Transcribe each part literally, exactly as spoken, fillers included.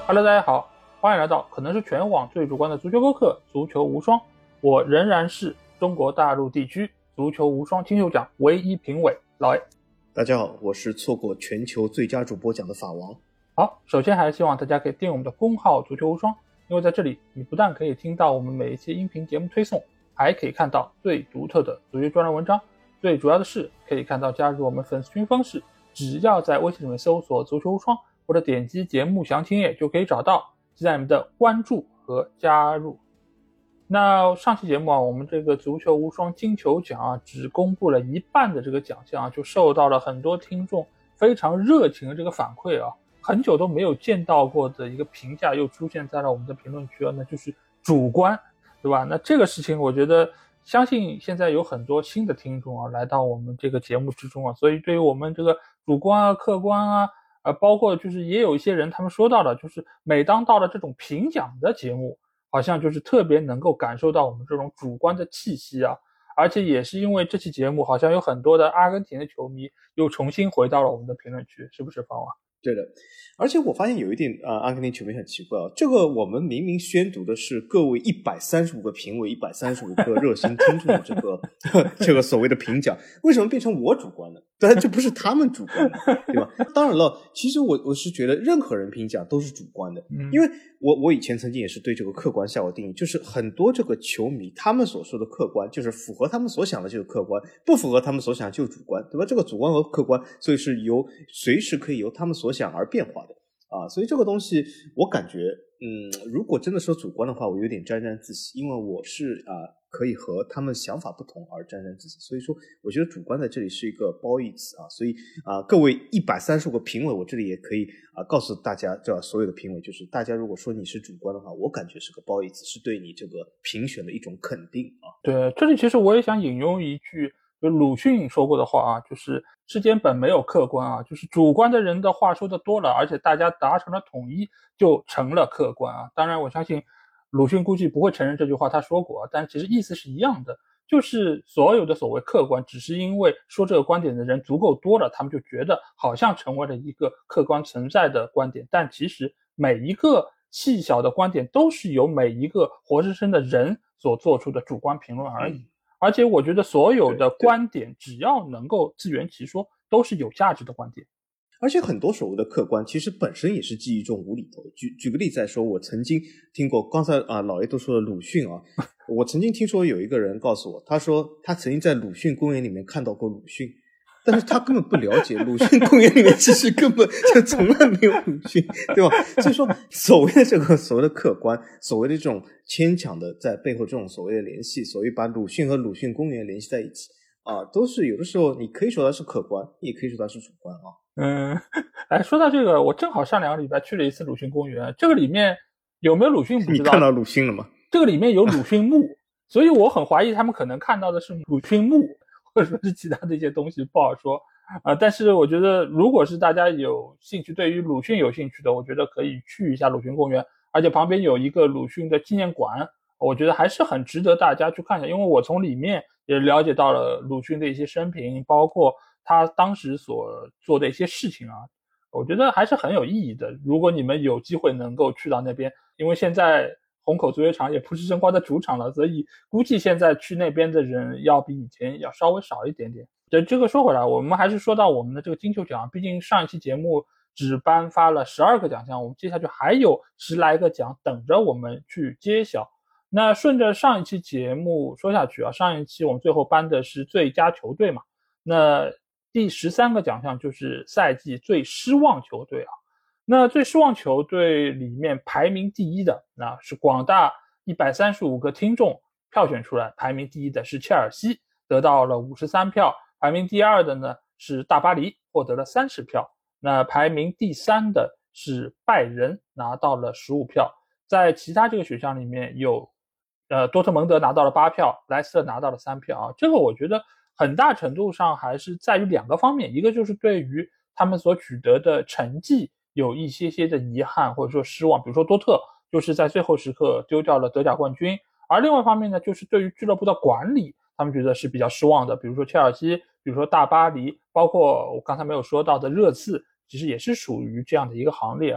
Hello， 大家好，欢迎来到可能是全网最主观的足球播客《足球无双》，我仍然是中国大陆地区足球无双金球奖唯一评委老 A。 大家好，我是错过全球最佳主播奖的法王。 好，首先还是希望大家可以订阅我们的公号足球无双，因为在这里你不但可以听到我们每一期音频节目推送，还可以看到最独特的足球专栏文章，最主要的是可以看到加入我们粉丝群方式，只要在微信里面搜索足球无双或者点击节目详情页就可以找到，期待你们的关注和加入。那上期节目啊，我们这个足球无双金球奖啊，只公布了一半的这个奖项啊，就受到了很多听众非常热情的这个反馈啊，很久都没有见到过的一个评价又出现在了我们的评论区啊，那就是主观，对吧？那这个事情我觉得相信现在有很多新的听众啊来到我们这个节目之中啊，所以对于我们这个主观啊客观啊呃，包括就是也有一些人他们说到了，就是每当到了这种评奖的节目，好像就是特别能够感受到我们这种主观的气息啊，而且也是因为这期节目好像有很多的阿根廷的球迷又重新回到了我们的评论区，是不是方王？ 对的，而且我发现有一点啊、呃，阿根廷球迷很奇怪啊，这个我们明明宣读的是各位一百三十五个评委、一百三十五个热心听众的这个这个所谓的评奖，为什么变成我主观呢？当然这不是他们主观的，对吧？当然了，其实我我是觉得任何人评奖都是主观的， 嗯、 因为我我以前曾经也是对这个客观下过定义，就是很多这个球迷他们所说的客观，就是符合他们所想的就是客观，不符合他们所想就是主观，对吧？这个主观和客观，所以是由随时可以由他们所想而变化的啊，所以这个东西我感觉，嗯，如果真的说主观的话，我有点沾沾自喜，因为我是啊可以和他们想法不同而沾沾自喜，所以说我觉得主观在这里是一个褒义词啊，所以啊各位一百三十个评委，我这里也可以啊告诉大家，这所有的评委，就是大家如果说你是主观的话，我感觉是个褒义词，是对你这个评选的一种肯定啊。 对，这里其实我也想引用一句就鲁迅说过的话啊，就是世间本没有客观啊，就是主观的人的话说的多了，而且大家达成了统一，就成了客观啊。当然我相信鲁迅估计不会承认这句话他说过，但其实意思是一样的，就是所有的所谓客观只是因为说这个观点的人足够多了，他们就觉得好像成为了一个客观存在的观点，但其实每一个细小的观点都是由每一个活生生的人所做出的主观评论而已、嗯、而且我觉得所有的观点只要能够自圆其说都是有价值的观点， 而且很多所谓的客观其实本身也是基于一种无厘头。举举个例子来说，我曾经听过刚才啊老爷都说了鲁迅啊，我曾经听说有一个人告诉我，他说他曾经在鲁迅公园里面看到过鲁迅，但是他根本不了解鲁迅公园里面其实根本就从来没有鲁迅，对吧？所以说所谓的这个所谓的客观，所谓的这种牵强的在背后这种所谓的联系，所谓把鲁迅和鲁迅公园联系在一起啊，都是有的时候你可以说它是客观，也可以说它是主观啊。 嗯，哎，说到这个，我正好上两个礼拜去了一次鲁迅公园，这个里面有没有鲁迅不知道。 你看到鲁迅了吗？ 这个里面有鲁迅墓，所以我很怀疑他们可能看到的是鲁迅墓，或者说是其他的一些东西，不好说啊、呃。但是我觉得，如果是大家有兴趣，对于鲁迅有兴趣的，我觉得可以去一下鲁迅公园，而且旁边有一个鲁迅的纪念馆，我觉得还是很值得大家去看一下，因为我从里面也了解到了鲁迅的一些生平，包括他当时所做的一些事情啊，我觉得还是很有意义的。如果你们有机会能够去到那边，因为现在虹口足球场也不是申花的主场了，所以估计现在去那边的人要比以前要稍微少一点点。这这个说回来，我们还是说到我们的这个金球奖，毕竟上一期节目只颁发了十二个奖项，我们接下去还有十来个奖等着我们去揭晓。那顺着上一期节目说下去啊，上一期我们最后颁的是最佳球队嘛，那第十三个奖项就是赛季最失望球队啊。那最失望球队里面排名第一的，那是广大一百三十五个听众票选出来，排名第一的是切尔西，得到了五十三票，排名第二的呢是大巴黎，获得了三十票，那排名第三的是拜仁，拿到了十五票。在其他这个选项里面有呃，多特蒙德拿到了八票，莱斯特拿到了三票啊。这个我觉得很大程度上还是在于两个方面，一个就是对于他们所取得的成绩有一些些的遗憾或者说失望，比如说多特就是在最后时刻丢掉了德甲冠军，而另外一方面呢，就是对于俱乐部的管理，他们觉得是比较失望的，比如说切尔西，比如说大巴黎，包括我刚才没有说到的热刺，其实也是属于这样的一个行列啊。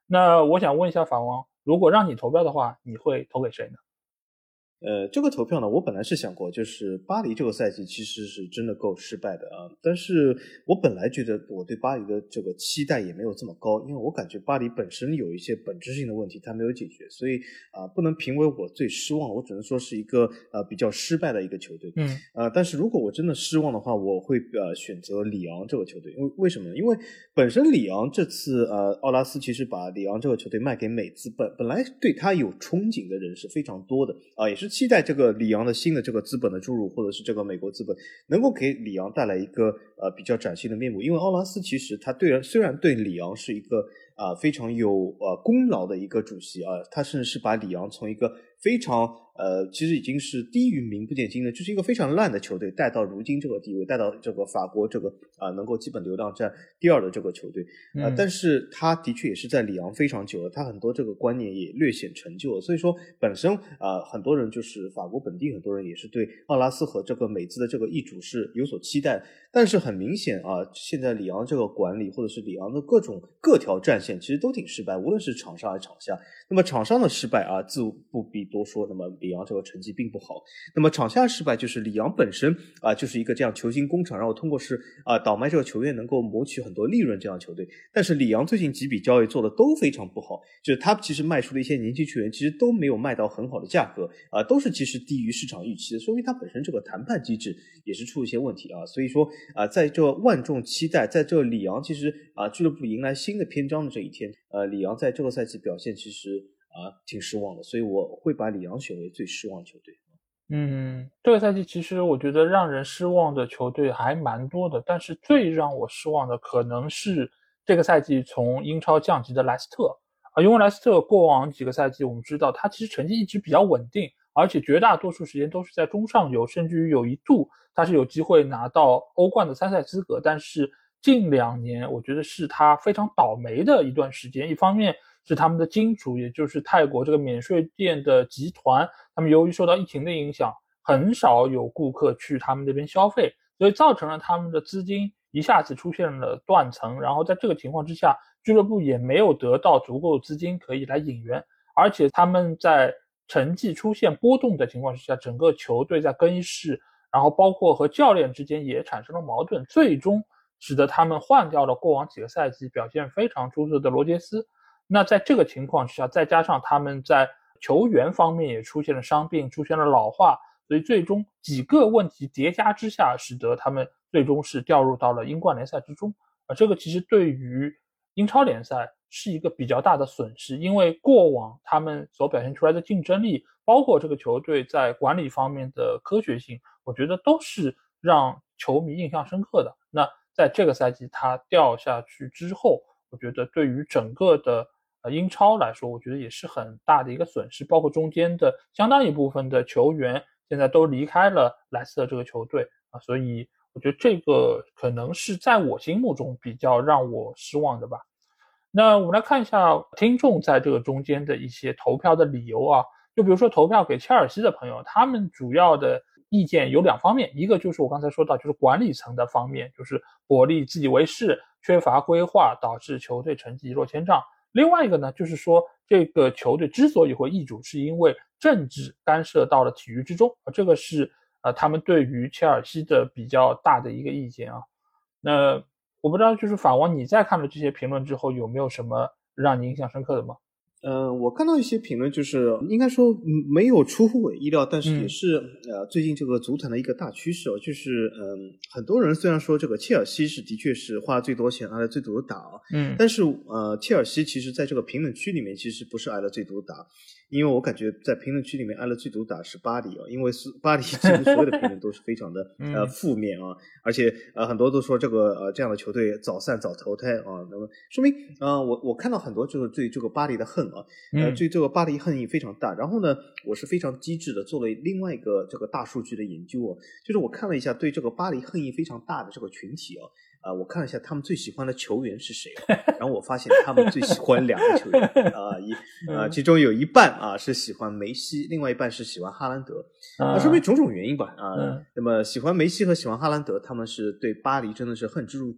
那我想问一下法王，如果让你投票的话，你会投给谁呢？ 呃，这个投票呢，我本来是想过，就是巴黎这个赛季其实是真的够失败的啊。但是我本来觉得我对巴黎的这个期待也没有这么高，因为我感觉巴黎本身有一些本质性的问题它没有解决，所以啊、呃，不能评为我最失望，我只能说是一个呃比较失败的一个球队。 嗯， 呃，但是如果我真的失望的话，我会呃选择里昂这个球队，因为为什么呢？因为本身里昂这次呃奥拉斯其实把里昂这个球队卖给美资，本本来对他有憧憬的人是非常多的啊、呃，也是期待这个里昂的新的这个资本的注入，或者是这个美国资本能够给里昂带来一个呃比较崭新的面目。因为奥拉斯其实他对虽然对里昂是一个啊、呃、非常有呃功劳的一个主席啊，他甚至是把里昂从一个非常呃其实已经是低于名不见经的，就是一个非常烂的球队带到如今这个地位，带到这个法国这个啊、呃、能够基本流浪战第二的这个球队啊、呃嗯， 但是他的确也是在里昂非常久了，他很多这个观念也略显陈旧了，所以说本身啊、呃、很多人就是法国本地很多人也是对奥拉斯和这个美资的这个易主是有所期待，但是很明显啊，现在里昂这个管理或者是里昂的各种各条战线其实都挺失败，无论是场上还是场下。那么场上的失败啊，自不必多说，那么里昂这个成绩并不好。那么场下失败就是里昂本身啊，就是一个这样球星工厂，然后通过是啊倒卖这个球员能够谋取很多利润这样的球队。但是里昂最近几笔交易做的都非常不好，就是他其实卖出的一些年轻球员其实都没有卖到很好的价格啊，都是其实低于市场预期的，说明他本身这个谈判机制也是出了一些问题啊。所以说啊，在这万众期待，在这里昂其实啊俱乐部迎来新的篇章的这一天，呃，里昂在这个赛季表现其实啊挺失望的，所以我会把里昂选为最失望的球队。 嗯，这个赛季其实我觉得让人失望的球队还蛮多的，但是最让我失望的可能是这个赛季从英超降级的莱斯特啊，因为莱斯特过往几个赛季我们知道他其实成绩一直比较稳定，而且绝大多数时间都是在中上游，甚至于有一度他是有机会拿到欧冠的参赛资格，但是近两年我觉得是他非常倒霉的一段时间，一方面是他们的金主，也就是泰国这个免税店的集团，他们由于受到疫情的影响，很少有顾客去他们那边消费，所以造成了他们的资金一下子出现了断层，然后在这个情况之下，俱乐部也没有得到足够的资金可以来引援，而且他们在成绩出现波动的情况之下，整个球队在更衣室，然后包括和教练之间也产生了矛盾，最终使得他们换掉了过往几个赛季表现非常出色的罗杰斯。那在这个情况之下，再加上他们在球员方面也出现了伤病，出现了老化，所以最终几个问题叠加之下，使得他们最终是掉入到了英冠联赛之中。啊，这个其实对于英超联赛是一个比较大的损失，因为过往他们所表现出来的竞争力，包括这个球队在管理方面的科学性，我觉得都是让球迷印象深刻的。那在这个赛季他掉下去之后，我觉得对于整个的呃英超来说，我觉得也是很大的一个损失，包括中间的相当一部分的球员现在都离开了莱斯特这个球队啊，所以我觉得这个可能是在我心目中比较让我失望的吧。那我们来看一下听众在这个中间的一些投票的理由啊，就比如说投票给切尔西的朋友，他们主要的意见有两方面，一个就是我刚才说到，就是管理层的方面，就是伯利自以为是，缺乏规划，导致球队成绩一落千丈。另外一个呢，就是说这个球队之所以会易主，是因为政治干涉到了体育之中，这个是呃他们对于切尔西的比较大的一个意见啊。那我不知道，就是法王，你在看了这些评论之后，有没有什么让你印象深刻的吗？ 呃，我看到一些评论，就是应该说没有出乎我意料，但是也是、嗯、呃最近这个足坛的一个大趋势哦，就是嗯、呃，很多人虽然说这个切尔西是的确是花了最多钱挨了最毒的打啊， 嗯， 但是呃切尔西其实在这个评论区里面其实不是挨了最毒打，因为我感觉在评论区里面挨了最毒打是巴黎啊，因为是巴黎几乎所有的评论都是非常的呃负面啊，而且呃很多都说这个呃这样的球队早散早投胎啊，那么说明呃我我看到很多就是对这个巴黎的恨啊。呃，对这个巴黎恨意非常大。然后呢，我是非常机智的做了另外一个这个大数据的研究啊，就是我看了一下对这个巴黎恨意非常大的这个群体啊，啊、呃，我看了一下他们最喜欢的球员是谁啊，然后我发现他们最喜欢两个球员啊、呃，一啊、呃，其中有一半啊是喜欢梅西，另外一半是喜欢哈兰德。啊，说明种种原因吧啊、呃嗯。那么喜欢梅西和喜欢哈兰德，他们是对巴黎真的是恨之入骨。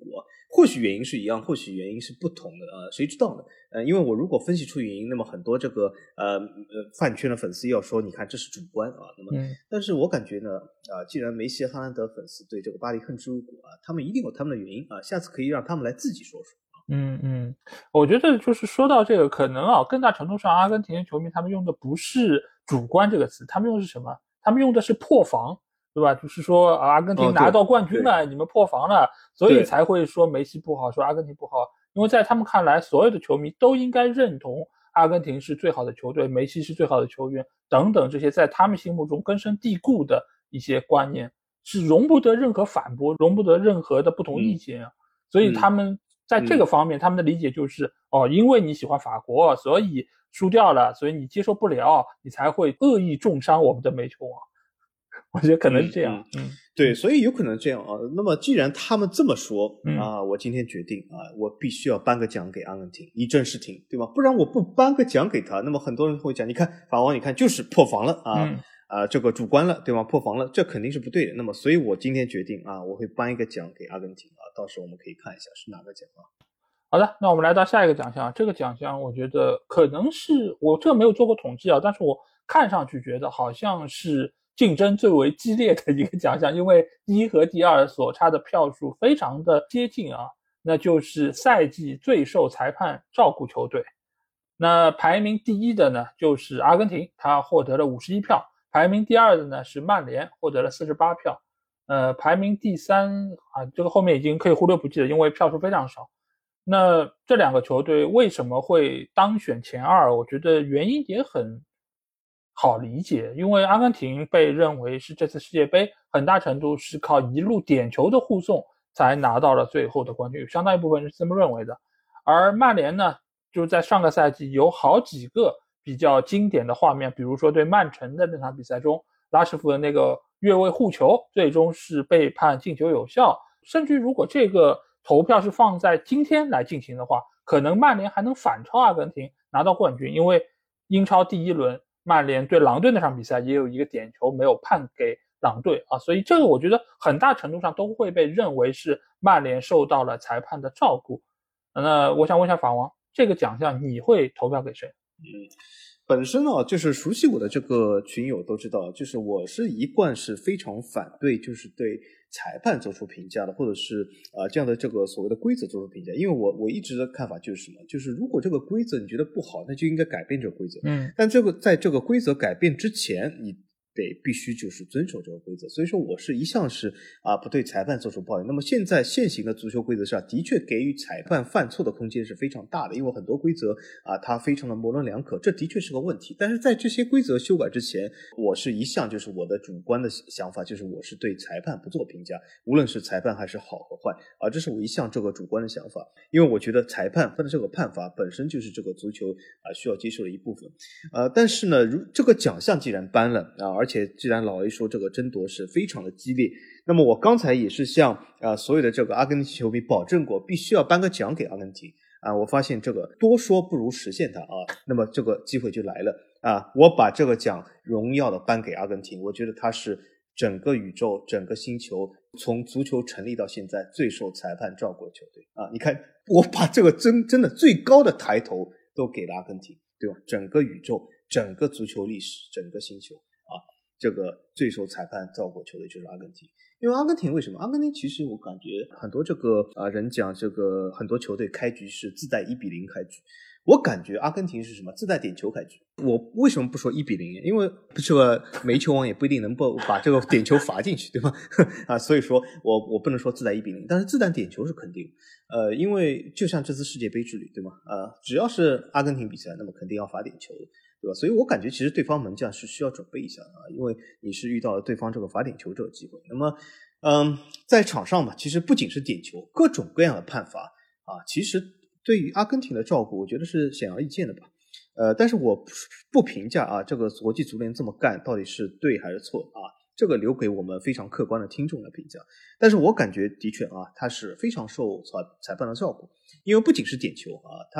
或许原因是一样，或许原因是不同的啊，谁知道呢？呃，因为我如果分析出原因，那么很多这个呃呃饭圈的粉丝要说，你看这是主观啊。那么， 嗯、 但是我感觉呢，啊，既然梅西、哈兰德粉丝对这个巴黎恨之入骨啊，他们一定有他们的原因啊，下次可以让他们来自己说说。 嗯嗯，我觉得就是说到这个，可能啊，更大程度上，阿根廷的球迷他们用的不是主观这个词，他们用的是什么？他们用的是破防，对吧？就是说啊，阿根廷拿到冠军了，哦、你们破防了，所以才会说梅西不好，说阿根廷不好。因为在他们看来，所有的球迷都应该认同阿根廷是最好的球队，梅西是最好的球员等等这些在他们心目中根深蒂固的一些观念，是容不得任何反驳，容不得任何的不同意见啊。嗯、所以他们在这个方面，嗯、他们的理解就是哦，因为你喜欢法国，所以输掉了，所以你接受不了，你才会恶意重伤我们的梅球王。我觉得可能是这样。 嗯，嗯对，所以有可能这样啊。那么既然他们这么说啊， 嗯、 我今天决定啊，我必须要颁个奖给阿根廷，以正视听，对吧？不然我不颁个奖给他，那么很多人会讲，你看法王，你看就是破防了啊。嗯啊，这个主观了，对吧？破防了，这肯定是不对的。那么，所以我今天决定啊，我会颁一个奖给阿根廷啊，到时候我们可以看一下是哪个奖啊。 好的，那我们来到下一个奖项。这个奖项我觉得可能是我这没有做过统计啊，但是我看上去觉得好像是竞争最为激烈的一个奖项，因为第一和第二所差的票数非常的接近啊，那就是赛季最受裁判照顾球队。那排名第一的呢就是阿根廷，他获得了五十一票。排名第二的呢是曼联，获得了四十八票。呃，排名第三啊，这个后面已经可以忽略不计了，因为票数非常少。那这两个球队为什么会当选前二？我觉得原因也很好理解，因为阿根廷被认为是这次世界杯很大程度是靠一路点球的护送才拿到了最后的冠军，相当一部分是这么认为的。而曼联呢，就在上个赛季有好几个比较经典的画面，比如说对曼城的那场比赛中，拉什福德那个越位护球最终是被判进球有效，甚至如果这个投票是放在今天来进行的话，可能曼联还能反超阿根廷拿到冠军，因为英超第一轮曼联对狼队那场比赛也有一个点球没有判给狼队啊，所以这个我觉得很大程度上都会被认为是曼联受到了裁判的照顾。那我想问一下法王，这个奖项你会投票给谁？ 嗯，本身呢，就是熟悉我的这个群友都知道，就是我是一贯是非常反对，就是对裁判做出评价的，或者是啊、呃、这样的这个所谓的规则做出评价。因为我我一直的看法就是什么，就是如果这个规则你觉得不好，那就应该改变这个规则。 嗯， 但这个在这个规则改变之前，你得必须就是遵守这个规则。所以说我是一向是啊不对裁判做出抱怨。那么现在现行的足球规则上的确给予裁判犯错的空间是非常大的，因为很多规则啊它非常的模棱两可，这的确是个问题。但是在这些规则修改之前，我是一向就是我的主观的想法，就是我是对裁判不做评价，无论是裁判还是好和坏啊，这是我一向这个主观的想法。因为我觉得裁判的这个判罚本身就是这个足球啊需要接受的一部分。呃，但是呢，如这个奖项既然颁了啊，而且既然老 A 说这个争夺是非常的激烈，那么我刚才也是向啊所有的这个阿根廷球迷保证过，必须要颁个奖给阿根廷啊。我发现这个多说不如实现它啊，那么这个机会就来了啊，我把这个奖荣耀的颁给阿根廷，我觉得它是整个宇宙、整个星球从足球成立到现在最受裁判照顾的球队啊！你看，我把这个真真的最高的抬头都给了阿根廷，对吧？整个宇宙、整个足球历史、整个星球啊，这个最受裁判照顾的球队就是阿根廷。因为阿根廷为什么？阿根廷其实我感觉很多这个啊、呃、人讲这个很多球队开局是自带一比零开局。我感觉阿根廷是什么？自带点球开局。我为什么不说一比零？因为这个梅球王也不一定能够把这个点球罚进去，对吧？啊，所以说我我不能说自带一比零，但是自带点球是肯定。呃，因为就像这次世界杯之旅，对吗？呃，只要是阿根廷比赛，那么肯定要罚点球的，对吧？所以我感觉其实对方门将是需要准备一下的啊，因为你是遇到了对方这个罚点球这个机会。那么，嗯，在场上嘛，其实不仅是点球，各种各样的判罚啊，其实对于阿根廷的照顾，我觉得是显而易见的吧。呃，但是我不评价啊，这个国际足联这么干到底是对还是错啊，这个留给我们非常客观的听众来评价。但是我感觉的确啊，他是非常受裁裁判的照顾，因为不仅是点球啊，他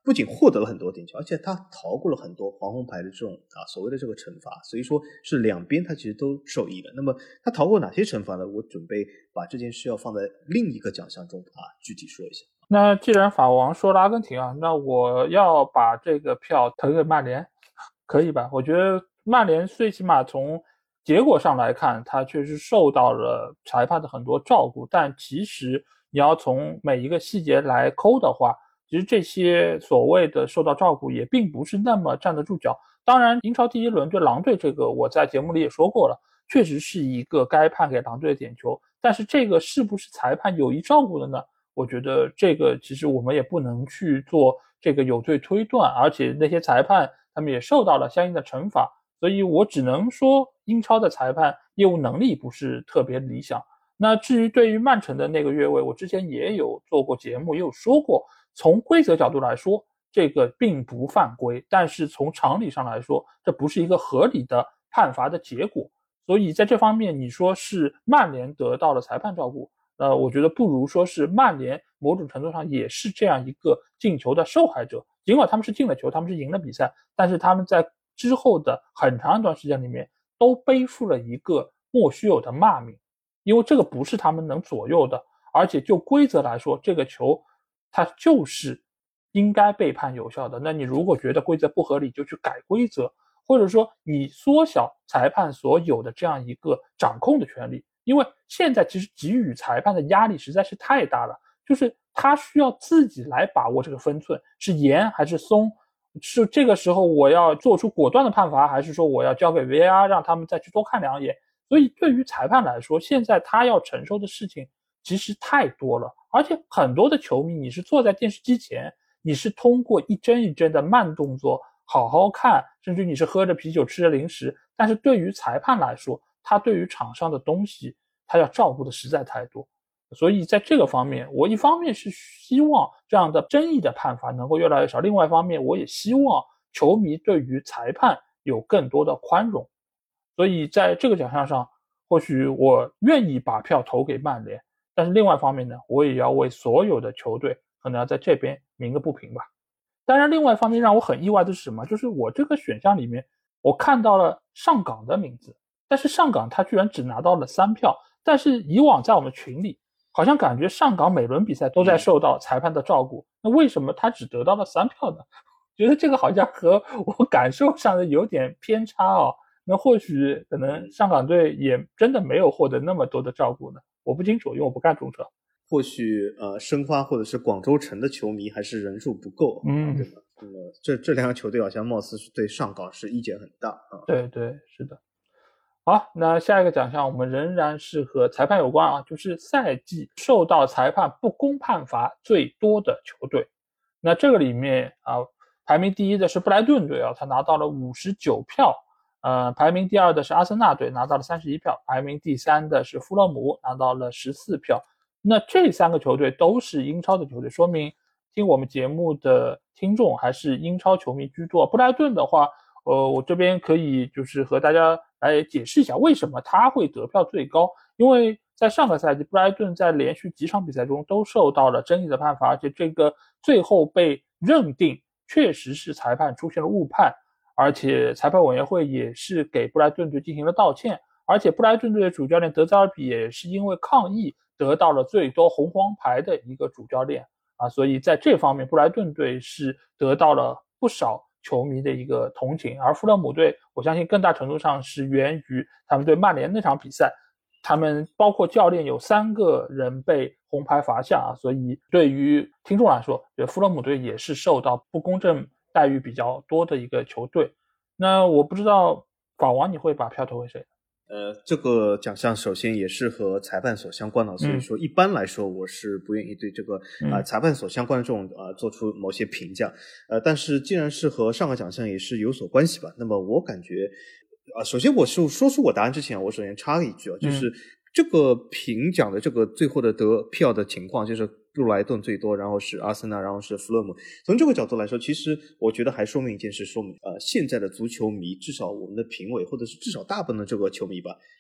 不仅获得了很多点球，而且他逃过了很多黄红牌的这种啊所谓的这个惩罚，所以说是两边他其实都受益了。那么他逃过哪些惩罚呢？我准备把这件事要放在另一个奖项中啊具体说一下。 那既然法王说了阿根廷啊，那我要把这个票投给曼联，可以吧？我觉得曼联最起码从结果上来看，他确实受到了裁判的很多照顾，但其实你要从每一个细节来抠的话，其实这些所谓的受到照顾也并不是那么站得住脚。当然，英超第一轮对狼队这个，我在节目里也说过了，确实是一个该判给狼队的点球，但是这个是不是裁判有意照顾的呢？我觉得这个其实我们也不能去做这个有罪推断，而且那些裁判他们也受到了相应的惩罚，所以我只能说英超的裁判业务能力不是特别理想。那至于对于曼城的那个越位，我之前也有做过节目，也有说过，从规则角度来说，这个并不犯规，但是从常理上来说，这不是一个合理的判罚的结果。所以在这方面，你说是曼联得到了裁判照顾，呃，我觉得不如说是曼联某种程度上也是这样一个进球的受害者。尽管他们是进了球，他们是赢了比赛，但是他们在之后的很长一段时间里面都背负了一个莫须有的骂名，因为这个不是他们能左右的。而且就规则来说，这个球它就是应该被判有效的。那你如果觉得规则不合理，就去改规则，或者说你缩小裁判所有的这样一个掌控的权利。因为现在其实给予裁判的压力实在是太大了，就是他需要自己来把握这个分寸，是严还是松，是这个时候我要做出果断的判罚，还是说我要交给 V A R 让他们再去多看两眼。所以对于裁判来说，现在他要承受的事情其实太多了，而且很多的球迷你是坐在电视机前，你是通过一帧一帧的慢动作好好看，甚至你是喝着啤酒吃着零食，但是对于裁判来说，他对于场上的东西他要照顾的实在太多。所以在这个方面，我一方面是希望这样的争议的判罚能够越来越少，另外一方面我也希望球迷对于裁判有更多的宽容。所以在这个奖项上，或许我愿意把票投给曼联，但是另外一方面呢，我也要为所有的球队可能要在这边鸣个不平吧。当然另外一方面让我很意外的是什么，就是我这个选项里面我看到了上港的名字，但是上港他居然只拿到了三票，但是以往在我们群里好像感觉上港每轮比赛都在受到裁判的照顾，那为什么他只得到了三票呢？觉得这个好像和我感受上的有点偏差哦。那或许可能上港队也真的没有获得那么多的照顾呢，我不清楚，因为我不看中超。 或许呃，申花或者是广州城的球迷还是人数不够， 嗯， 对吧？那么这这两个球队好像貌似是对上港是意见很大啊。 对对，是的。好，那下一个奖项我们仍然是和裁判有关啊，就是赛季受到裁判不公判罚最多的球队。那这个里面啊，排名第一的是布莱顿队啊，他拿到了五十九票。呃，排名第二的是阿森纳队，拿到了三十一票。排名第三的是富勒姆，拿到了十四票。那这三个球队都是英超的球队，说明听我们节目的听众还是英超球迷居多。布莱顿的话，呃，我这边可以就是和大家来解释一下为什么他会得票最高。因为在上个赛季，布莱顿在连续几场比赛中都受到了争议的判罚，而且这个最后被认定确实是裁判出现了误判，而且裁判委员会也是给布莱顿队进行了道歉，而且布莱顿队的主教练德泽尔比也是因为抗议得到了最多红黄牌的一个主教练啊，所以在这方面布莱顿队是得到了不少球迷的一个同情。而富勒姆队我相信更大程度上是源于他们对曼联那场比赛，他们包括教练有三个人被红牌罚下啊，所以对于听众来说，富勒姆队也是受到不公正待遇比较多的一个球队。那我不知道法王你会把票投给谁？ 呃，这个奖项首先也是和裁判所相关的，所以说一般来说我是不愿意对这个啊、呃、裁判所相关的这种啊、呃、做出某些评价。呃，但是既然是和上个奖项也是有所关系吧，那么我感觉啊、呃，首先我是说出我答案之前，我首先插一句啊，就是这个评奖的这个最后的得票的情况，就是布莱顿最多，然后是阿森纳，然后是弗勒姆。从这个角度来说，其实我觉得还说明一件事，说明呃现在的足球迷，至少我们的评委或者是至少大部分的这个球迷吧，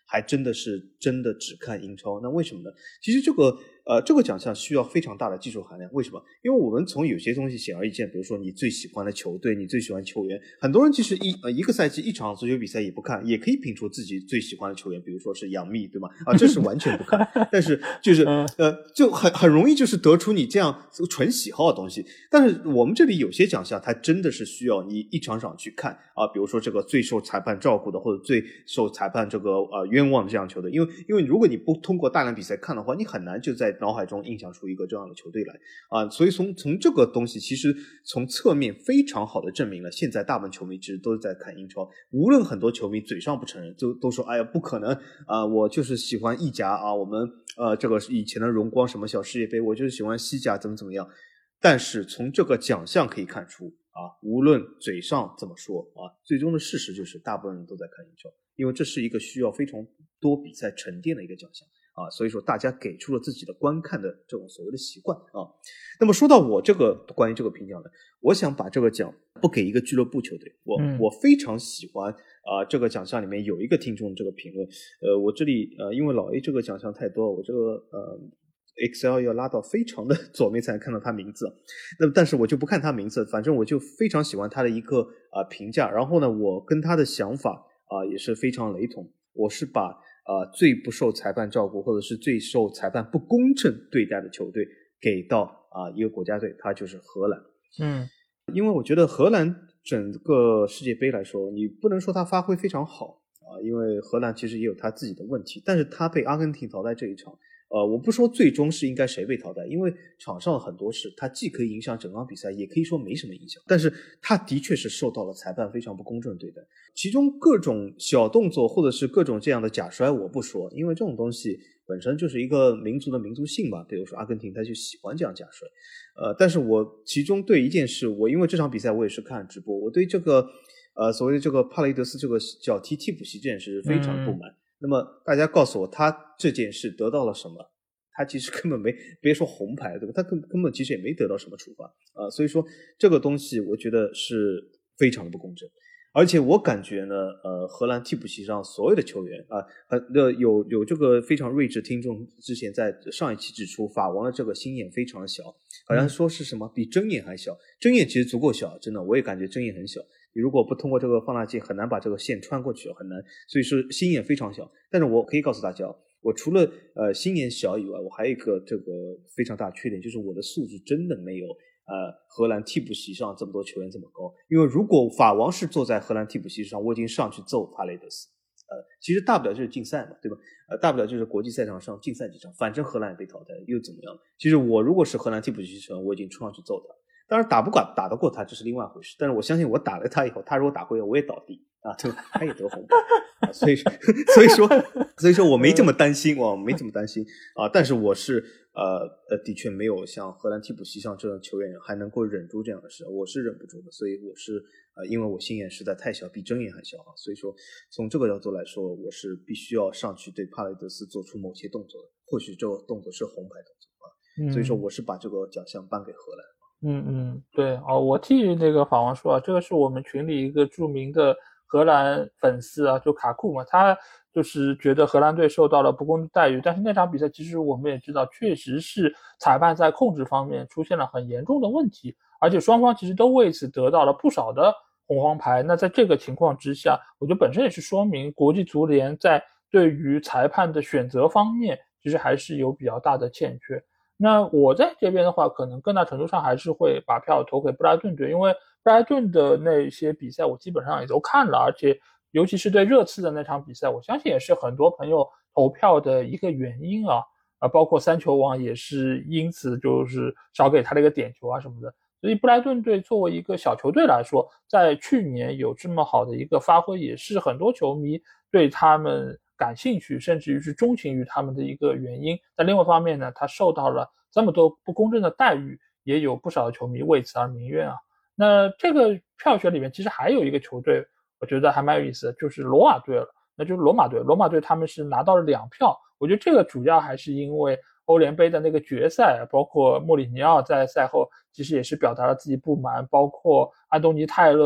还真的是真的只看英超。那为什么呢？其实这个呃这个奖项需要非常大的技术含量。为什么？因为我们从有些东西显而易见，比如说你最喜欢的球队，你最喜欢球员，很多人其实一呃一个赛季一场足球比赛也不看，也可以评出自己最喜欢的球员，比如说是杨幂，对吗？啊，这是完全不看，但是就是呃就很很容易就是得出你这样纯喜好的东西。但是我们这里有些奖项它真的是需要你一场场去看啊，比如说这个最受裁判照顾的，或者最受裁判这个呃冤枉的这样球队，因为因为如果你不通过大量比赛看的话，你很难就在脑海中印象出一个这样的球队来啊。所以从从这个东西，其实从侧面非常好的证明了现在大部分球迷其实都在看英超，无论很多球迷嘴上不承认，就都说哎呀不可能啊，我就是喜欢意甲啊，我们呃这个以前的荣光什么小世界杯，我就是喜欢西甲怎么怎么样。但是从这个奖项可以看出啊，无论嘴上怎么说啊，最终的事实就是大部分人都在看英超，因为这是一个需要非常多比赛沉淀的一个奖项啊，所以说大家给出了自己的观看的这种所谓的习惯啊。那么说到我这个关于这个评奖呢，我想把这个奖不给一个俱乐部球队，我、嗯、我非常喜欢啊、呃，这个奖项里面有一个听众这个评论，呃，我这里呃因为老 A 这个奖项太多，我这个呃。Excel 要拉到非常的左面才能看到他名字，那么但是我就不看他名字，反正我就非常喜欢他的一个啊、呃、评价，然后呢，我跟他的想法啊、呃、也是非常雷同，我是把啊、呃、最不受裁判照顾或者是最受裁判不公正对待的球队给到啊、呃、一个国家队，他就是荷兰。 嗯， 因为我觉得荷兰整个世界杯来说，你不能说他发挥非常好啊、呃，因为荷兰其实也有他自己的问题，但是他被阿根廷淘汰这一场。呃，我不说最终是应该谁被淘汰，因为场上很多事，它既可以影响整场比赛，也可以说没什么影响。但是它的确是受到了裁判非常不公正的对待，其中各种小动作或者是各种这样的假摔，我不说，因为这种东西本身就是一个民族的民族性吧。比如说阿根廷，他就喜欢这样假摔。呃，但是我其中对一件事，我因为这场比赛我也是看直播，我对这个呃所谓的这个帕雷德斯这个脚踢替补席这件事非常不满。嗯，那么大家告诉我他这件事得到了什么？他其实根本没别说红牌，对吧？他根根本其实也没得到什么处罚啊、呃，所以说这个东西我觉得是非常的不公正。而且我感觉呢，呃，荷兰替补席上所有的球员啊，呃，有有这个非常睿智听众之前在上一期指出，法王的这个心眼非常的小，好像说是什么比针眼还小，针眼其实足够小，真的，我也感觉针眼很小。你如果不通过这个放大镜，很难把这个线穿过去，很难，所以说心眼非常小。但是我可以告诉大家，我除了呃心眼小以外，我还有一个这个非常大的缺点，就是我的素质真的没有呃荷兰替补席上这么多球员这么高。因为如果法王是坐在荷兰替补席上，我已经上去揍帕雷德斯。呃，其实大不了就是竞赛嘛，对吧？呃，大不了就是国际赛场上竞赛几场，反正荷兰也被淘汰，又怎么样？其实我如果是荷兰替补席上，我已经冲上去揍他。当然打不管打得过他这是另外一回事，但是我相信我打了他以后，他如果打过我也倒地啊，对吧？他也得红牌、啊、所以所以说所以说我没这么担心，我没这么担心啊。但是我是呃呃的确没有像荷兰替补席上这种球员还能够忍住这样的事，我是忍不住的，所以我是呃因为我心眼实在太小，比针眼还小啊，所以说从这个角度来说，我是必须要上去对帕雷德斯做出某些动作的，或许这个动作是红牌动作啊、嗯，所以说我是把这个奖项颁给荷兰。 嗯嗯，对哦，我替那个法王说啊，这个是我们群里一个著名的荷兰粉丝啊，就卡库嘛，他就是觉得荷兰队受到了不公待遇，但是那场比赛其实我们也知道，确实是裁判在控制方面出现了很严重的问题，而且双方其实都为此得到了不少的红黄牌。那在这个情况之下，我觉得本身也是说明国际足联在对于裁判的选择方面，其实还是有比较大的欠缺。那我在这边的话，可能更大程度上还是会把票投给布莱顿队，因为布莱顿的那些比赛我基本上也都看了，而且尤其是对热刺的那场比赛，我相信也是很多朋友投票的一个原因啊，啊，包括三球王也是因此就是少给他的一个点球啊什么的。所以布莱顿队作为一个小球队来说，在去年有这么好的一个发挥，也是很多球迷对他们感兴趣，甚至于是钟情于他们的一个原因。但另外一方面呢，他受到了这么多不公正的待遇，也有不少球迷为此而鸣冤啊。那这个票选里面其实还有一个球队，我觉得还蛮有意思的，就是罗马队了。那就是罗马队，罗马队他们是拿到了两票，我觉得这个主要还是因为欧联杯的那个决赛，包括莫里尼奥在赛后其实也是表达了自己不满，包括安东尼泰勒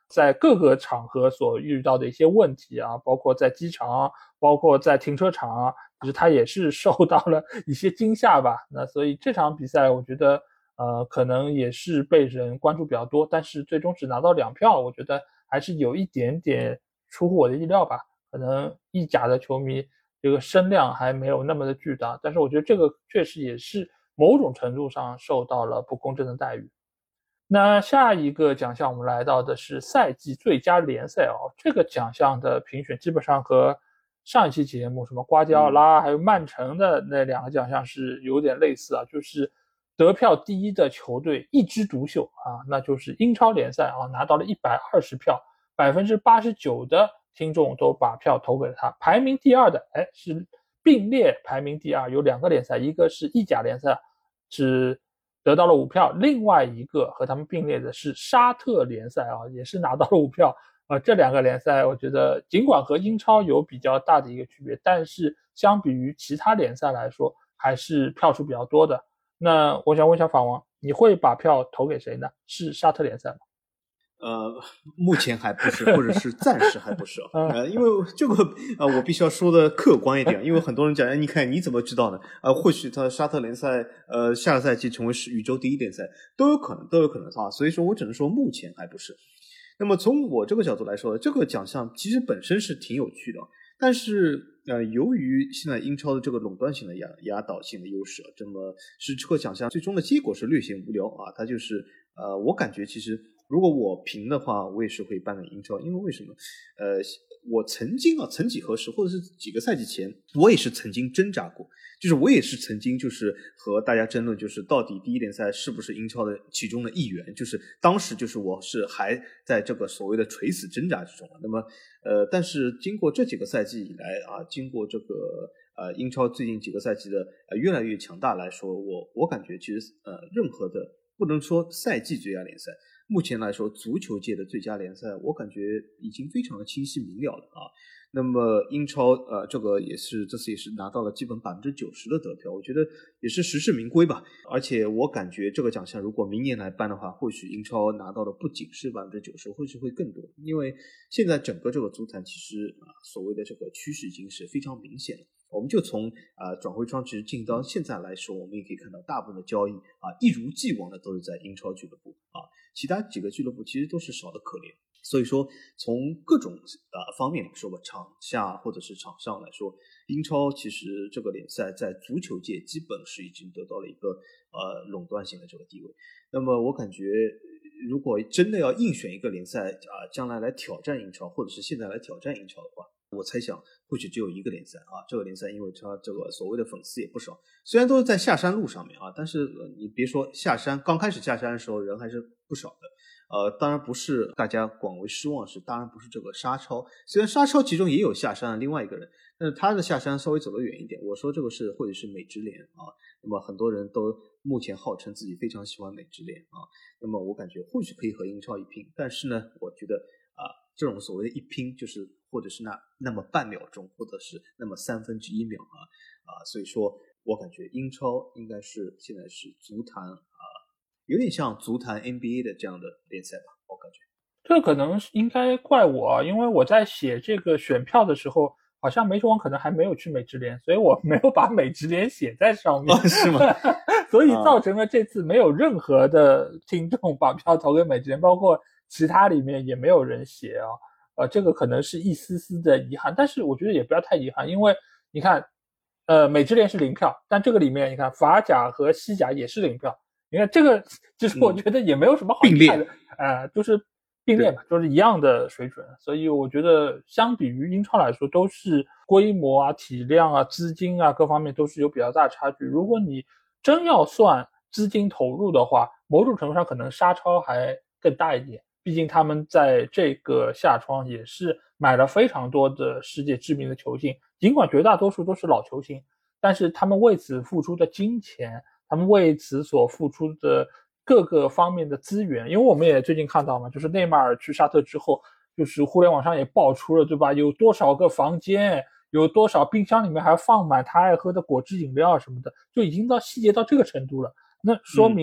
在各个场合所遇到的一些问题啊，包括在机场，包括在停车场啊，其实他也是受到了一些惊吓吧。那所以这场比赛我觉得呃可能也是被人关注比较多，但是最终只拿到两票，我觉得还是有一点点出乎我的意料吧。可能意甲的球迷这个声量还没有那么的巨大，但是我觉得这个确实也是某种程度上受到了不公正的待遇。那下一个奖项我们来到的是赛季最佳联赛哦，这个奖项的评选基本上和上一期节目什么瓜迪奥拉还有曼城的那两个奖项是有点类似啊，就是得票第一的球队一枝独秀啊，那就是英超联赛啊，拿到了一百二十票， 百分之八十九 的听众都把票投给了他。排名第二的哎是并列排名第二，有两个联赛，一个是意甲联赛是得到了五票，另外一个和他们并列的是沙特联赛啊，也是拿到了五票。呃，这两个联赛我觉得尽管和英超有比较大的一个区别，但是相比于其他联赛来说还是票数比较多的。那我想问一下法王，你会把票投给谁呢？是沙特联赛吗？ 呃，目前还不是，或者是暂时还不是啊。呃，因为这个呃，我必须要说的客观一点，因为很多人讲，哎，你看你怎么知道呢？呃，或许他沙特联赛呃下个赛季成为是宇宙第一联赛都有可能，都有可能啊。所以说我只能说目前还不是。那么从我这个角度来说，这个奖项其实本身是挺有趣的，但是呃，由于现在英超的这个垄断性的压压倒性的优势，这么是这个奖项最终的结果是略显无聊啊。它就是呃，我感觉其实如果我评的话，我也是会颁给英超，因为为什么？呃，我曾经啊，曾几何时，或者是几个赛季前，我也是曾经挣扎过，就是我也是曾经就是和大家争论，就是到底第一联赛是不是英超的其中的一员，就是当时就是我是还在这个所谓的垂死挣扎之中。那么呃，但是经过这几个赛季以来啊，经过这个呃英超最近几个赛季的呃越来越强大来说，我我感觉其实呃任何的不能说赛季最佳联赛，目前来说足球界的最佳联赛我感觉已经非常的清晰明了了啊。那么英超呃这个也是这次也是拿到了基本 百分之九十 的得票，我觉得也是实至名归吧。而且我感觉这个奖项如果明年来颁的话，或许英超拿到的不仅是 百分之九十， 或许会更多，因为现在整个这个足坛其实啊所谓的这个趋势已经是非常明显了。我们就从啊、呃、转会窗其实进到现在来说，我们也可以看到大部分的交易啊一如既往的都是在英超俱乐部啊，其他几个俱乐部其实都是少得可怜。所以说从各种呃方面来说吧，场下或者是场上来说，英超其实这个联赛在足球界基本是已经得到了一个呃垄断性的这个地位。那么我感觉如果真的要硬选一个联赛啊、呃、将来来挑战英超，或者是现在来挑战英超的话，我猜想或许只有一个联赛啊，这个联赛因为它这个所谓的粉丝也不少，虽然都是在下山路上面啊，但是、呃、你别说下山，刚开始下山的时候人还是不少的。呃，当然不是大家广为失望，是当然不是这个沙超，虽然沙超其中也有下山的另外一个人，但是他的下山稍微走得远一点。我说这个是或者是美职联啊，那么很多人都目前号称自己非常喜欢美职联啊，那么我感觉或许可以和英超一拼，但是呢，我觉得啊、呃，这种所谓的一拼就是或者是那那么半秒钟，或者是那么三分之一秒啊啊、呃，所以说我感觉英超应该是现在是足坛啊。呃有点像足坛 N B A 的这样的联赛吧，我感觉。 这可能应该怪我，因为我在写这个选票的时候，好像美网可能还没有去美职联，所以我没有把美职联写在上面， 哦、是吗？ 所以造成了这次没有任何的听众把票投给美职联，包括其他里面也没有人写啊。呃，这个可能是一丝丝的遗憾，但是我觉得也不要太遗憾，因为你看，呃，美职联是零票，但这个里面你看法甲和西甲也是零票。你看这个，其实我觉得也没有什么好遗憾的，呃，就是并列嘛，就是一样的水准。所以我觉得相比于英超来说，都是规模啊、体量啊、资金啊各方面都是有比较大差距。如果你真要算资金投入的话，某种程度上可能沙超还更大一点，毕竟他们在这个夏窗也是买了非常多的世界知名的球星，尽管绝大多数都是老球星，但是他们为此付出的金钱，他们为此所付出的各个方面的资源，因为我们也最近看到嘛，就是内马尔去沙特之后，就是互联网上也爆出了，对吧？有多少个房间，有多少冰箱里面还放满他爱喝的果汁饮料什么的，就已经到细节到这个程度了。那说明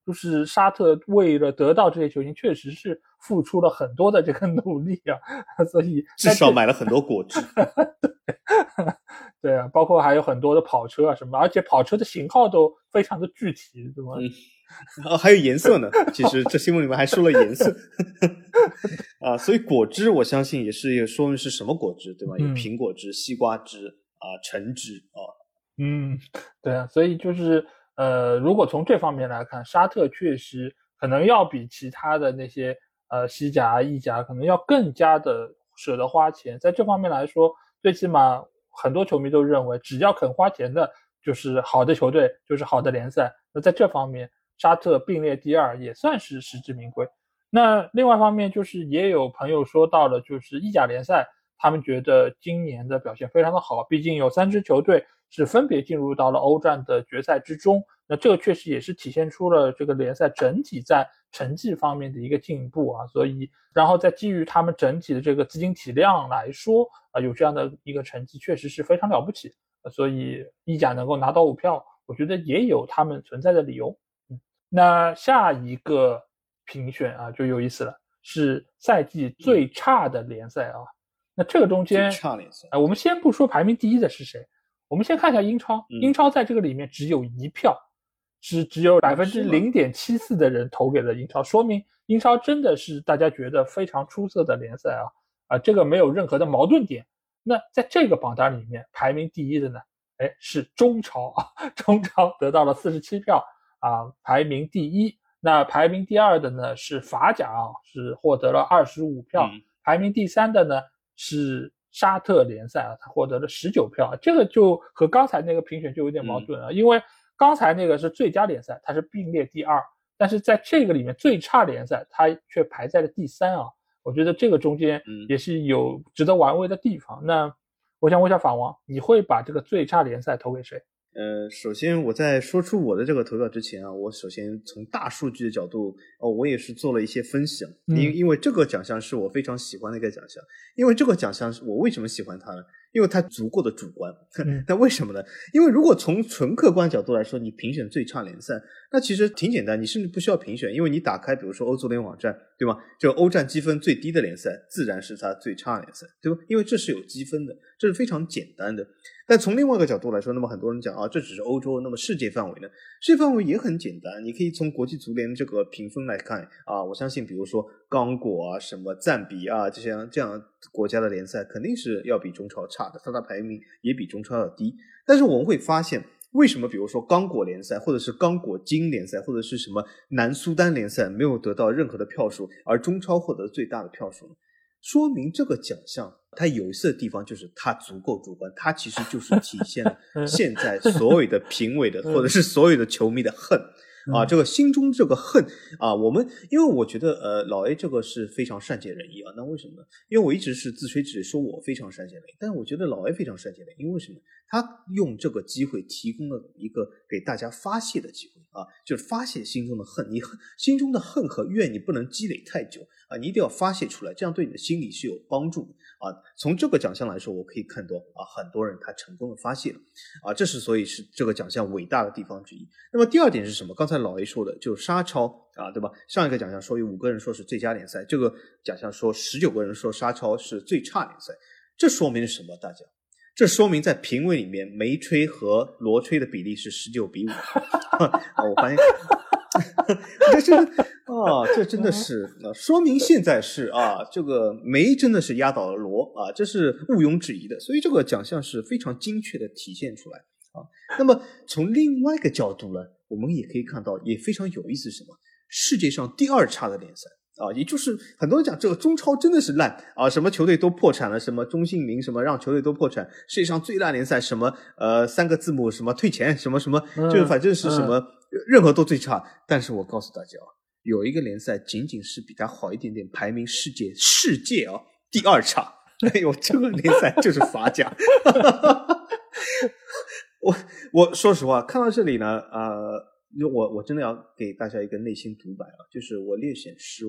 就是沙特为了得到这些球星，确实是付出了很多的这个努力啊，所以至少买了很多果汁。 对啊，包括还有很多的跑车啊什么，而且跑车的型号都非常的具体，对吧？ 嗯，哦，还有颜色呢。其实这新闻里面还说了颜色啊，所以果汁我相信也是也说明是什么果汁，对吧？有苹果汁、西瓜汁啊、橙汁啊。 嗯，对啊，所以就是呃，如果从这方面来看，沙特确实可能要比其他的那些呃西甲、意甲可能要更加的舍得花钱，在这方面来说，最起码很多球迷都认为，只要肯花钱的，就是好的球队，就是好的联赛。那在这方面，沙特并列第二也算是实至名归。那另外一方面就是也有朋友说到了，就是意甲联赛，他们觉得今年的表现非常的好，毕竟有三支球队是分别进入到了欧战的决赛之中。那这个确实也是体现出了这个联赛整体在成绩方面的一个进步啊，所以然后再基于他们整体的这个资金体量来说啊、呃，有这样的一个成绩确实是非常了不起、呃、所以意甲能够拿到五票，我觉得也有他们存在的理由。嗯，那下一个评选啊就有意思了，是赛季最差的联赛啊。那这个中间， 最差联赛、 呃，我们先不说排名第一的是谁，我们先看一下英超， 嗯、 英超在这个里面只有一票。是只有百分之零点七四的人投给了英超，说明英超真的是大家觉得非常出色的联赛啊啊，这个没有任何的矛盾点。那在这个榜单里面排名第一的呢，哎，是中超啊，中超得到了四十七票啊，排名第一。那排名第二的呢是法甲啊，是获得了二十五票、嗯，排名第三的呢是沙特联赛啊，他获得了十九票，这个就和刚才那个评选就有点矛盾了，嗯、因为刚才那个是最佳联赛，它是并列第二，但是在这个里面最差联赛它却排在了第三啊。我觉得这个中间也是有值得玩味的地方。嗯、那我想问一下法王，你会把这个最差联赛投给谁？ 呃，首先我在说出我的这个投票之前啊，我首先从大数据的角度，哦，我也是做了一些分析，因、嗯、因为这个奖项是我非常喜欢的一个奖项，因为这个奖项是我为什么喜欢它呢？因为它足够的主观。嗯、那为什么呢？因为如果从纯客观角度来说，你评选最差联赛，那其实挺简单，你甚至不需要评选，因为你打开比如说欧足联网站，对吗？就欧战积分最低的联赛，自然是它最差联赛，对吧？因为这是有积分的，这是非常简单的。但从另外一个角度来说，那么很多人讲啊，这只是欧洲，那么世界范围呢？世界范围也很简单，你可以从国际足联这个评分来看啊，我相信比如说刚果啊、什么赞比啊这些这样国家的联赛肯定是要比中超差的，它的排名也比中超要低。但是我们会发现，为什么比如说刚果联赛或者是刚果金联赛或者是什么南苏丹联赛没有得到任何的票数，而中超获得最大的票数呢？说明这个奖项它有意思的地方就是它足够主观，它其实就是体现了现在所有的评委的或者是所有的球迷的恨啊，这个心中这个恨啊，我们因为我觉得呃老 A 这个是非常善解人意啊，那为什么呢？因为我一直是自吹自擂说我非常善解人意，但是我觉得老 A 非常善解人意，因为什么？他用这个机会提供了一个给大家发泄的机会啊，就是发泄心中的恨，你心中的恨和怨你不能积累太久啊，你一定要发泄出来，这样对你的心理是有帮助的啊。从这个奖项来说，我可以看到啊，很多人他成功的发泄了啊，这是所以是这个奖项伟大的地方之一。那么第二点是什么？刚才老 A 说的就是沙超啊，对吧？上一个奖项说有五个人说是最佳联赛，这个奖项说十九个人说沙超是最差联赛，这说明什么？大家？这说明在评委里面梅吹和罗吹的比例是十九比五啊，我发现这真的啊，这真的是啊，说明现在是啊，这个梅真的是压倒了罗啊，这是毋庸置疑的，所以这个奖项是非常精确的体现出来啊。那么从另外一个角度呢，我们也可以看到也非常有意思，什么？世界上第二差的联赛。啊，也就是很多人讲这个中超真的是烂啊，什么球队都破产了，什么中信名什么让球队都破产，世界上最烂联赛什么呃三个字母什么退钱什么什么，就是反正是什么、嗯、任何都最差。但是我告诉大家啊，有一个联赛仅仅是比它好一点点，排名世界世界啊第二差。哎呦，这个联赛就是法甲。我我说实话，看到这里呢，呃。我我真的要给大家一个内心独白啊，就是我略显失望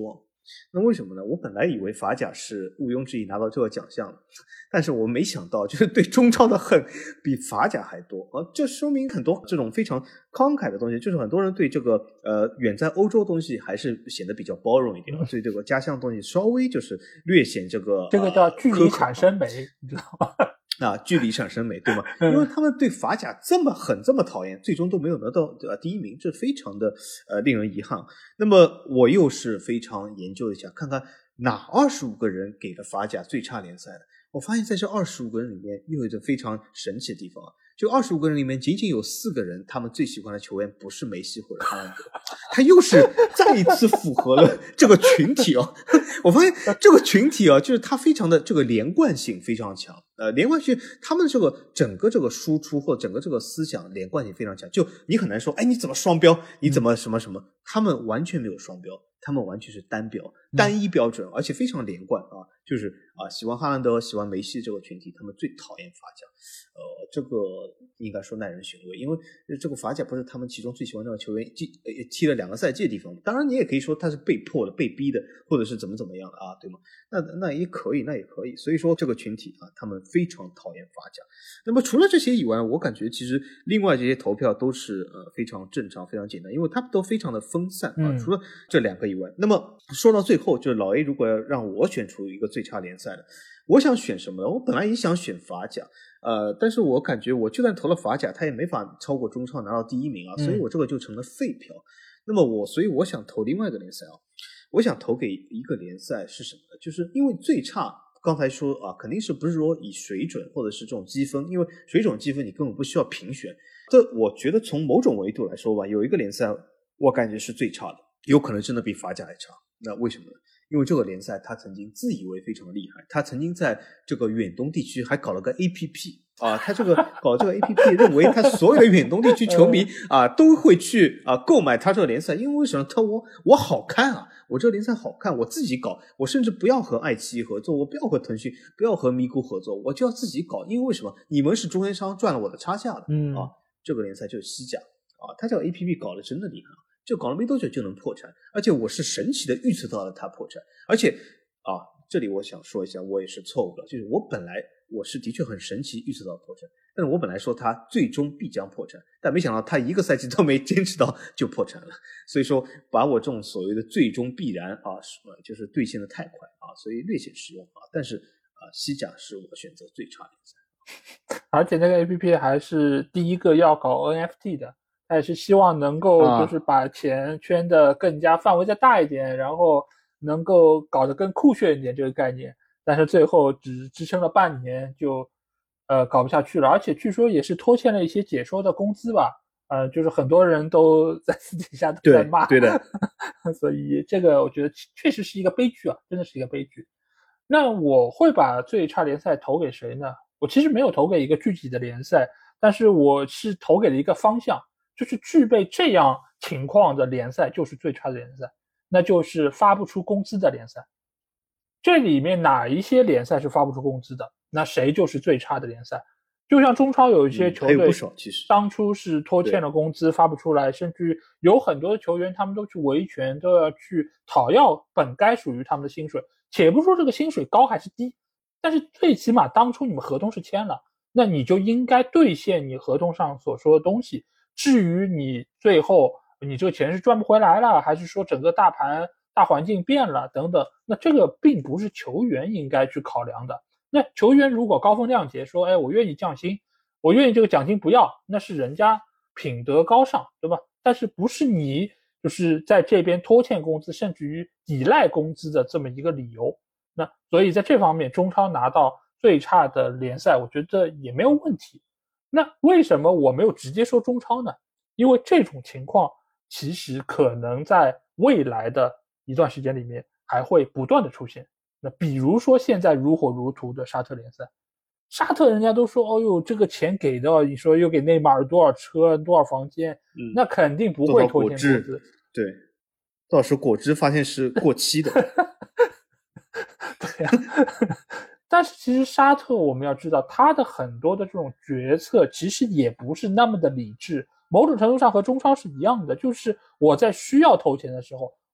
那为什么呢？我本来以为法甲是毋庸置疑拿到这个奖项的，但是我没想到就是对中超的恨比法甲还多啊！这说明很多这种非常慷慨的东西，就是很多人对这个呃远在欧洲的东西还是显得比较包容一点，对这个家乡的东西稍微就是略显这个这个叫距离产生美，你知道吗？ 啊，距离产生美，对吗？因为他们对法甲这么狠，这么讨厌，最终都没有拿到呃第一名，这非常的呃令人遗憾。那么我又是非常研究一下，看看哪二十五个人给了法甲最差联赛的。我发现在这二十五个人里面，又有一个非常神奇的地方。就二十五个人里面，仅仅有四个人，他们最喜欢的球员不是梅西或者哈兰德，他又是再一次符合了这个群体哦。我发现这个群体啊，就是他非常的这个连贯性非常强，呃，连贯性，他们这个整个这个输出或整个这个思想连贯性非常强。就你很难说，哎，你怎么双标？你怎么什么什么？他们完全没有双标，他们完全是单标、单一标准，而且非常连贯啊。就是啊，喜欢哈兰德、喜欢梅西这个群体，他们最讨厌法甲。呃，这个应该说耐人寻味，因为这个法甲不是他们其中最喜欢这个球员踢踢了两个赛季的地方。当然，你也可以说他是被迫的、被逼的，或者是怎么怎么样的啊，对吗？那那也可以，那也可以。所以说，这个群体啊，他们非常讨厌法甲。那么除了这些以外，我感觉其实另外这些投票都是呃非常正常、非常简单，因为他们都非常的分散啊。 嗯、 除了这两个以外，那么说到最后，就是老 A 如果要让我选出一个最差联赛的，我想选什么呢？我本来也想选法甲。呃，但是我感觉我就算投了法甲，他也没法超过中超拿到第一名啊，所以我这个就成了废票。嗯、那么我，所以我想投另外一个联赛啊，我想投给一个联赛是什么呢？就是因为最差，刚才说啊，肯定是不是说以水准或者是这种积分，因为水准积分你根本不需要评选。这我觉得从某种维度来说吧，有一个联赛我感觉是最差的，有可能真的比法甲还差。那为什么呢？因为这个联赛他曾经自以为非常厉害，他曾经在这个远东地区还搞了个 A P P 啊，他这个搞这个 A P P 认为他所有的远东地区球迷啊都会去啊购买他这个联赛，因为为什么？他我我好看啊，我这个联赛好看，我自己搞，我甚至不要和爱奇艺合作，我不要和腾讯，不要和咪咕合作，我就要自己搞，因为为什么？你们是中间商赚了我的差价的， 嗯啊，这个联赛就是西甲啊，他这个 A P P 搞得真的厉害。就搞了没多久就能破产，而且我是神奇的预测到了它破产，而且啊，这里我想说一下，我也是错误的，就是我本来我是的确很神奇预测到破产，但是我本来说它最终必将破产，但没想到它一个赛季都没坚持到就破产了，所以说把我这种所谓的最终必然啊，就是兑现的太快啊，所以略显失望啊，但是啊，西甲是我选择最差联赛， 而且那个 A P P 还是第一个要搞 N F T 的。他也是希望能够就是把钱圈的更加范围再大一点，啊、然后能够搞得更酷炫一点这个概念，但是最后只支撑了半年就呃搞不下去了，而且据说也是拖欠了一些解说的工资吧，呃就是很多人都在私底下都在骂， 对对的， 所以这个我觉得确实是一个悲剧啊，真的是一个悲剧。那我会把最差联赛投给谁呢？我其实没有投给一个具体的联赛，但是我是投给了一个方向。就是具备这样情况的联赛就是最差的联赛，那就是发不出工资的联赛。这里面哪一些联赛是发不出工资的，那谁就是最差的联赛。就像中超有一些球队当初是拖欠了工资发不出来，甚至有很多的球员他们都去维权，都要去讨要本该属于他们的薪水，且不说这个薪水高还是低，但是最起码当初你们合同是签了，那你就应该兑现你合同上所说的东西。至于你最后你这个钱是赚不回来了，还是说整个大盘大环境变了等等，那这个并不是球员应该去考量的。那球员如果高风亮节说，哎，我愿意降薪，我愿意这个奖金不要，那是人家品德高尚，对吧？但是不是你就是在这边拖欠工资，甚至于抵赖工资的这么一个理由。那所以在这方面，中超拿到最差的联赛，我觉得也没有问题。那为什么我没有直接说中超呢？因为这种情况其实可能在未来的一段时间里面还会不断的出现。那比如说现在如火如荼的沙特联赛，沙特人家都说，哦呦，这个钱给的，你说又给内马尔多少车多少房间，嗯、那肯定不会拖欠工资。 对，到时候果汁发现是过期的。 对呀、啊。但是其实沙特我们要知道，他的很多的这种决策其实也不是那么的理智，某种程度上和中超是一样的，就是我在需要投钱的时候，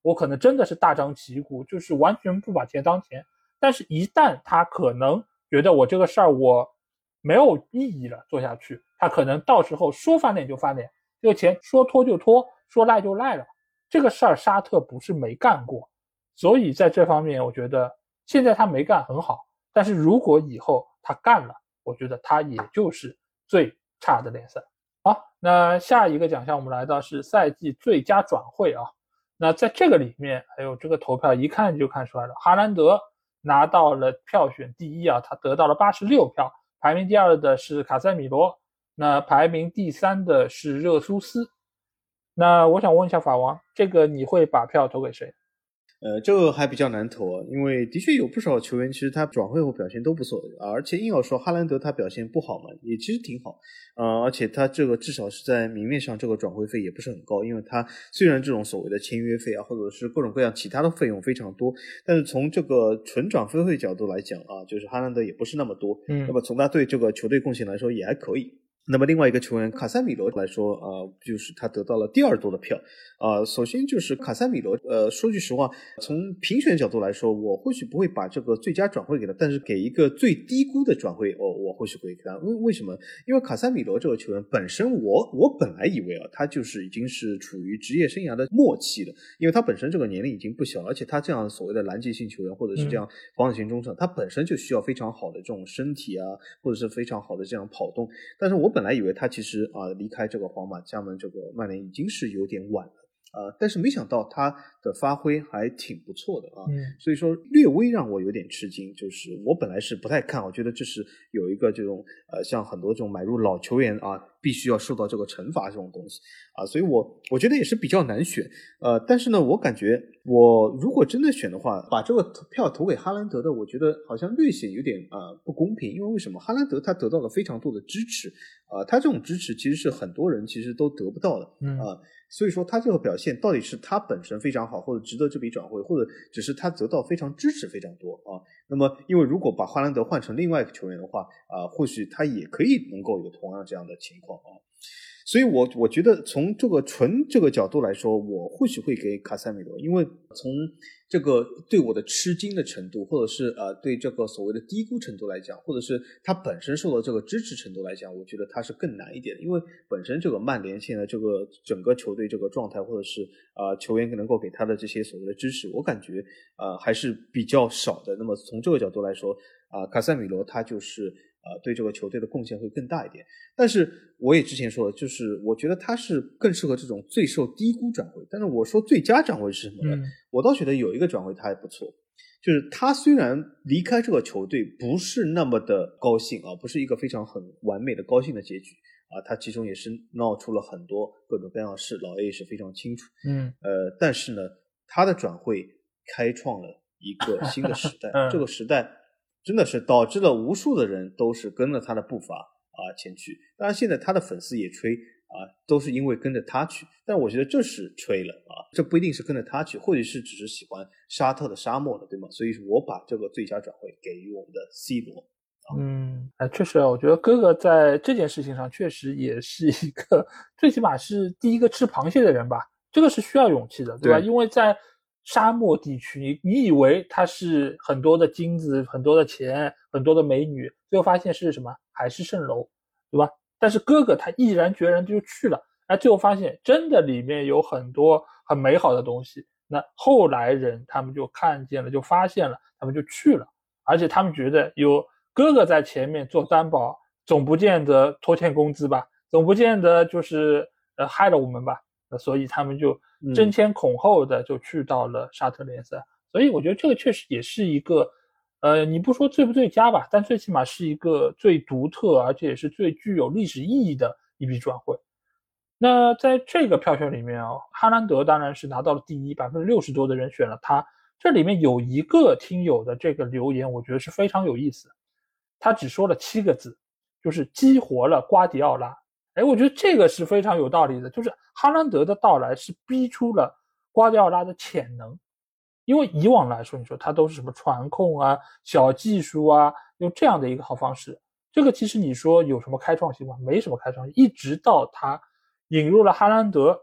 我可能真的是大张旗鼓，就是完全不把钱当钱。但是一旦他可能觉得我这个事儿我没有意义了做下去，他可能到时候说翻脸就翻脸，这个钱说拖就拖，说赖就赖了。这个事儿沙特不是没干过，所以在这方面我觉得现在他没干很好，但是如果以后他干了，我觉得他也就是最差的联赛。好，那下一个奖项我们来到是赛季最佳转会啊。那在这个里面，还有这个投票一看就看出来了，哈兰德拿到了票选第一啊，他得到了八十六票，排名第二的是卡塞米罗，那排名第三的是热苏斯。那我想问一下法王，这个你会把票投给谁？ 呃，这个还比较难投啊，因为的确有不少球员其实他转会后表现都不错，而且硬要说哈兰德他表现不好嘛，也其实挺好，呃，而且他这个至少是在明面上这个转会费也不是很高，因为他虽然这种所谓的签约费啊，或者是各种各样其他的费用非常多，但是从这个纯转会费角度来讲啊，就是哈兰德也不是那么多， 嗯， 那么从他对这个球队贡献来说也还可以。那么另外一个球员卡塞米罗来说，呃，就是他得到了第二多的票。呃，首先就是卡塞米罗，呃，说句实话，从评选角度来说，我或许不会把这个最佳转会给他，但是给一个最低估的转会，哦，我或许会给他。为为什么？因为卡塞米罗这个球员本身我，我我本来以为啊，他就是已经是处于职业生涯的末期了，因为他本身这个年龄已经不小了，而且他这样所谓的拦截性球员或者是这样防守型中场，他本身就需要非常好的这种身体啊，或者是非常好的这样跑动。但是我本来以为他其实啊、呃、离开这个皇马加盟这个曼联已经是有点晚了，呃，但是没想到他的发挥还挺不错的啊， 嗯， 所以说略微让我有点吃惊，就是我本来是不太看，我觉得这是有一个这种呃像很多这种买入老球员啊必须要受到这个惩罚这种东西啊，所以我我觉得也是比较难选，呃，但是呢，我感觉我如果真的选的话，把这个票投给哈兰德的，我觉得好像略显有点啊、呃、不公平，因为为什么？哈兰德他得到了非常多的支持啊、呃，他这种支持其实是很多人其实都得不到的啊、 嗯呃，所以说他这个表现到底是他本身非常好，或者值得这笔转会，或者只是他得到非常支持非常多啊。那么，因为如果把哈兰德换成另外一个球员的话啊、呃，或许他也可以能够有同样这样的情况啊。所以我我觉得从这个纯这个角度来说，我或许会给卡塞米罗，因为从这个对我的吃惊的程度，或者是呃对这个所谓的低估程度来讲，或者是他本身受到这个支持程度来讲，我觉得他是更难一点的，因为本身这个曼联现在这个整个球队这个状态，或者是呃球员能够给他的这些所谓的支持，我感觉呃还是比较少的。那么从这个角度来说，啊、呃，卡塞米罗他就是呃对这个球队的贡献会更大一点。但是我也之前说了，就是我觉得他是更适合这种最受低估转会。但是我说最佳转会是什么呢？ 嗯、 我倒觉得有一个转会他还不错，就是他虽然离开这个球队不是那么的高兴啊，不是一个非常很完美的高兴的结局啊，他其中也是闹出了很多各种各样的事，老 A 也是非常清楚。 嗯， 呃，但是呢，他的转会开创了一个新的时代， 嗯、 这个时代真的是导致了无数的人都是跟了他的步伐啊前去。当然现在他的粉丝也吹啊，都是因为跟着他去，但我觉得这是吹了啊，这不一定是跟着他去，或者是只是喜欢沙特的沙漠了，对吗？所以我把这个最佳转会给予我们的 C 罗。 嗯，哎，确实，我觉得哥哥在这件事情上确实也是一个，最起码是第一个吃螃蟹的人吧，这个是需要勇气的，对吧？ 对， 因为在沙漠地区，你以为它是很多的金子、很多的钱、很多的美女，最后发现是什么？海市蜃楼，对吧？但是哥哥他毅然决然就去了，哎，最后发现真的里面有很多很美好的东西。那后来人他们就看见了，就发现了，他们就去了，而且他们觉得有哥哥在前面做担保，总不见得拖欠工资吧，总不见得就是呃害了我们吧，那所以他们就争先恐后的就去到了沙特联赛。嗯、所以我觉得这个确实也是一个，呃，你不说最不最佳吧，但最起码是一个最独特而且也是最具有历史意义的一笔转会。那在这个票选里面哦，哈兰德当然是拿到了第一，百分之六十多的人选了他。这里面有一个听友的这个留言，我觉得是非常有意思的。他只说了七个字，就是激活了瓜迪奥拉。哎，我觉得这个是非常有道理的，就是哈兰德的到来是逼出了瓜迪奥拉的潜能。因为以往来说，你说他都是什么传控啊、小技术啊，用这样的一个好方式，这个其实你说有什么开创性吗？没什么开创性。一直到他引入了哈兰德，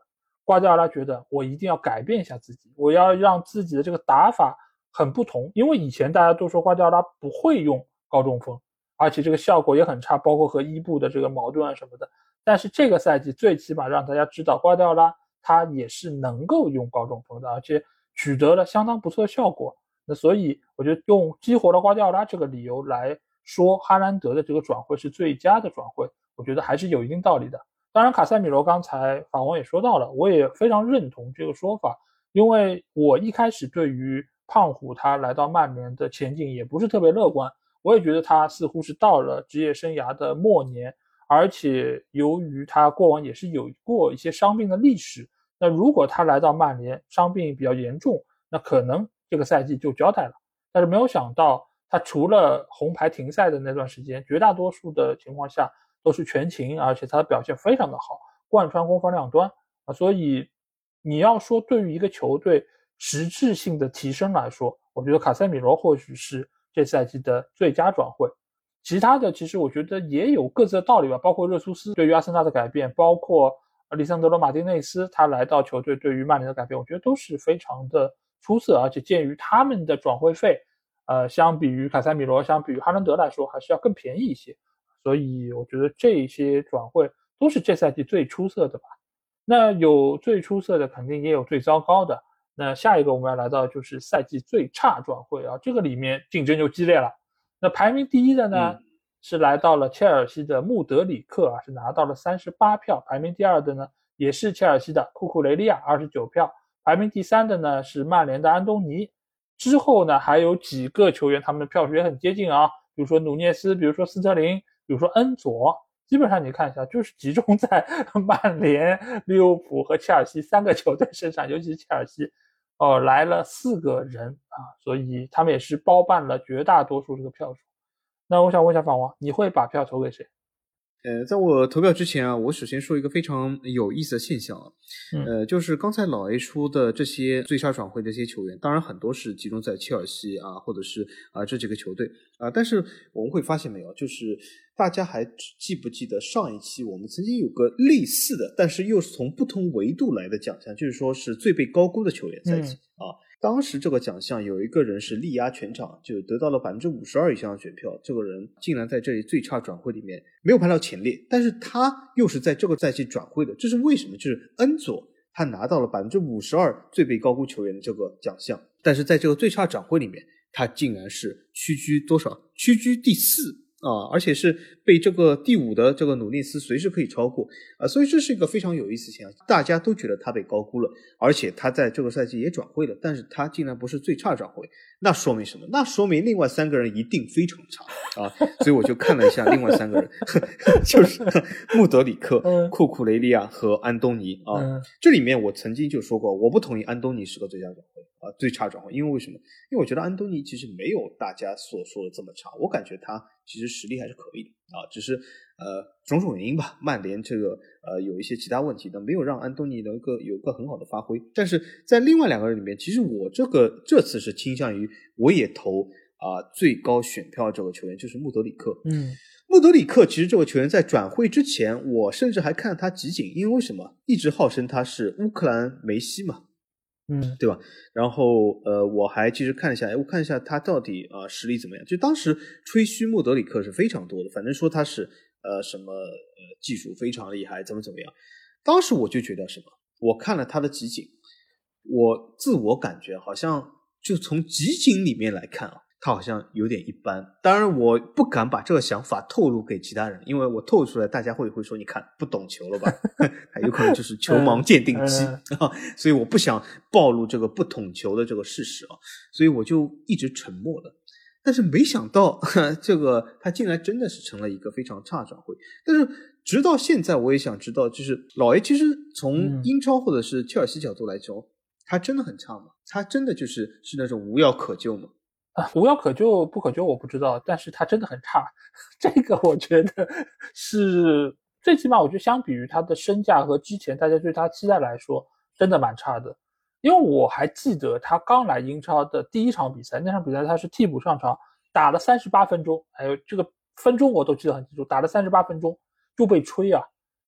瓜迪奥拉觉得我一定要改变一下自己，我要让自己的这个打法很不同，因为以前大家都说瓜迪奥拉不会用高中锋，而且这个效果也很差，包括和伊布的这个矛盾啊什么的。但是这个赛季最起码让大家知道瓜迪奥拉他也是能够用高中锋的，而且取得了相当不错的效果。那所以我觉得用激活了瓜迪奥拉这个理由来说哈兰德的这个转会是最佳的转会，我觉得还是有一定道理的。当然卡塞米罗刚才法王也说到了，我也非常认同这个说法，因为我一开始对于胖虎他来到曼联的前景也不是特别乐观，我也觉得他似乎是到了职业生涯的末年，而且由于他过往也是有过一些伤病的历史，那如果他来到曼联伤病比较严重，那可能这个赛季就交代了。但是没有想到他除了红牌停赛的那段时间，绝大多数的情况下都是全勤，而且他的表现非常的好，贯穿攻防两端啊。所以你要说对于一个球队实质性的提升来说，我觉得卡塞米罗或许是这赛季的最佳转会。其他的其实我觉得也有各自的道理吧，包括热苏斯对于阿森纳的改变，包括里桑德罗马丁内斯他来到球队对于曼联的改变，我觉得都是非常的出色，而且鉴于他们的转会费呃，相比于卡塞米罗相比于哈兰德来说还是要更便宜一些，所以我觉得这些转会都是这赛季最出色的吧。那有最出色的肯定也有最糟糕的，那下一个我们要来到就是赛季最差转会啊，这个里面竞争就激烈了。那排名第一的呢、嗯、是来到了切尔西的穆德里克啊，是拿到了三十八票。排名第二的呢也是切尔西的库库雷利亚二十九票。排名第三的呢是曼联的安东尼。之后呢还有几个球员他们的票数也很接近啊，比如说努涅斯，比如说斯特林，比如说恩佐，基本上你看一下就是集中在曼联、利物浦和切尔西三个球队身上，尤其是切尔西哦，来了四个人啊，所以他们也是包办了绝大多数这个票数。那我想问一下法王，你会把票投给谁？ 呃，在我投票之前啊，我首先说一个非常有意思的现象啊， 嗯、 呃，就是刚才老 A 说的这些最差转会的这些球员，当然很多是集中在切尔西啊，或者是啊、呃、这几个球队啊、呃，但是我们会发现没有，就是大家还记不记得上一期我们曾经有个类似的，但是又是从不同维度来的奖项，就是说是最被高估的球员赛季、嗯、啊。当时这个奖项有一个人是力压全场，就得到了 百分之五十二 以上的选票，这个人竟然在这里最差转会里面没有排到前列，但是他又是在这个赛季转会的，这是为什么？就是恩佐他拿到了 百分之五十二 最被高估球员的这个奖项，但是在这个最差转会里面他竟然是屈居多少？屈居第四啊，而且是被这个第五的这个努涅斯随时可以超过啊，所以这是一个非常有意思的现象，大家都觉得他被高估了，而且他在这个赛季也转会了，但是他竟然不是最差转会，那说明什么？那说明另外三个人一定非常差啊，所以我就看了一下另外三个人就是穆德里克、库库雷利亚和安东尼啊、嗯，这里面我曾经就说过，我不同意安东尼是个最佳转会啊，最差转会，因为为什么？因为我觉得安东尼其实没有大家所说的这么差，我感觉他其实实力还是可以的啊，只是呃种种原因吧，曼联这个呃有一些其他问题呢，没有让安东尼能够有个很好的发挥。但是在另外两个人里面，其实我这个这次是倾向于我也投啊、呃、最高选票这个球员就是穆德里克。 嗯， 穆德里克其实这个球员在转会之前，我甚至还看了他集锦，因为为什么？一直号称他是乌克兰梅西嘛。 嗯， 对吧？然后呃，我还其实看一下，哎，我看一下他到底啊、呃、实力怎么样。就当时吹嘘穆德里克是非常多的，反正说他是呃什么呃技术非常厉害，怎么怎么样。当时我就觉得什么，我看了他的集锦，我自我感觉好像就从集锦里面来看啊，他好像有点一般。当然我不敢把这个想法透露给其他人，因为我透露出来大家会会说你看不懂球了吧有可能就是球盲鉴定机、嗯嗯、所以我不想暴露这个不懂球的这个事实啊，所以我就一直沉默了。但是没想到这个他竟然真的是成了一个非常差转会。但是直到现在我也想知道，就是老 A 其实从英超或者是切尔西角度来说、嗯、他真的很差吗？他真的就是是那种无药可救吗？ 啊，无药可救不可救我不知道，但是他真的很差，这个我觉得是最起码我觉得相比于他的身价和之前大家对他期待来说真的蛮差的。因为我还记得他刚来英超的第一场比赛，那场比赛他是替补上场打了三十八分钟，还有这个分钟我都记得很清楚，打了三十八分钟就被吹啊，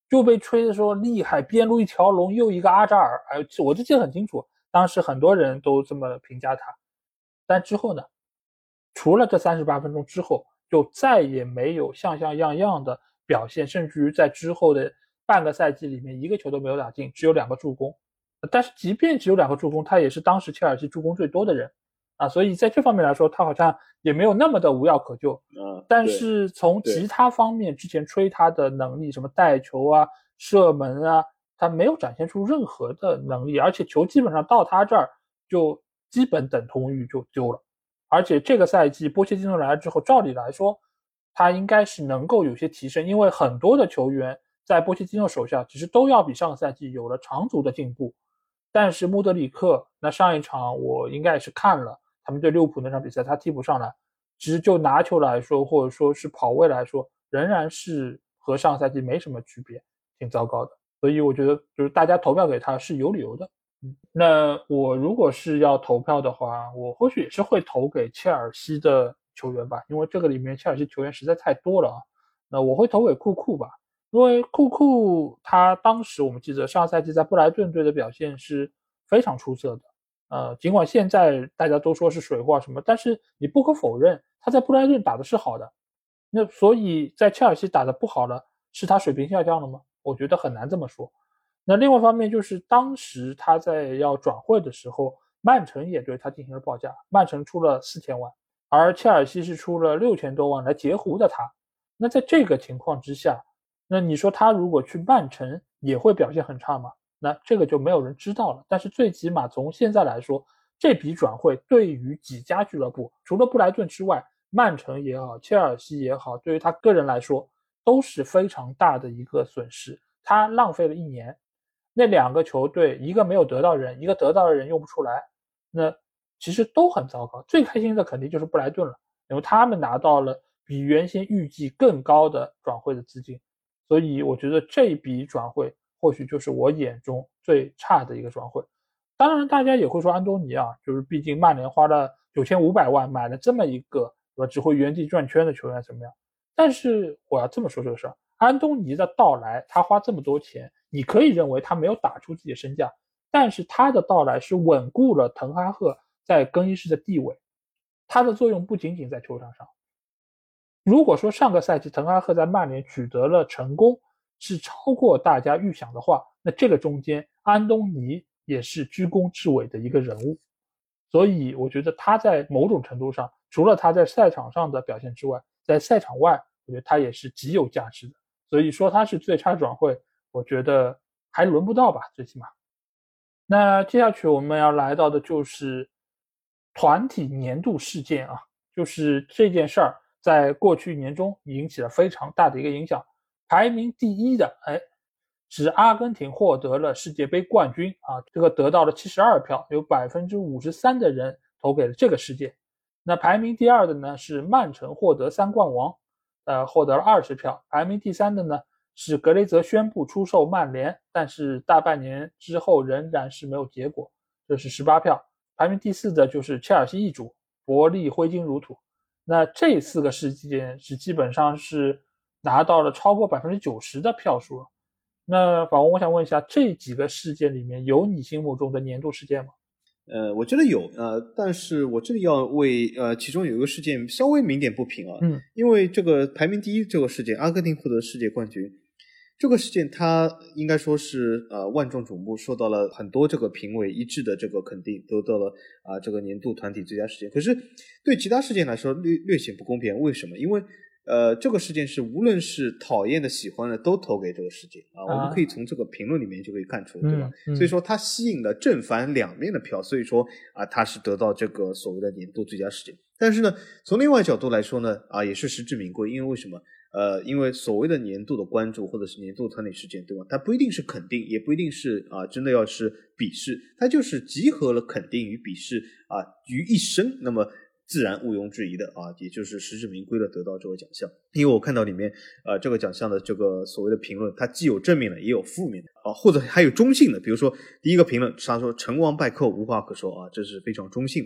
就被吹的说厉害，边路一条龙又一个阿扎尔，哎，我就记得很清楚，当时很多人都这么评价他。但之后呢，除了这三十八分钟之后，就再也没有像像样样的表现，甚至于在之后的半个赛季里面一个球都没有打进，只有两个助攻。但是即便只有两个助攻，他也是当时切尔西助攻最多的人啊，所以在这方面来说，他好像也没有那么的无药可救。 啊， 但是从其他方面，之前吹他的能力，什么带球啊、射门啊，他没有展现出任何的能力，而且球基本上到他这儿就基本等同于就丢了。而且这个赛季波切蒂诺来了之后，照理来说他应该是能够有些提升，因为很多的球员在波切蒂诺手下其实都要比上个赛季有了长足的进步。但是穆德里克那上一场我应该也是看了他们对利物浦那场比赛，他替补上来，其实就拿球来说或者说是跑位来说，仍然是和上赛季没什么区别，挺糟糕的。所以我觉得就是大家投票给他是有理由的。那我如果是要投票的话，我或许也是会投给切尔西的球员吧，因为这个里面切尔西球员实在太多了啊。那我会投给库库吧，因为库库他当时我们记得上赛季在布莱顿队的表现是非常出色的，呃，尽管现在大家都说是水货什么，但是你不可否认他在布莱顿打的是好的。那所以在切尔西打的不好了，是他水平下降了吗？我觉得很难这么说。那另外一方面就是当时他在要转会的时候，曼城也对他进行了报价，曼城出了四千万，而切尔西是出了六千多万来截胡的他。那在这个情况之下，那你说他如果去曼城也会表现很差吗？那这个就没有人知道了。但是最起码从现在来说，这笔转会对于几家俱乐部，除了布莱顿之外，曼城也好，切尔西也好，对于他个人来说都是非常大的一个损失。他浪费了一年，那两个球队一个没有得到人，一个得到的人用不出来，那其实都很糟糕。最开心的肯定就是布莱顿了，因为他们拿到了比原先预计更高的转会的资金，所以我觉得这笔转会或许就是我眼中最差的一个转会。当然大家也会说安东尼啊，就是毕竟曼联花了九千五百万买了这么一个只会原地转圈的球员怎么样。但是我要这么说这个事儿，安东尼的到来他花这么多钱，你可以认为他没有打出自己的身价，但是他的到来是稳固了滕哈赫在更衣室的地位，他的作用不仅仅在球场上。如果说上个赛季滕哈赫在曼联取得了成功是超过大家预想的话，那这个中间安东尼也是居功至伟的一个人物。所以我觉得他在某种程度上，除了他在赛场上的表现之外，在赛场外我觉得他也是极有价值的。所以说他是最差转会，我觉得还轮不到吧，最起码。那接下去我们要来到的就是团体年度事件啊，就是这件事儿在过去一年中引起了非常大的一个影响。排名第一的，哎，是阿根廷获得了世界杯冠军啊，这个得到了七十二票，有 百分之五十三 的人投给了这个世界。那排名第二的呢是曼城获得三冠王，呃，获得了二十票。排名第三的呢是格雷泽宣布出售曼联，但是大半年之后仍然是没有结果，这是十八票。排名第四的就是切尔西易主，伯利挥金如土。那这四个事件是基本上是拿到了超过 百分之九十 的票数。那法文我想问一下，这几个事件里面有你心目中的年度事件吗？ 呃，我觉得有，呃，但是我这里要为呃其中有一个事件稍微鸣点不平啊， 嗯， 因为这个排名第一这个事件，阿根廷获得世界冠军，这个事件它应该说是呃万众瞩目，受到了很多这个评委一致的这个肯定，得到了啊、呃、这个年度团体最佳事件。可是对其他事件来说略略显不公平，为什么？因为呃，这个事件是无论是讨厌的、喜欢的，都投给这个事件啊。我们可以从这个评论里面就可以看出，对吧？ 嗯嗯、 所以说它吸引了正反两面的票，所以说啊，它是得到这个所谓的年度最佳事件。但是呢，从另外角度来说呢，啊，也是实至名归，因为为什么？呃，因为所谓的年度的关注或者是年度团体事件，对吧？它不一定是肯定，也不一定是啊，真的要是鄙视，它就是集合了肯定与鄙视啊于一身。那么自然毋庸置疑的啊，也就是实至名归的得到这个奖项。因为我看到里面呃这个奖项的这个所谓的评论，它既有正面的也有负面的啊，或者还有中性的。比如说第一个评论他说成王败寇无话可说啊，这是非常中性的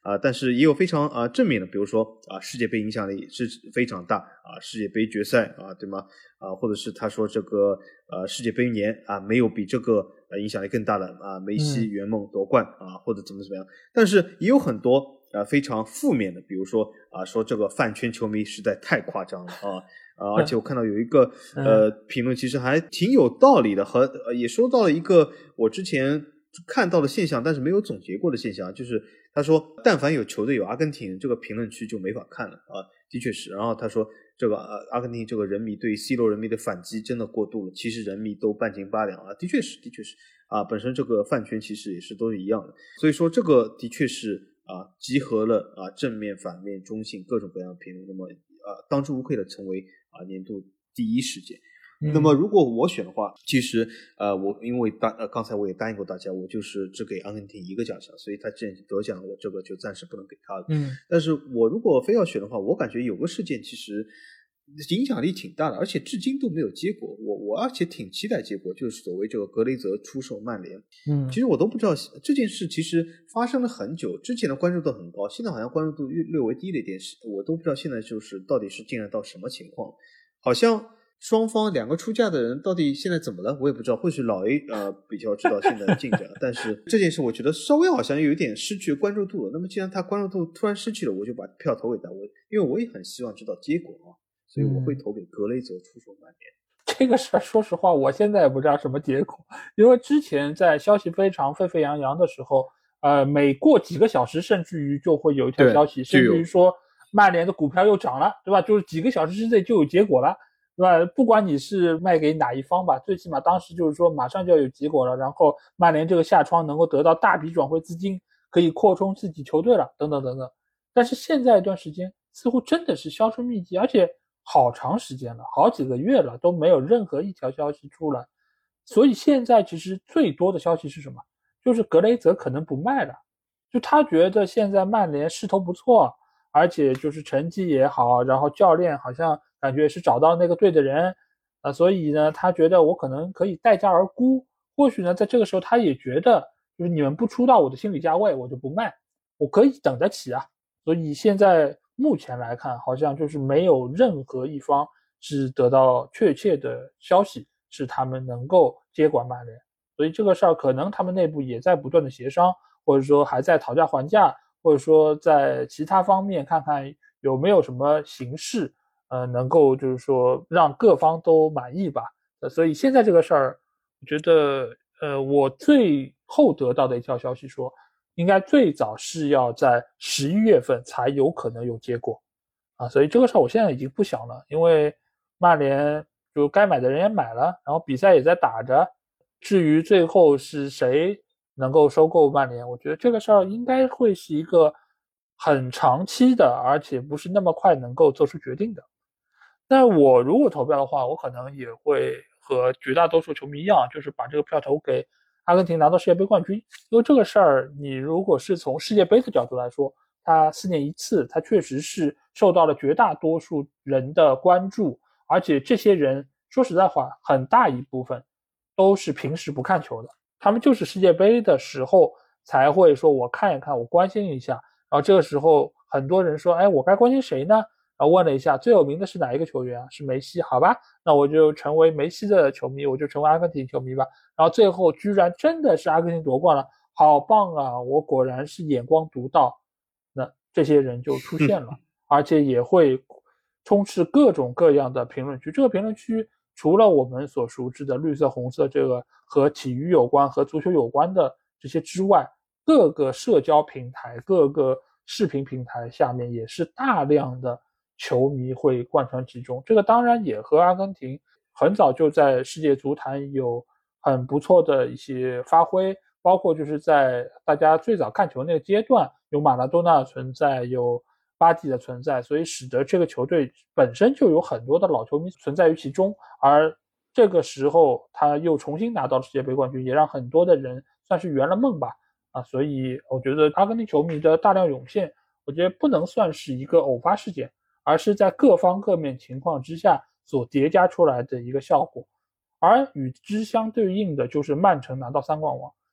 啊、呃，但是也有非常啊、呃、正面的，比如说啊、呃、世界杯影响力是非常大啊、呃，世界杯决赛啊，对吗？啊、呃，或者是他说这个呃世界杯年啊，没有比这个呃影响力更大的啊，梅西圆梦夺冠啊，或者怎么怎么样。但是也有很多啊、呃、非常负面的，比如说啊、呃、说这个饭圈球迷实在太夸张了啊。啊，而且我看到有一个呃评论，其实还挺有道理的，和呃也说到了一个我之前看到的现象，但是没有总结过的现象，就是他说，但凡有球队有阿根廷，这个评论区就没法看了啊，的确是。然后他说，这个呃阿根廷这个人迷对 C 罗人迷的反击真的过度了，其实人迷都半斤八两啊，的确是，的确是啊，本身这个饭圈其实也是都是一样的，所以说这个的确是啊，集合了啊正面、反面、中性各种各样的评论，那么啊当之无愧的成为啊年度第一事件。 嗯、 那么如果我选的话，其实呃我因为大呃刚才我也答应过大家，我就是只给阿根廷一个奖项，所以他既然得奖，我这个就暂时不能给他了。 嗯， 但是我如果非要选的话，我感觉有个事件其实影响力挺大的，而且至今都没有结果。我我而且挺期待结果，就是所谓这个格雷泽出售曼联。 嗯， 其实我都不知道这件事其实发生了很久，之前的关注度很高，现在好像关注度略略微低了一点，我都不知道现在就是到底是进展到什么情况，好像。双方两个出价的人到底现在怎么了？我也不知道，或许老 A 呃比较知道现在的进展，但是这件事我觉得稍微好像有一点失去关注度了。那么既然他关注度突然失去了，我就把票投给他，我因为我也很希望知道结果啊，所以我会投给格雷泽出售曼联。 这个事儿，说实话，我现在也不知道什么结果，因为之前在消息非常沸沸扬扬的时候，呃，每过几个小时，甚至于就会有一条消息，甚至于说曼联的股票又涨了，对吧？就是几个小时之内就有结果了。对吧？不管你是卖给哪一方吧，最起码当时就是说马上就要有结果了，然后曼联这个下窗能够得到大笔转会资金，可以扩充自己球队了，等等等等。但是现在一段时间似乎真的是销声匿迹，而且好长时间了，好几个月了都没有任何一条消息出来。所以现在其实最多的消息是什么？就是格雷泽可能不卖了，就他觉得现在曼联势头不错，而且就是成绩也好，然后教练好像感觉是找到那个对的人，呃，所以呢，他觉得我可能可以待价而沽。或许呢，在这个时候他也觉得，就是你们不出到我的心理价位，我就不卖，我可以等得起啊。所以现在目前来看，好像就是没有任何一方是得到确切的消息，是他们能够接管曼联。所以这个事儿可能他们内部也在不断的协商，或者说还在讨价还价，或者说在其他方面看看有没有什么形式，呃，能够就是说让各方都满意吧。呃，所以现在这个事儿，我觉得，呃，我最后得到的一条消息说，应该最早是要在十一月份才有可能有结果，啊，所以这个事儿我现在已经不想了，因为曼联就该买的人也买了，然后比赛也在打着，至于最后是谁能够收购曼联，我觉得这个事儿应该会是一个很长期的，而且不是那么快能够做出决定的。但我如果投票的话，我可能也会和绝大多数球迷一样，就是把这个票投给阿根廷拿到世界杯冠军。因为这个事儿，你如果是从世界杯的角度来说，它四年一次，它确实是受到了绝大多数人的关注，而且这些人说实在话，很大一部分都是平时不看球的，他们就是世界杯的时候才会说我看一看，我关心一下。然后这个时候很多人说，哎，我该关心谁呢？然后问了一下，最有名的是哪一个球员啊？是梅西，好吧，那我就成为梅西的球迷，我就成为阿根廷球迷吧。然后最后居然真的是阿根廷夺冠了，好棒啊！我果然是眼光独到。那这些人就出现了，而且也会充斥各种各样的评论区。这个评论区除了我们所熟知的绿色、红色这个和体育有关、和足球有关的这些之外，各个社交平台、各个视频平台下面也是大量的球迷会贯穿其中。这个当然也和阿根廷很早就在世界足坛有很不错的一些发挥，包括就是在大家最早看球那个阶段，有马拉多纳的存在，有巴蒂的存在，所以使得这个球队本身就有很多的老球迷存在于其中。而这个时候他又重新拿到了世界杯冠军，也让很多的人算是圆了梦吧。啊，所以我觉得阿根廷球迷的大量涌现，我觉得不能算是一个偶发事件，而是在各方各面情况之下所叠加出来的一个效果。而与之相对应的就是曼城拿到三冠王，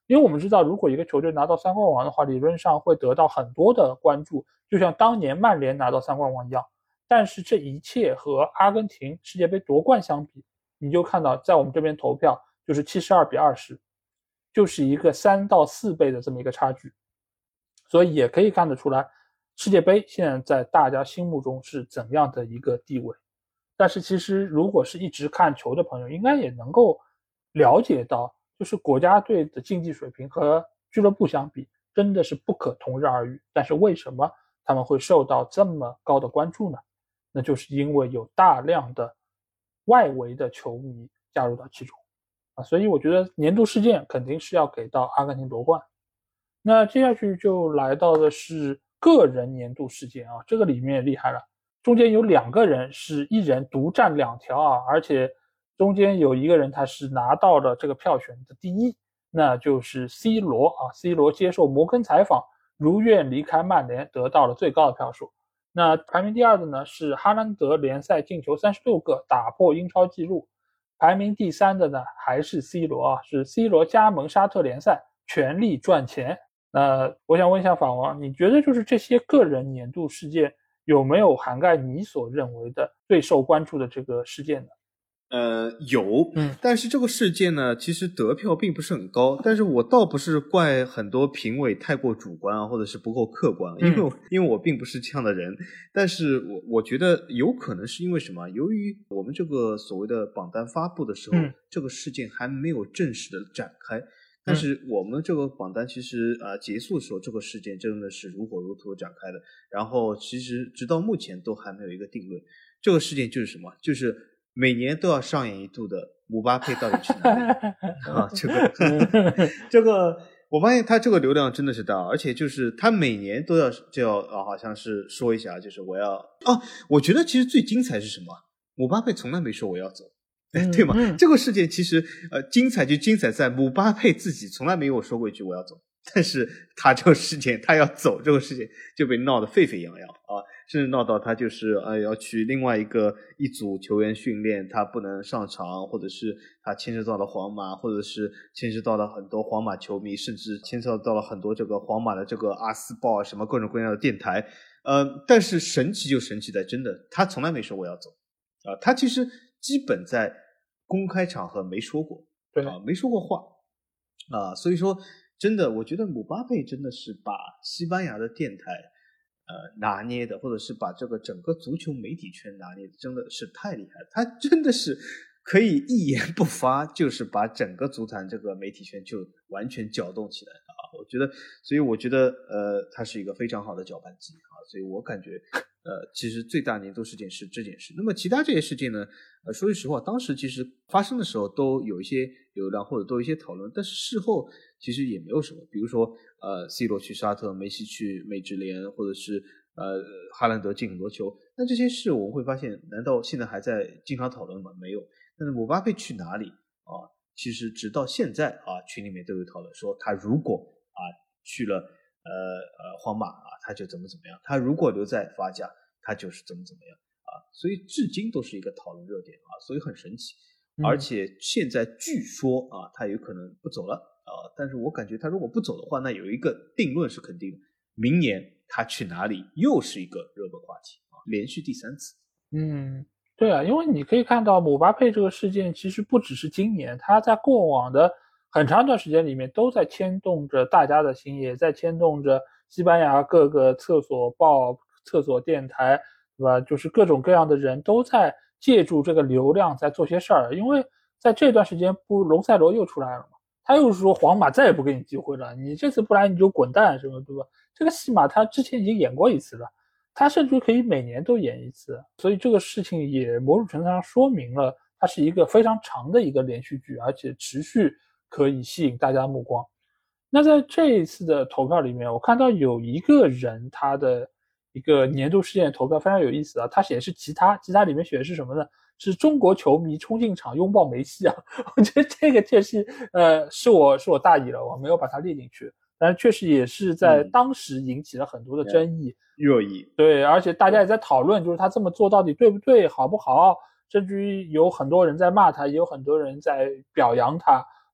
因为我们知道，如果一个球队拿到三冠王的话，理论上会得到很多的关注，就像当年曼联拿到三冠王一样。但是这一切和阿根廷世界杯夺冠相比，你就看到在我们这边投票就是七十二比二十，就是一个三到四倍的这么一个差距。所以也可以看得出来，世界杯现在在大家心目中是怎样的一个地位。但是其实如果是一直看球的朋友，应该也能够了解到，就是国家队的竞技水平和俱乐部相比真的是不可同日而语。但是为什么他们会受到这么高的关注呢？那就是因为有大量的外围的球迷加入到其中啊，所以我觉得年度事件肯定是要给到阿根廷夺冠。那接下去就来到的是个人年度事件啊，这个里面厉害了，中间有两个人是一人独占两条啊，而且中间有一个人他是拿到了这个票选的第一，那就是 C 罗啊 ，C 罗接受摩根采访，如愿离开曼联，得到了最高的票数。那排名第二的呢是哈兰德，联赛进球三十六个，打破英超纪录。排名第三的呢还是 C 罗啊，是 C 罗加盟沙特联赛，全力赚钱。那我想问一下法王，你觉得就是这些个人年度事件有没有涵盖你所认为的最受关注的这个事件呢？ 呃，有， 嗯， 但是这个事件呢，其实得票并不是很高。但是我倒不是怪很多评委太过主观啊，或者是不够客观，因为我、嗯、因为我并不是这样的人。但是我我觉得有可能是因为什么？由于我们这个所谓的榜单发布的时候，嗯、这个事件还没有正式的展开。但是我们这个榜单其实啊、呃、结束的时候，这个事件真的是如火如荼展开的。然后其实直到目前都还没有一个定论。这个事件就是什么？就是每年都要上演一度的姆巴佩到底去哪里啊？这个这个，我发现他这个流量真的是大，而且就是他每年都要就要啊，好像是说一下，就是我要啊，我觉得其实最精彩是什么？姆巴佩从来没说我要走。对吗？嗯嗯、这个事件其实呃精彩就精彩在姆巴佩自己从来没有说过一句我要走，但是他这个事件他要走这个事件就被闹得沸沸扬扬啊，甚至闹到他就是呃要去另外一个一组球员训练，他不能上场，或者是他牵涉到了皇马，或者是牵涉到了很多皇马球迷，甚至牵涉到了很多这个皇马的这个阿斯报什么各种各样的电台。呃，但是神奇就神奇在真的他从来没说我要走啊、呃，他其实基本在公开场合没说过， 对啊，没说过话，啊，所以说真的，我觉得姆巴佩真的是把西班牙的电台，呃，拿捏的，或者是把这个整个足球媒体圈拿捏的，真的是太厉害了。他真的是可以一言不发，就是把整个足坛这个媒体圈就完全搅动起来啊！我觉得，所以我觉得，呃，他是一个非常好的搅拌机啊，所以我感觉。呃，其实最大年度事件是这件事。那么其他这些事件呢？呃，说句实话，当时其实发生的时候都有一些流量或者都有一些讨论，但是事后其实也没有什么。比如说，呃 ，C 罗去沙特，梅西去美职联，或者是呃哈兰德进很多球，那这些事我们会发现，难道现在还在经常讨论吗？没有。但是姆巴佩去哪里啊？其实直到现在啊，群里面都有讨论说，他如果啊去了。呃呃，皇马啊，他就怎么怎么样；他如果留在法甲，他就是怎么怎么样啊。所以至今都是一个讨论热点啊，所以很神奇。而且现在据说啊，他有可能不走了啊。但是我感觉他如果不走的话，那有一个定论是肯定的：明年他去哪里又是一个热门话题啊，连续第三次。 嗯，对啊，因为你可以看到姆巴佩这个事件，其实不只是今年，他在过往的。很长一段时间里面都在牵动着大家的心，也在牵动着西班牙各个厕所报、厕所电台，对吧？就是各种各样的人都在借助这个流量在做些事儿。因为在这段时间，不，隆塞罗又出来了嘛，他又是说皇马再也不给你机会了，你这次不来你就滚蛋，什么对吧？这个戏码他之前已经演过一次了，他甚至可以每年都演一次，所以这个事情也某种程度上说明了它是一个非常长的一个连续剧，而且持续。可以吸引大家目光。那在这一次的投票里面，我看到有一个人他的一个年度事件投票非常有意思啊，他写的是其他，其他里面写的是什么呢？是中国球迷冲进场拥抱梅西啊！我觉得这个确实，呃，是我是我大意了，我没有把它列进去，但是确实也是在当时引起了很多的争议、 嗯、热议。 对，而且大家也在讨论，就是他这么做到底对不对，好不好？甚至于有很多人在骂他，也有很多人在表扬他。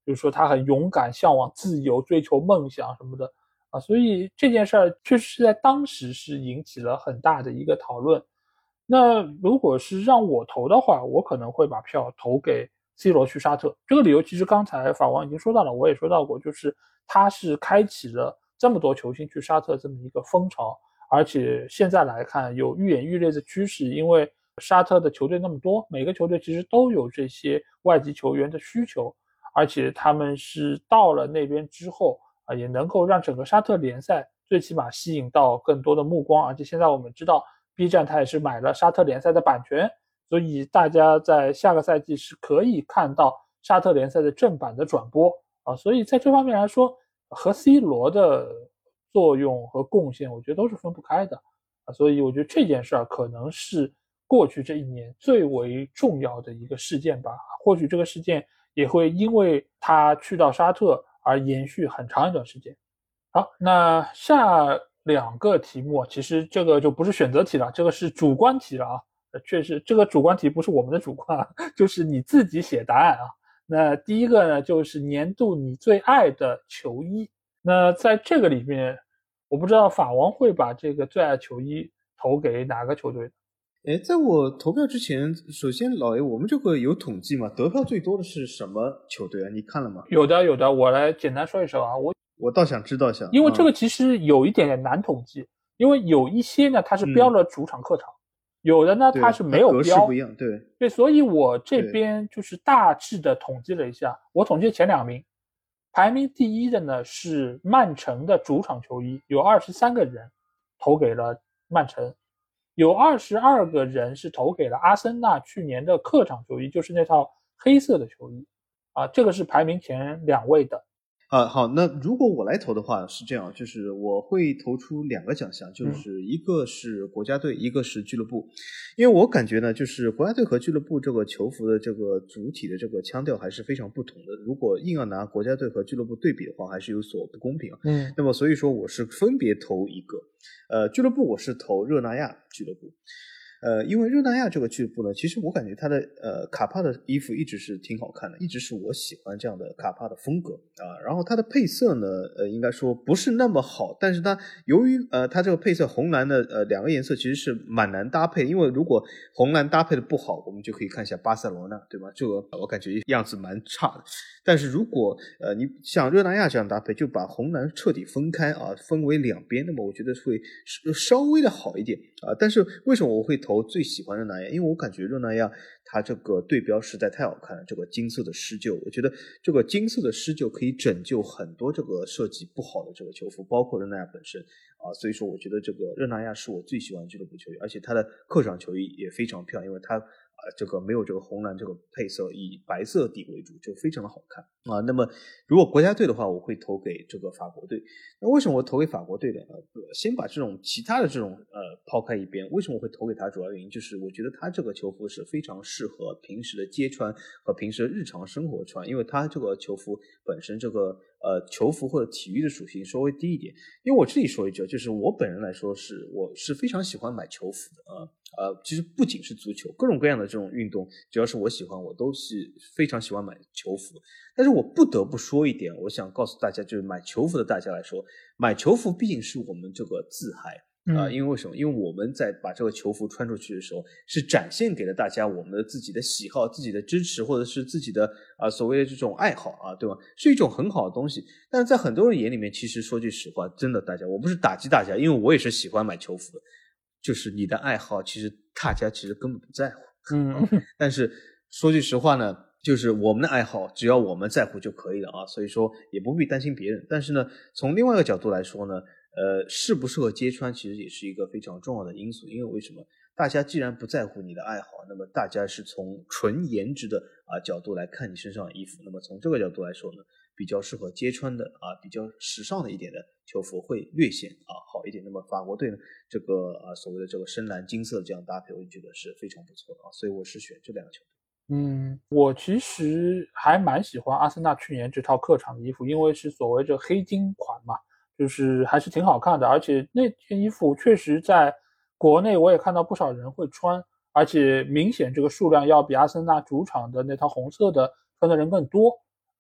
就是说他很勇敢，向往自由，追求梦想什么的啊，所以这件事儿确实是在当时是引起了很大的一个讨论。那如果是让我投的话，我可能会把票投给 C 罗去沙特。这个理由其实刚才法王已经说到了，我也说到过，就是他是开启了这么多球星去沙特这么一个风潮，而且现在来看有愈演愈烈的趋势，因为沙特的球队那么多，每个球队其实都有这些外籍球员的需求，而且他们是到了那边之后啊，也能够让整个沙特联赛最起码吸引到更多的目光，而且现在我们知道 B 站它也是买了沙特联赛的版权，所以大家在下个赛季是可以看到沙特联赛的正版的转播啊，所以在这方面来说，和 C 罗的作用和贡献，我觉得都是分不开的啊，所以我觉得这件事儿可能是过去这一年最为重要的一个事件吧。或许这个事件也会因为他去到沙特而延续很长一段时间。好，那下两个题目其实这个就不是选择题了，这个是主观题了啊。确实这个主观题不是我们的主观啊，就是你自己写答案啊。那第一个呢，就是年度你最爱的球衣。那在这个里面，我不知道法王会把这个最爱球衣投给哪个球队的？ 哎，在我投票之前，首先老 A，我们这个有统计吗？得票最多的是什么球队啊？你看了吗？ 有的，有的，我来简单说一说啊。我我倒想知道一下， 因为这个其实有一点点难统计，嗯、因为有一些呢它是标了主场客场，嗯、有的呢它是没有标， 格式不一样，对对，所以我这边就是大致的统计了一下，我统计前两名，排名第一的呢是曼城的主场球衣，有二十三个人投给了曼城。有二十二个人是投给了阿森纳去年的客场球衣，就是那套黑色的球衣啊，这个是排名前两位的。 啊，好，那如果我来投的话是这样，就是我会投出两个奖项，就是一个是国家队，嗯、一个是俱乐部，因为我感觉呢，就是国家队和俱乐部这个球服的这个主体的这个腔调还是非常不同的。如果硬要拿国家队和俱乐部对比的话，还是有所不公平。嗯，那么所以说我是分别投一个，呃，俱乐部我是投热那亚俱乐部。呃，因为热那亚这个俱乐部呢，其实我感觉它的呃卡帕的衣服一直是挺好看的，一直是我喜欢这样的卡帕的风格啊。然后它的配色呢，呃，应该说不是那么好，但是它由于呃它这个配色红蓝的呃两个颜色其实是蛮难搭配，因为如果红蓝搭配的不好，我们就可以看一下巴塞罗那，对吧？这个我感觉样子蛮差的。但是如果呃你像热那亚这样搭配，就把红蓝彻底分开啊，分为两边，那么我觉得会稍微的好一点啊。但是为什么我会投我最喜欢热那亚，因为我感觉热那亚它这个对标实在太好看了，这个金色的施救，我觉得这个金色的施救可以拯救很多这个设计不好的这个球服，包括热那亚本身啊，所以说我觉得这个热那亚是我最喜欢的俱乐部球衣，而且它的客场球衣也非常漂亮，因为它啊，这个没有这个红蓝这个配色，以白色底为主，就非常的好看啊。那么如果国家队的话，我会投给这个法国队。那为什么我投给法国队呢？呃，先把这种其他的这种呃抛开一边，为什么我会投给他？主要原因就是我觉得他这个球服是非常适合平时的街穿和平时的日常生活穿，因为他这个球服本身这个呃球服或者体育的属性稍微低一点。因为我自己说一句，就是我本人来说是我是非常喜欢买球服的啊。呃，其实不仅是足球，各种各样的这种运动，只要是我喜欢，我都是非常喜欢买球服。但是我不得不说一点，我想告诉大家，就是买球服的大家来说，买球服毕竟是我们这个自嗨啊、呃，因为为什么？因为我们在把这个球服穿出去的时候，是展现给了大家我们的自己的喜好、自己的支持，或者是自己的啊、呃、所谓的这种爱好啊，对吧？是一种很好的东西。但是在很多人眼里面，其实说句实话，真的，大家，我不是打击大家，因为我也是喜欢买球服的。就是你的爱好，其实大家其实根本不在乎。嗯，但是说句实话呢，就是我们的爱好，只要我们在乎就可以了啊。所以说也不必担心别人。但是呢，从另外一个角度来说呢，呃，适不适合揭穿，其实也是一个非常重要的因素。因为为什么？大家既然不在乎你的爱好，那么大家是从纯颜值的啊角度来看你身上的衣服。那么从这个角度来说呢，比较适合揭穿的啊，比较时尚的一点的球服会略显啊好一点。那么法国队呢，这个啊所谓的这个深蓝金色这样搭配，我觉得是非常不错的啊，所以我是选这两个球队。 嗯，我其实还蛮喜欢阿森纳去年这套客场的衣服，因为是所谓这黑金款嘛，就是还是挺好看的，而且那件衣服确实在国内我也看到不少人会穿，而且明显这个数量要比阿森纳主场的那套红色的穿的人更多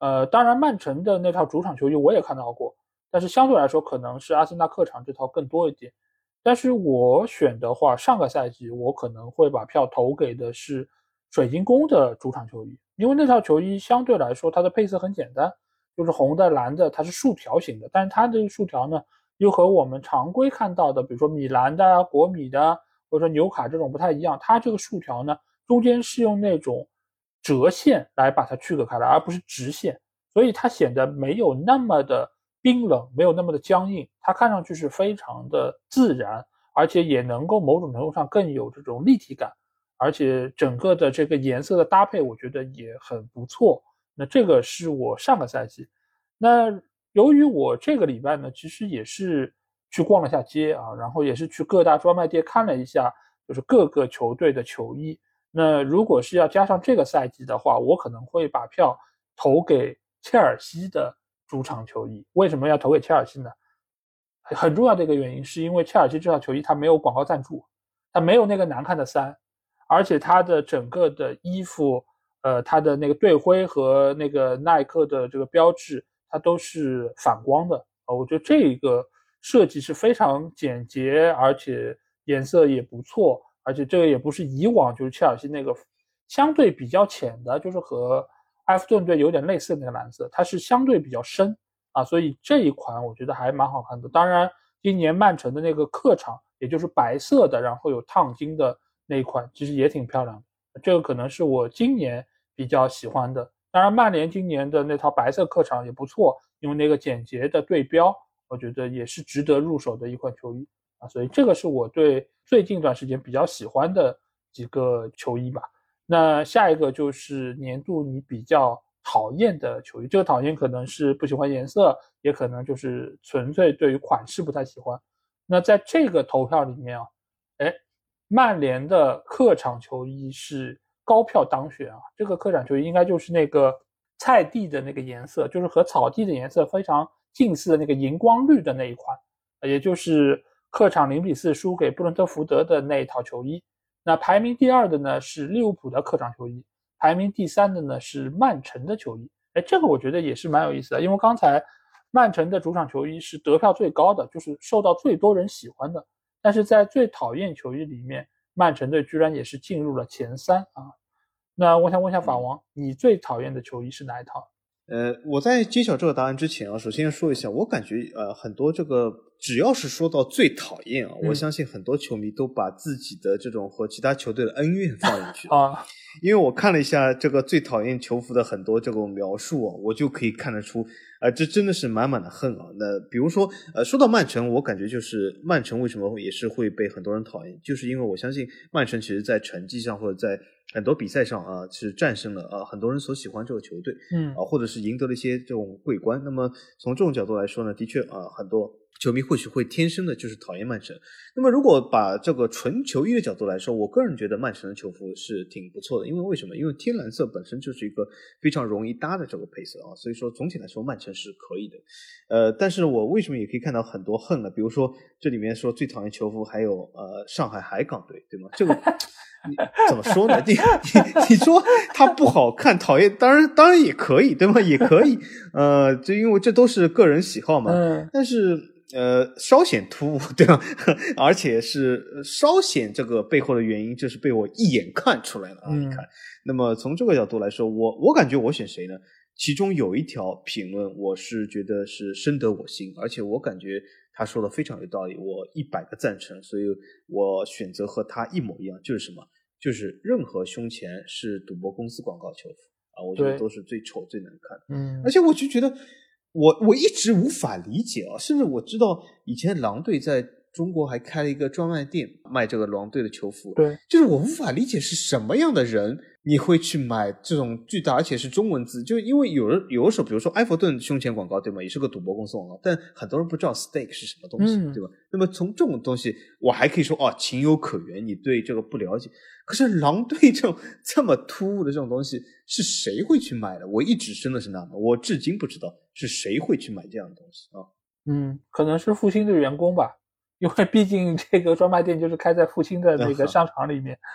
呃，当然曼城的那套主场球衣我也看到过，但是相对来说可能是阿森纳客场这套更多一点。但是我选的话，上个赛季我可能会把票投给的是水晶宫的主场球衣，因为那套球衣相对来说它的配色很简单，就是红的蓝的，它是竖条形的，但是它的竖条呢又和我们常规看到的比如说米兰的国米的或者说纽卡这种不太一样，它这个竖条呢中间是用那种折线来把它区隔开来，而不是直线，所以它显得没有那么的冰冷，没有那么的僵硬，它看上去是非常的自然，而且也能够某种程度上更有这种立体感，而且整个的这个颜色的搭配我觉得也很不错。那这个是我上个赛季。那由于我这个礼拜呢其实也是去逛了下街啊，然后也是去各大专卖店看了一下就是各个球队的球衣，那如果是要加上这个赛季的话，我可能会把票投给切尔西的主场球衣。为什么要投给切尔西呢？很重要的一个原因是因为切尔西这套球衣它没有广告赞助，它没有那个难看的三，而且它的整个的衣服呃，它的那个队徽和那个耐克的这个标志它都是反光的，呃，我觉得这个设计是非常简洁，而且颜色也不错，而且这个也不是以往就是切尔西那个相对比较浅的，就是和埃弗顿队有点类似的那个蓝色，它是相对比较深啊，所以这一款我觉得还蛮好看的。当然今年曼城的那个客场也就是白色的然后有烫金的那一款其实也挺漂亮的，这个可能是我今年比较喜欢的。当然曼联今年的那套白色客场也不错，因为那个简洁的对标我觉得也是值得入手的一款球衣啊，所以这个是我对最近一段时间比较喜欢的几个球衣吧。那下一个就是年度你比较讨厌的球衣，这个讨厌可能是不喜欢颜色，也可能就是纯粹对于款式不太喜欢。那在这个投票里面啊，哎，曼联的客场球衣是高票当选啊，这个客场球衣应该就是那个菜地的那个颜色，就是和草地的颜色非常近似的那个荧光绿的那一款，也就是客场零比四输给布伦特福德的那一套球衣。那排名第二的呢是利物浦的客场球衣，排名第三的呢是曼城的球衣。哎，这个我觉得也是蛮有意思的，因为刚才曼城的主场球衣是得票最高的，就是受到最多人喜欢的，但是在最讨厌球衣里面，曼城队居然也是进入了前三啊。那我想问一下法王，你最讨厌的球衣是哪一套？ 呃，我在揭晓这个答案之前啊，首先说一下，我感觉呃很多这个只要是说到最讨厌啊， 嗯、 我相信很多球迷都把自己的这种和其他球队的恩怨放进去啊。 因为我看了一下这个最讨厌球服的很多这种描述啊，我就可以看得出，呃，这真的是满满的恨啊。那比如说，呃，说到曼城，我感觉就是曼城为什么也是会被很多人讨厌，就是因为我相信曼城其实在成绩上或者在很多比赛上啊，是战胜了啊很多人所喜欢这个球队， 嗯啊，或者是赢得了一些这种桂冠。那么从这种角度来说呢，的确啊，很多球迷或许会天生的就是讨厌曼城。那么如果把这个纯球衣的角度来说，我个人觉得曼城的球服是挺不错的，因为为什么？因为天蓝色本身就是一个非常容易搭的这个配色啊，所以说总体来说曼城是可以的。呃，但是我为什么也可以看到很多恨呢？比如说这里面说最讨厌球服还有呃上海海港队，对吗？这个你怎么说呢？你你你说它不好看，讨厌，当然当然也可以，对吗？也可以，呃，就因为这都是个人喜好嘛。 嗯， 但是呃，稍显突兀，对吧？而且是稍显这个背后的原因，就是被我一眼看出来了啊！ 嗯、 你看，那么从这个角度来说，我我感觉我选谁呢？其中有一条评论，我是觉得是深得我心，而且我感觉他说的非常有道理，我一百个赞成，所以我选择和他一模一样，就是什么？就是任何胸前是赌博公司广告球服啊，我觉得都是最丑最难看的。 嗯， 而且我就觉得，我我一直无法理解啊，甚至我知道以前狼队在中国还开了一个专卖店卖这个狼队的球服， 对， 就是我无法理解是什么样的人你会去买这种巨大而且是中文字，就因为有人有的时候比如说埃弗顿胸前广告对吗，也是个赌博公司广告，但很多人不知道 stake 是什么东西、 嗯、 对吧？那么从这种东西我还可以说哦情有可原，你对这个不了解，可是狼队这种这么突兀的这种东西是谁会去买的？我一直真的是纳闷，我至今不知道是谁会去买这样的东西啊。 嗯，可能是复兴的员工吧，因为毕竟这个专卖店就是开在复兴的那个商场里面。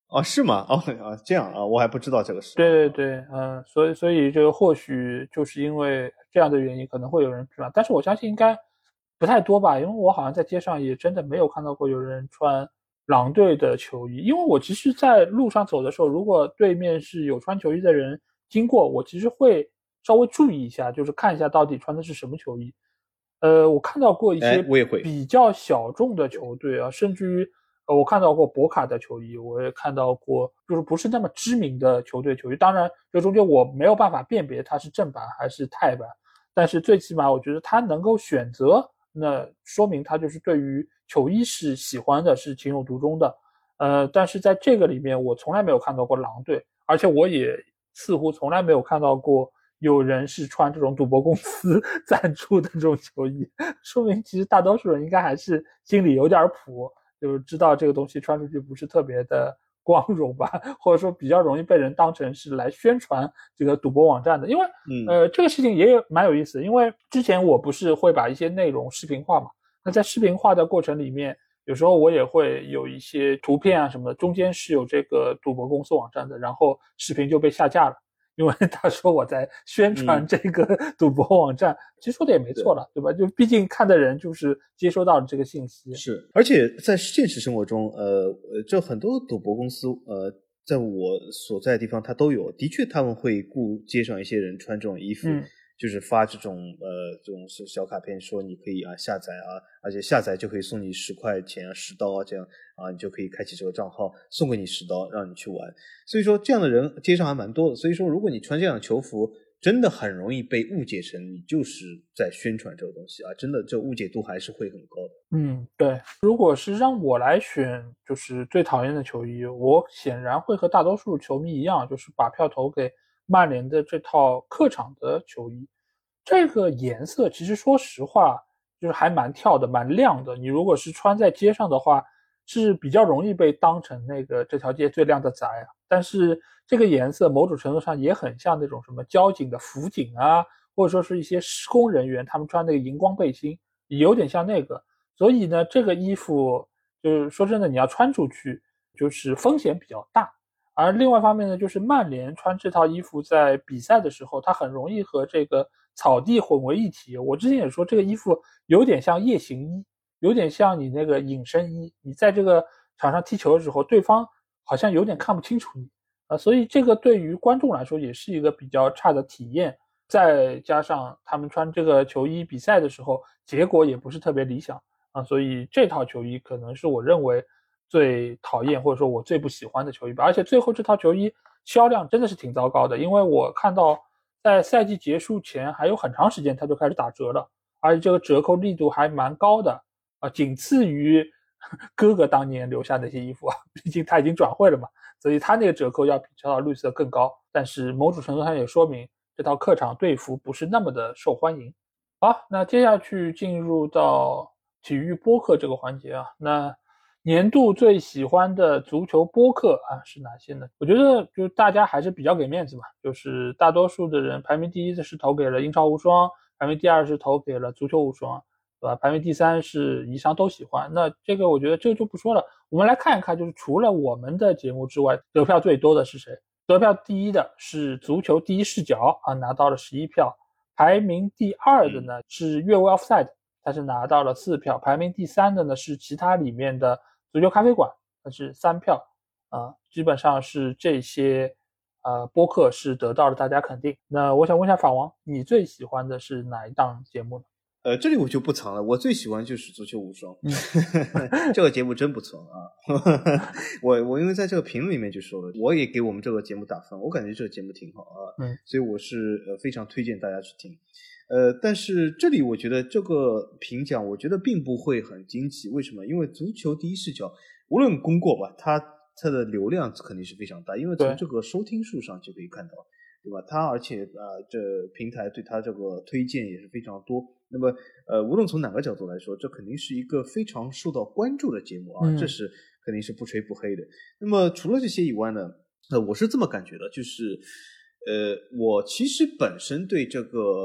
哦，是吗？哦啊，这样啊，我还不知道这个事。 对对对，嗯，所以所以这个或许就是因为这样的原因，可能会有人穿，但是我相信应该不太多吧，因为我好像在街上也真的没有看到过有人穿狼队的球衣。因为我其实在路上走的时候，如果对面是有穿球衣的人经过，我其实会稍微注意一下，就是看一下到底穿的是什么球衣。呃，我看到过一些哎，我也会比较小众的球队啊，甚至于呃，我看到过博卡的球衣，我也看到过就是不是那么知名的球队球衣。当然，这中间我没有办法辨别它是正版还是钛版，但是最起码我觉得他能够选择，那说明他就是对于球衣是喜欢的，是情有独钟的。呃，但是在这个里面，我从来没有看到过狼队，而且我也似乎从来没有看到过有人是穿这种赌博公司赞助的这种球衣，说明其实大多数人应该还是心里有点谱，就是知道这个东西穿出去不是特别的光荣吧，或者说比较容易被人当成是来宣传这个赌博网站的。因为、嗯、呃，这个事情也蛮有意思，因为之前我不是会把一些内容视频化嘛，那在视频化的过程里面，有时候我也会有一些图片啊什么的，中间是有这个赌博公司网站的，然后视频就被下架了。因为他说我在宣传这个赌博网站、嗯、其实说的也没错了， 对, 对吧？就毕竟看的人就是接收到了这个信息。 是，而且在现实生活中，呃，这很多赌博公司，呃，在我所在的地方，它都有。的确，他们会雇街上一些人穿这种衣服，嗯、就是发这种呃这种小卡片，说你可以啊下载啊，而且下载就可以送你十块钱啊、十刀啊这样啊，你就可以开启这个账号，送给你十刀，让你去玩。所以说，这样的人街上还蛮多的。所以说，如果你穿这样的球服，真的很容易被误解成你就是在宣传这个东西啊！真的，这误解度还是会很高的。 嗯，对。如果是让我来选，就是最讨厌的球衣，我显然会和大多数球迷一样，就是把票投给曼联的这套客场的球衣。这个颜色其实说实话，就是还蛮跳的，蛮亮的。你如果是穿在街上的话，是比较容易被当成那个这条街最亮的仔啊。但是这个颜色某种程度上也很像那种什么交警的辅警啊，或者说是一些施工人员他们穿那个荧光背心，有点像那个。所以呢，这个衣服就是说真的，你要穿出去就是风险比较大。而另外一方面呢，就是曼联穿这套衣服在比赛的时候，它很容易和这个草地混为一体。我之前也说这个衣服有点像夜行衣，有点像你那个隐身衣，你在这个场上踢球的时候，对方好像有点看不清楚你啊，所以这个对于观众来说也是一个比较差的体验。再加上他们穿这个球衣比赛的时候，结果也不是特别理想啊，所以这套球衣可能是我认为最讨厌或者说我最不喜欢的球衣吧。而且最后这套球衣销量真的是挺糟糕的，因为我看到在赛季结束前还有很长时间它就开始打折了，而且这个折扣力度还蛮高的啊，仅次于哥哥当年留下那些衣服啊，毕竟他已经转会了嘛，所以他那个折扣要比这套绿色更高。但是某种程度上也说明这套客场队服不是那么的受欢迎。好，那接下去进入到体育播客这个环节啊，那年度最喜欢的足球播客啊是哪些呢？我觉得就大家还是比较给面子嘛，就是大多数的人排名第一的是投给了英超无双，排名第二是投给了足球无双，对吧？排名第三是以上都喜欢。那这个我觉得这个就不说了，我们来看一看，就是除了我们的节目之外，得票最多的是谁？得票第一的是足球第一视角啊，拿到了十一票。排名第二的呢是越位 offside， 它是拿到了四票。排名第三的呢是其他里面的足球咖啡馆，它是三票啊，基本上是这些呃播客是得到了大家肯定。那我想问一下法王，你最喜欢的是哪一档节目呢？ 呃，这里我就不藏了，我最喜欢就是足球无双，嗯、这个节目真不错啊！我我因为在这个评论里面就说了，我也给我们这个节目打分，我感觉这个节目挺好啊，嗯，所以我是呃非常推荐大家去听。呃，但是这里我觉得这个评奖，我觉得并不会很惊奇，为什么？因为足球第一视角，无论公过吧，它它的流量肯定是非常大，因为从这个收听数上就可以看到。对吧？它而且啊、呃，这平台对它这个推荐也是非常多。那么呃，无论从哪个角度来说，这肯定是一个非常受到关注的节目啊，嗯、这是肯定是不吹不黑的。那么除了这些以外呢，呃，我是这么感觉的，就是呃，我其实本身对这个呃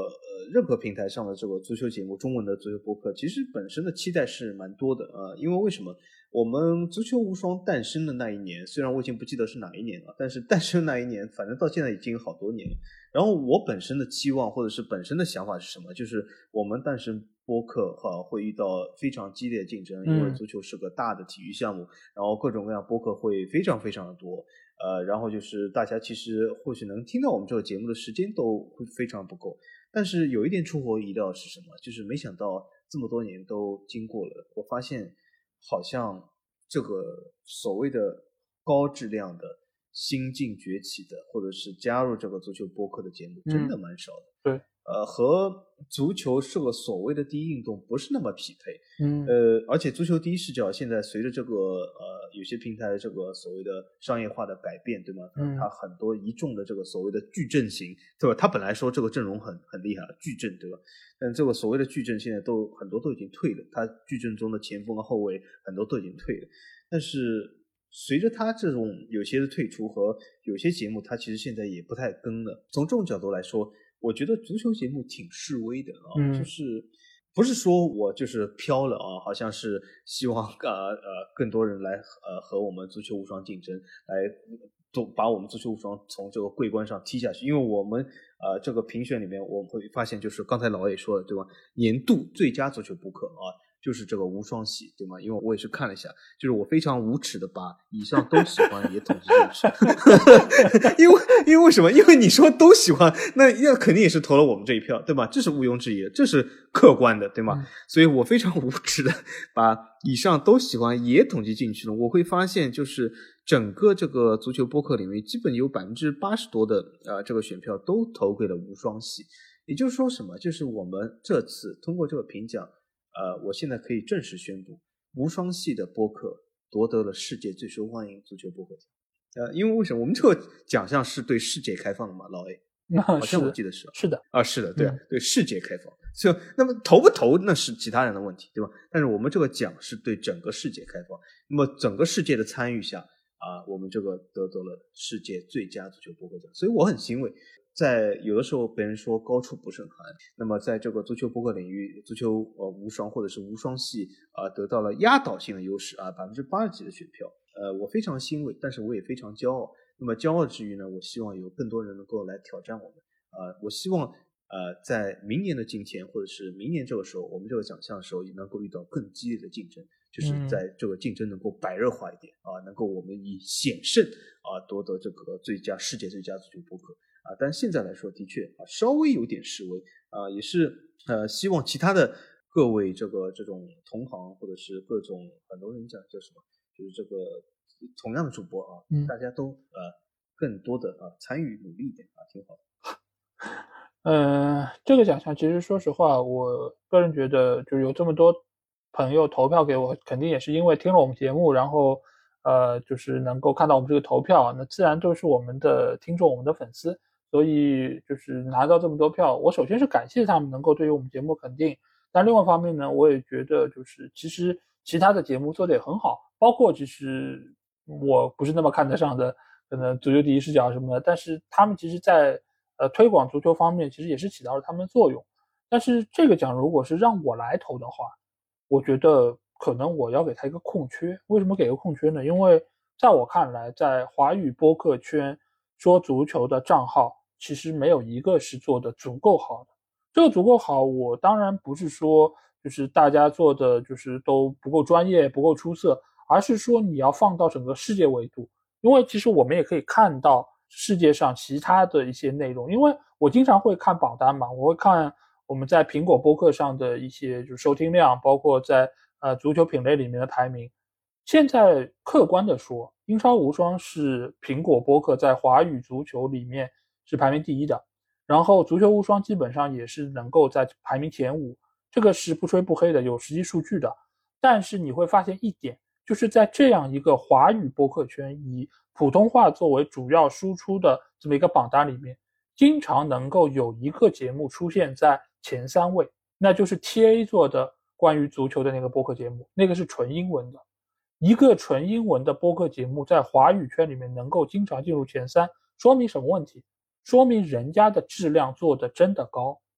任何平台上的这个足球节目，中文的足球播客，其实本身的期待是蛮多的啊、呃。因为为什么？我们足球无双诞生的那一年，虽然我已经不记得是哪一年了，但是诞生那一年，反正到现在已经有好多年了。然后我本身的期望或者是本身的想法是什么？就是我们诞生播客哈、啊、会遇到非常激烈的竞争，因为足球是个大的体育项目，然后各种各样播客会非常非常的多。呃，然后就是大家其实或许能听到我们这个节目的时间都会非常不够。但是有一点出乎我意料是什么？就是没想到这么多年都经过了，我发现好像这个所谓的高质量的新晋崛起的，或者是加入这个足球播客的节目真的蛮少的。 嗯、对， 呃，和足球是个所谓的第一运动不是那么匹配。 嗯， 呃，而且足球第一视角现在随着这个呃有些平台的这个所谓的商业化的改变，对吗？ 嗯， 它很多一众的这个所谓的矩阵型，对吧？他本来说这个阵容很很厉害，矩阵，对吧？但这个所谓的矩阵现在都很多都已经退了，他矩阵中的前锋和后卫很多都已经退了。但是随着他这种有些的退出和有些节目，他其实现在也不太更了。从这种角度来说，我觉得足球节目挺示威的啊， 嗯、 就是不是说我就是飘了啊，好像是希望呃呃更多人来呃和我们足球无双竞争，来都把我们足球无双从这个桂冠上踢下去。因为我们呃这个评选里面，我们会发现就是刚才老也说了，对吧？年度最佳足球播客啊。就是这个无双系，对吗？因为我也是看了一下，就是我非常无耻的把以上都喜欢也统计进去。因为因为为什么？因为你说都喜欢，那那肯定也是投了我们这一票，对吧？这是毋庸置疑的，这是客观的，对吗？嗯、所以我非常无耻的把以上都喜欢也统计进去了。我会发现，就是整个这个足球播客里面，基本有百分之八十多的呃这个选票都投给了无双系。也就是说什么？就是我们这次通过这个评奖。呃，我现在可以正式宣布，无双系的播客夺得了世界最受欢迎足球播客奖。呃，因为为什么我们这个奖项是对世界开放的嘛，老 A？ 那好像我记得是是的啊，是的，对啊，嗯、对世界开放。所以，那么投不投那是其他人的问题，对吧？但是我们这个奖是对整个世界开放。那么整个世界的参与下啊，我们这个得得了世界最佳足球播客奖，所以我很欣慰。在有的时候别人说高处不胜寒，那么在这个足球播客领域，足球呃无双或者是无双系啊、呃、得到了压倒性的优势啊，百分之八十几的选票，呃我非常欣慰，但是我也非常骄傲。那么骄傲之余呢，我希望有更多人能够来挑战我们啊、呃，我希望呃在明年的今天或者是明年这个时候，我们这个奖项的时候也能够遇到更激烈的竞争，就是在这个竞争能够白热化一点啊，能够我们以险胜啊夺得这个最佳世界最佳足球播客。啊，但现在来说，的确啊，稍微有点示威啊，也是呃，希望其他的各位这个这种同行或者是各种很多人讲叫什么，就是这个同样的主播啊，嗯、大家都呃更多的啊参与努力一点啊，挺好的。 呃，这个奖项其实说实话，我个人觉得就是有这么多朋友投票给我，肯定也是因为听了我们节目，然后呃，就是能够看到我们这个投票，那自然都是我们的听众，我们的粉丝。所以就是拿到这么多票，我首先是感谢他们能够对于我们节目肯定，但另外一方面呢，我也觉得就是其实其他的节目做得也很好，包括其实我不是那么看得上的可能足球第一视角什么的，但是他们其实在呃推广足球方面其实也是起到了他们的作用。但是这个奖如果是让我来投的话，我觉得可能我要给他一个空缺。为什么给个空缺呢？因为在我看来，在华语播客圈说足球的账号其实没有一个是做的足够好的。这个足够好，我当然不是说就是大家做的就是都不够专业不够出色，而是说你要放到整个世界维度。因为其实我们也可以看到世界上其他的一些内容，因为我经常会看榜单嘛，我会看我们在苹果播客上的一些就是收听量，包括在呃足球品类里面的排名。现在客观的说，英超无双是苹果播客在华语足球里面是排名第一的，然后足球无双基本上也是能够在排名前五，这个是不吹不黑的，有实际数据的。但是你会发现一点，就是在这样一个华语播客圈以普通话作为主要输出的这么一个榜单里面，经常能够有一个节目出现在前三位，那就是 T A 做的关于足球的那个播客节目，那个是纯英文的。一个纯英文的播客节目在华语圈里面能够经常进入前三，说明什么问题？说明人家的质量做得真的高。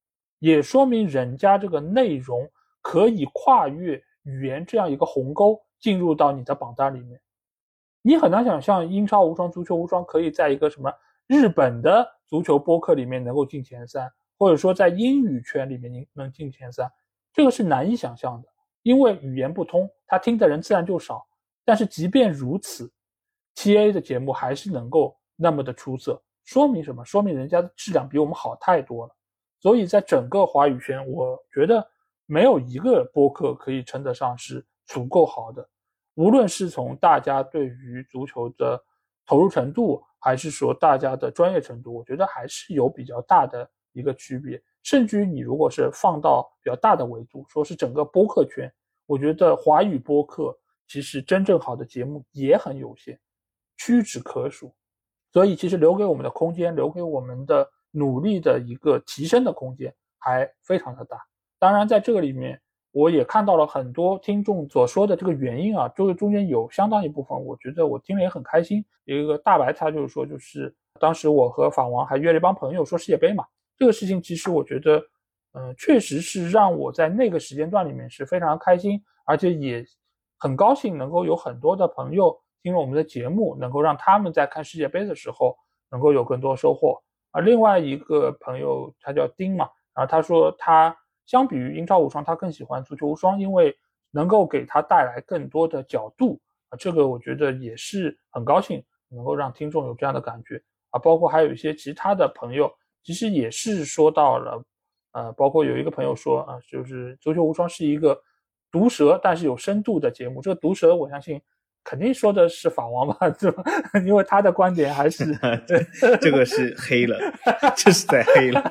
也说明人家这个内容可以跨越语言这样一个鸿沟进入到你的榜单里面。你很难想象英超无双、足球无双可以在一个什么日本的足球播客里面能够进前三，或者说在英语圈里面能进前三，这个是难以想象的，因为语言不通，他听的人自然就少。但是即便如此 T A 的节目还是能够那么的出色，说明什么？说明人家的质量比我们好太多了。所以在整个华语圈，我觉得没有一个播客可以称得上是足够好的，无论是从大家对于足球的投入程度，还是说大家的专业程度，我觉得还是有比较大的一个区别。甚至于你如果是放到比较大的维度，说是整个播客圈，我觉得华语播客其实真正好的节目也很有限，屈指可数。所以其实留给我们的空间，留给我们的努力的一个提升的空间还非常的大。当然在这个里面我也看到了很多听众所说的这个原因啊，这个中间有相当一部分我觉得我听了也很开心。有一个大白他就是说，就是当时我和法王还约了一帮朋友说世界杯嘛，这个事情其实我觉得呃，确实是让我在那个时间段里面是非常开心，而且也很高兴能够有很多的朋友听了我们的节目，能够让他们在看世界杯的时候能够有更多收获。而另外一个朋友他叫丁嘛，然后他说他相比于英超无双他更喜欢足球无双，因为能够给他带来更多的角度啊，这个我觉得也是很高兴能够让听众有这样的感觉啊。包括还有一些其他的朋友其实也是说到了呃，包括有一个朋友说啊，就是足球无双是一个毒舌但是有深度的节目。这个毒舌我相信肯定说的是法王吧，对吧？因为他的观点还是这个是黑了，这是在黑了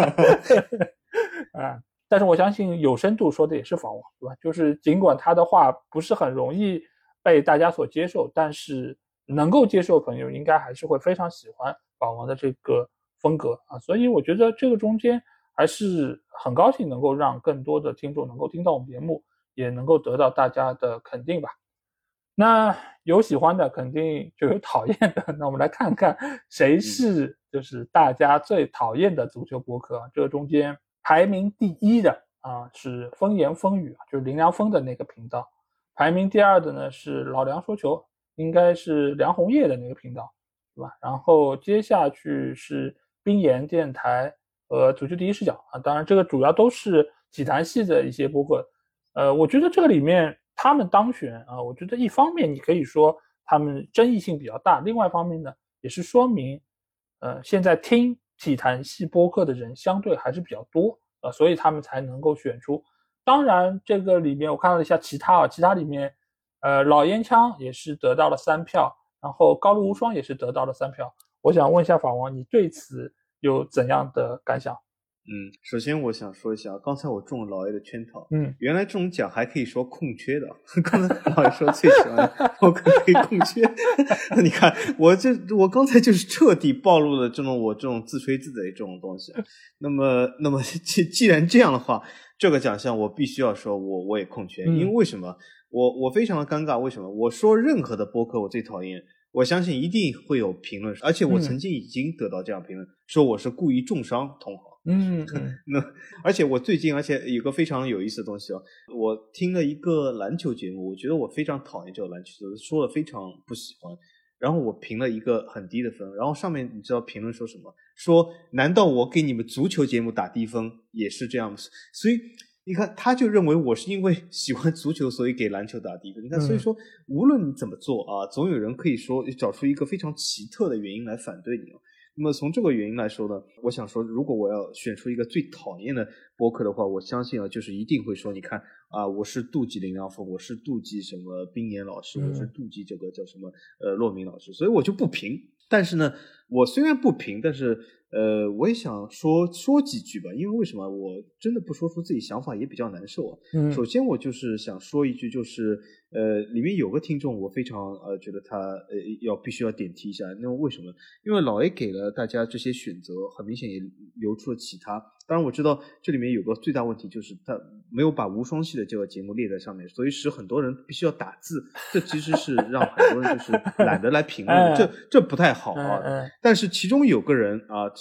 啊，但是我相信有深度说的也是法王，对吧？就是尽管他的话不是很容易被大家所接受，但是能够接受的朋友应该还是会非常喜欢法王的这个风格啊。所以我觉得这个中间还是很高兴能够让更多的听众能够听到我们节目，也能够得到大家的肯定吧。那有喜欢的肯定就有讨厌的，那我们来看看谁是就是大家最讨厌的足球播客。这个中间排名第一的啊是风言风语，就是林良锋的那个频道。排名第二的呢是老梁说球，应该是梁红叶的那个频道，对吧？然后接下去是冰岩电台和足球第一视角啊，当然这个主要都是体坛系的一些播客。呃，我觉得这个里面他们当选啊，我觉得一方面你可以说他们争议性比较大，另外一方面呢，也是说明，呃，现在听体坛系播客的人相对还是比较多，呃，所以他们才能够选出。当然，这个里面我看了一下其他啊，其他里面，呃，老烟枪也是得到了三票，然后高露无双也是得到了三票。我想问一下法王，你对此有怎样的感想？ 嗯，首先我想说一下，刚才我中了老爷的圈套。 嗯， 原来这种奖还可以说空缺的。刚才老爷说最喜欢的，我可可以空缺。那你看，我这我刚才就是彻底暴露了这种我这种自吹自擂这种东西。那么，那么既既然这样的话，这个奖项我必须要说我我也空缺， 嗯、 因为为什么？我我非常的尴尬，为什么？我说任何的播客我最讨厌。我相信一定会有评论，而且我曾经已经得到这样评论，嗯、说我是故意重伤同行。 嗯嗯， 那而且我最近，而且有个非常有意思的东西哦，我听了一个篮球节目，我觉得我非常讨厌这个篮球节目，说了非常不喜欢，然后我评了一个很低的分，然后上面你知道评论说什么？说难道我给你们足球节目打低分也是这样子？所以你看，他就认为我是因为喜欢足球，所以给篮球打低分。你看，所以说无论你怎么做啊，总有人可以说找出一个非常奇特的原因来反对你哦。那么从这个原因来说呢，我想说，如果我要选出一个最讨厌的播客的话，我相信啊，就是一定会说，你看啊，我是妒忌林良锋，我是妒忌什么冰岩老师，我是妒忌这个叫什么呃骆明老师，所以我就不评。但是呢，我虽然不评，但是呃，我也想说说几句吧，因为为什么我真的不说出自己想法也比较难受啊。 嗯， 首先我就是想说一句，就是呃，里面有个听众，我非常呃觉得他呃要必须要点题一下。那么为什么？因为老 A 给了大家这些选择，很明显也留出了其他。当然我知道这里面有个最大问题，就是他没有把无双系的这个节目列在上面，所以使很多人必须要打字，这其实是让很多人就是懒得来评论，这这不太好啊。但是其中有个人啊，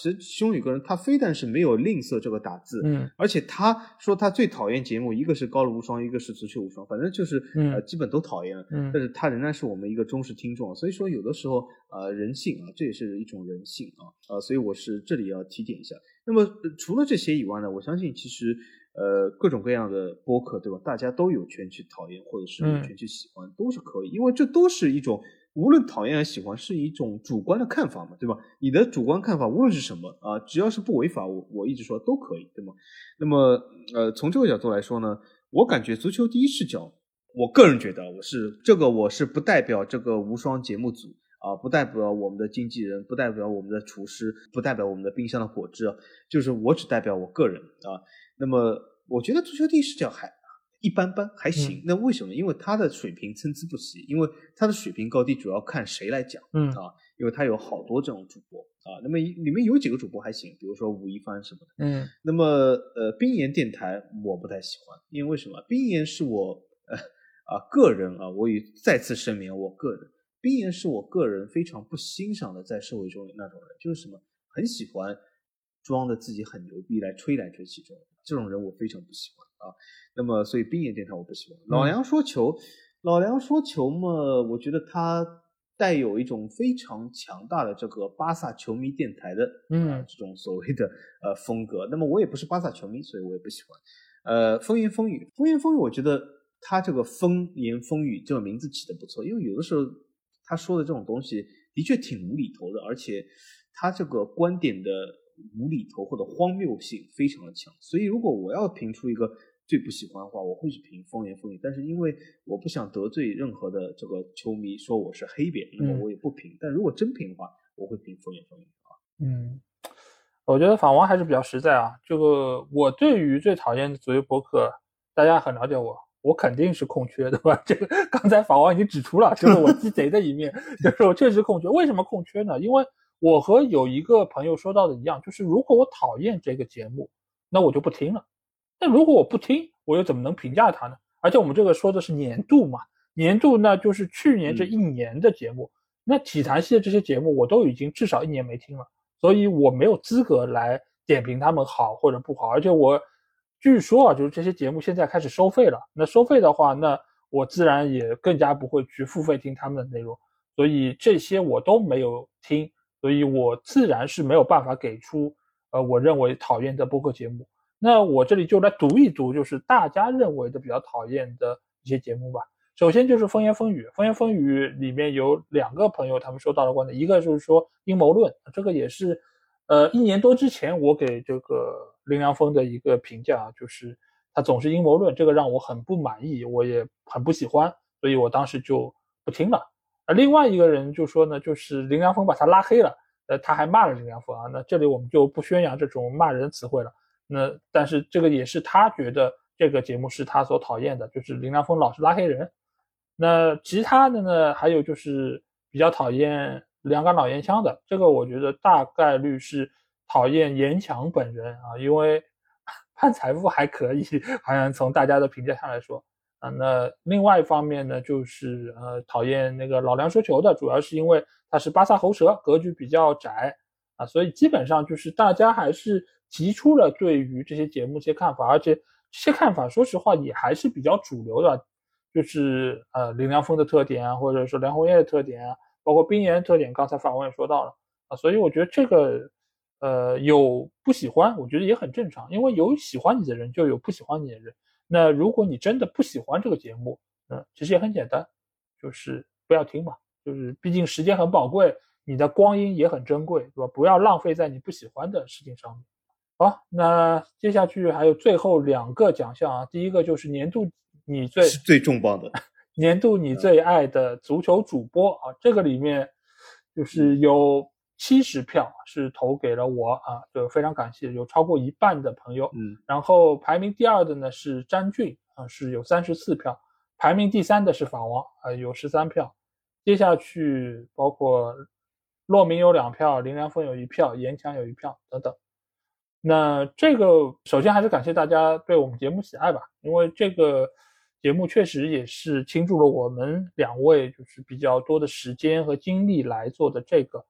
其实兄宇个人他非但是没有吝啬这个打字， 嗯， 而且他说他最讨厌节目，一个是高卢无双，一个是足球无双，反正就是、 嗯、 呃基本都讨厌了。 嗯， 但是他仍然是我们一个忠实听众，所以说有的时候呃人性啊，这也是一种人性啊啊、呃，所以我是这里要提点一下。那么、呃、除了这些以外呢，我相信其实呃各种各样的播客，对吧？大家都有权去讨厌，或者是有权去喜欢，嗯、都是可以，因为这都是一种。无论讨厌还是喜欢，是一种主观的看法嘛，对吧？你的主观看法无论是什么啊，只要是不违法，我我一直说都可以，对吗？那么，呃，从这个角度来说呢，我感觉足球第一视角，我个人觉得我是这个，我是不代表这个无双节目组啊，不代表我们的经纪人，不代表我们的厨师，不代表我们的冰箱的果汁啊，就是我只代表我个人啊。那么，我觉得足球第一视角还。一般般还行、嗯、那为什么？因为他的水平参差不齐，因为他的水平高低主要看谁来讲、 嗯、 啊，因为他有好多这种主播啊，那么里面有几个主播还行，比如说吴亦凡什么的， 嗯， 那么呃冰岩电台我不太喜欢，因为为什么？冰岩是我呃啊个人啊，我也再次声明我个人，冰岩是我个人非常不欣赏的在社会中那种人，就是什么很喜欢装的自己很牛逼来吹来吹去这种这种人我非常不喜欢啊。那么所以冰岩电台我不喜欢。老梁说球、嗯、老梁说球嘛，我觉得他带有一种非常强大的这个巴萨球迷电台的、 嗯呃、这种所谓的呃风格。那么我也不是巴萨球迷，所以我也不喜欢。呃风言风语风言风语我觉得他这个风言风语这个名字起得不错，因为有的时候他说的这种东西的确挺无厘头的，而且他这个观点的无厘头或者荒谬性非常的强，所以如果我要评出一个最不喜欢的话，我会去评风言风语，但是因为我不想得罪任何的这个球迷说我是黑别人，那么我也不评、嗯、但如果真评的话我会评风言风语啊。 嗯，我觉得法王还是比较实在啊，这个我对于最讨厌的足球博客，大家很了解我，我肯定是空缺，对吧？这个刚才法王已经指出了，这是我鸡贼的一面，就是我确实空缺。为什么空缺呢？因为我和有一个朋友说到的一样，就是如果我讨厌这个节目，那我就不听了。但如果我不听，我又怎么能评价它呢？而且我们这个说的是年度嘛，年度那就是去年这一年的节目、嗯、那体坛系的这些节目我都已经至少一年没听了，所以我没有资格来点评他们好或者不好。而且我据说啊，就是这些节目现在开始收费了，那收费的话，那我自然也更加不会去付费听他们的内容，所以这些我都没有听，所以我自然是没有办法给出呃我认为讨厌的播客节目。那我这里就来读一读，就是大家认为的比较讨厌的一些节目吧。首先就是风言风语，风言风语里面有两个朋友他们说到了观点，一个就是说阴谋论，这个也是呃一年多之前我给这个林良锋的一个评价，就是他总是阴谋论，这个让我很不满意，我也很不喜欢，所以我当时就不听了。而另外一个人就说呢，就是林良锋把他拉黑了，呃他还骂了林良锋啊，那这里我们就不宣扬这种骂人词汇了。那但是这个也是他觉得这个节目是他所讨厌的，就是林良锋老是拉黑人。那其他的呢，还有就是比较讨厌两杆老烟枪的，这个我觉得大概率是讨厌严强本人啊，因为潘财富还可以，好像从大家的评价上来说啊。那另外一方面呢，就是呃讨厌那个老梁说球的，主要是因为他是巴萨喉舌，格局比较窄啊，所以基本上就是大家还是提出了对于这些节目一些看法，而且这些看法说实话也还是比较主流的，就是呃林良锋的特点啊，或者说梁红叶的特点啊，包括冰岩的特点，刚才法官也说到了啊，所以我觉得这个呃有不喜欢，我觉得也很正常，因为有喜欢你的人就有不喜欢你的人。那如果你真的不喜欢这个节目，嗯，其实也很简单，就是不要听嘛，就是毕竟时间很宝贵，你的光阴也很珍贵，对吧？不要浪费在你不喜欢的事情上面。好，那接下去还有最后两个奖项啊，第一个就是年度你最是最重磅的年度你最爱的足球主播啊，这个里面就是有七十票是投给了我啊，就非常感谢，有超过一半的朋友。 嗯， 然后排名第二的呢是詹俊啊，是有三十四票，排名第三的是法王啊，有十三票。接下去包括骆明有两票，林良锋有一票，严强有一票等等。那这个首先还是感谢大家对我们节目喜爱吧，因为这个节目确实也是倾注了我们两位就是比较多的时间和精力来做的这个。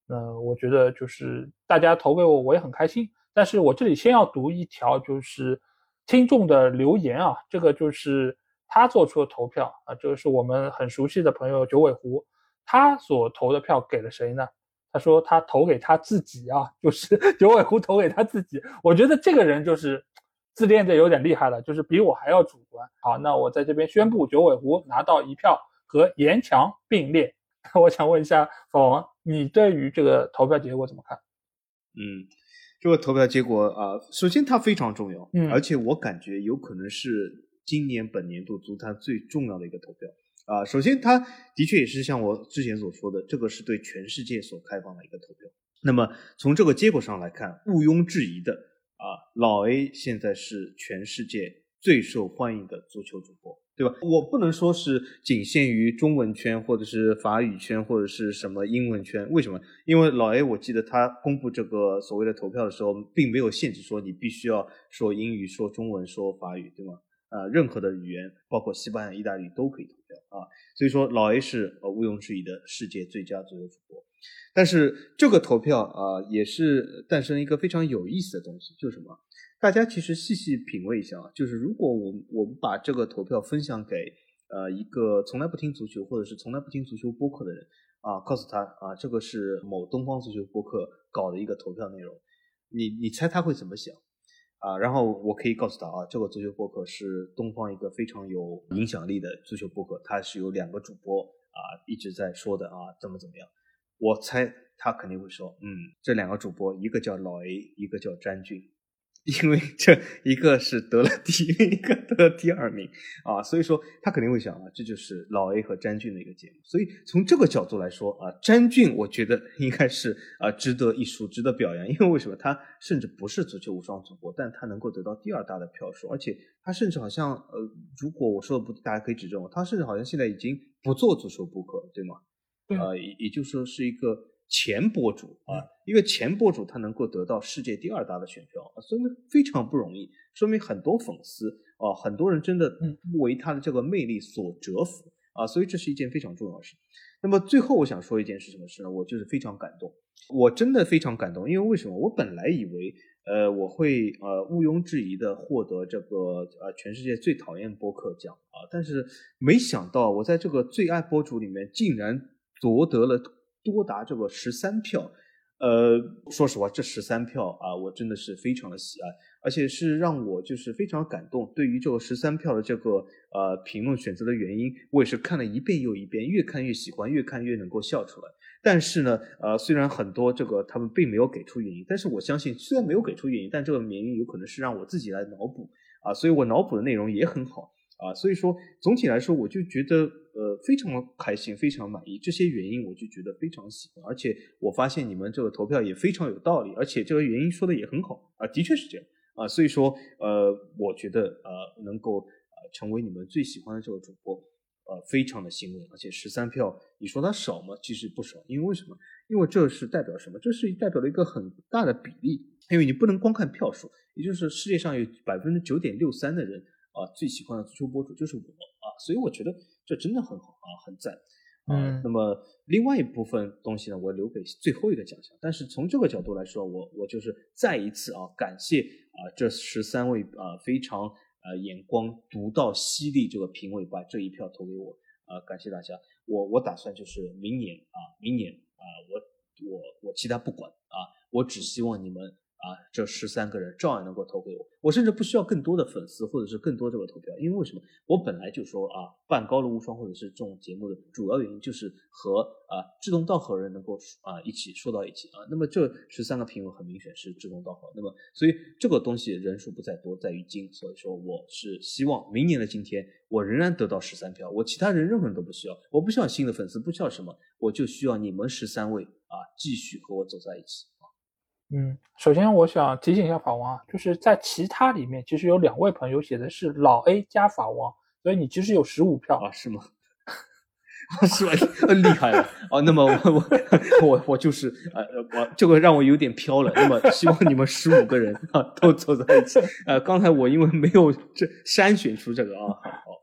呃，我觉得就是大家投给我，我也很开心。但是我这里先要读一条就是听众的留言啊，这个就是他做出的投票啊，这个是我们很熟悉的朋友九尾狐，他所投的票给了谁呢？他说他投给他自己啊，就是九尾狐投给他自己。我觉得这个人就是自恋的有点厉害了，就是比我还要主观。好，那我在这边宣布九尾狐拿到一票，和严强并列。我想问一下法王，你对于这个投票结果怎么看？ 嗯，这个投票结果啊、呃，首先它非常重要， 嗯， 而且我感觉有可能是今年本年度足坛最重要的一个投票啊、呃。首先，它的确也是像我之前所说的，这个是对全世界所开放的一个投票。那么从这个结果上来看，毋庸置疑的啊、呃，老 A 现在是全世界最受欢迎的足球主播。对吧？我不能说是仅限于中文圈或者是法语圈或者是什么英文圈，为什么？因为老 A 我记得他公布这个所谓的投票的时候并没有限制说你必须要说英语说中文说法语，对吗？呃，任何的语言包括西班牙意大利都可以投票啊，所以说老 A 是呃毋庸置疑的世界最佳足球主播。但是这个投票啊、呃、也是诞生一个非常有意思的东西，就是什么？大家其实细细品味一下啊，就是如果我们我们把这个投票分享给呃一个从来不听足球或者是从来不听足球播客的人啊，告诉他啊，这个是某东方足球播客搞的一个投票内容，你你猜他会怎么想啊？然后我可以告诉他啊，这个足球播客是东方一个非常有影响力的足球播客，它是有两个主播啊一直在说的啊，怎么怎么样。我猜他肯定会说，嗯，这两个主播一个叫老 A， 一个叫詹俊。因为这一个是得了第一名，一个得了第二名啊，所以说他肯定会想啊，这就是老 A 和詹俊的一个节目。所以从这个角度来说啊，詹俊我觉得应该是啊值得一说，值得表扬。因为为什么？他甚至不是足球无双主播，但他能够得到第二大的票数，而且他甚至好像呃，如果我说的不，大家可以指正我，他甚至好像现在已经不做足球播客，对吗？ 对呃，也也就是说是一个前博主啊，一个前博主他能够得到世界第二大的选票啊，说明非常不容易，说明很多粉丝啊，很多人真的为他的这个魅力所折服啊，所以这是一件非常重要的事。那么最后我想说一件是什么事呢？我就是非常感动，我真的非常感动，因为为什么？我本来以为呃我会呃毋庸置疑的获得这个呃全世界最讨厌播客奖啊，但是没想到我在这个最爱播主里面竟然夺得了多达这个十三票，呃，说实话，这十三票啊，我真的是非常的喜爱，而且是让我就是非常感动。对于这个十三票的这个呃评论选择的原因，我也是看了一遍又一遍，越看越喜欢，越看越能够笑出来。但是呢，呃，虽然很多这个他们并没有给出原因，但是我相信，虽然没有给出原因，但这个原因有可能是让我自己来脑补啊，所以我脑补的内容也很好。啊，所以说总体来说，我就觉得呃非常开心，非常满意。这些原因我就觉得非常喜欢，而且我发现你们这个投票也非常有道理，而且这个原因说的也很好啊，的确是这样啊。所以说呃，我觉得呃能够呃成为你们最喜欢的这个主播，呃非常的欣慰。而且十三票，你说它少吗？其实不少，因为为什么？因为这是代表什么？这是代表了一个很大的比例，因为你不能光看票数，也就是世界上有百分之九点六三的人。啊，最喜欢的足球博主就是我啊，所以我觉得这真的很好啊，很赞啊。 嗯， 那么另外一部分东西呢，我留给最后一个奖项。但是从这个角度来说，我我就是再一次啊，感谢啊这十三位啊非常啊眼光独到犀利这个评委把这一票投给我啊，感谢大家。我我打算就是明年啊，明年啊，我我我其他不管啊，我只希望你们。啊，这十三个人照样能够投给我，我甚至不需要更多的粉丝或者是更多这个投票，因为为什么？我本来就说啊，办高楼无双或者是这种节目的主要原因就是和啊志同道合人能够啊一起说到一起啊。那么这十三个评委很明显是志同道合，那么所以这个东西人数不在多，在于精，所以说我是希望明年的今天我仍然得到十三票，我其他人任何人都不需要，我不需要新的粉丝，不需要什么，我就需要你们十三位啊继续和我走在一起。 嗯，首先我想提醒一下法王啊，就是在其他里面其实有两位朋友写的是老 A 加法王，所以你其实有十五票啊，是吗？是吧？厉害了啊！那么我我我我就是呃我这个让我有点飘了。那么希望你们十五个人啊都走在一起。呃，刚才我因为没有这筛选出这个啊，好好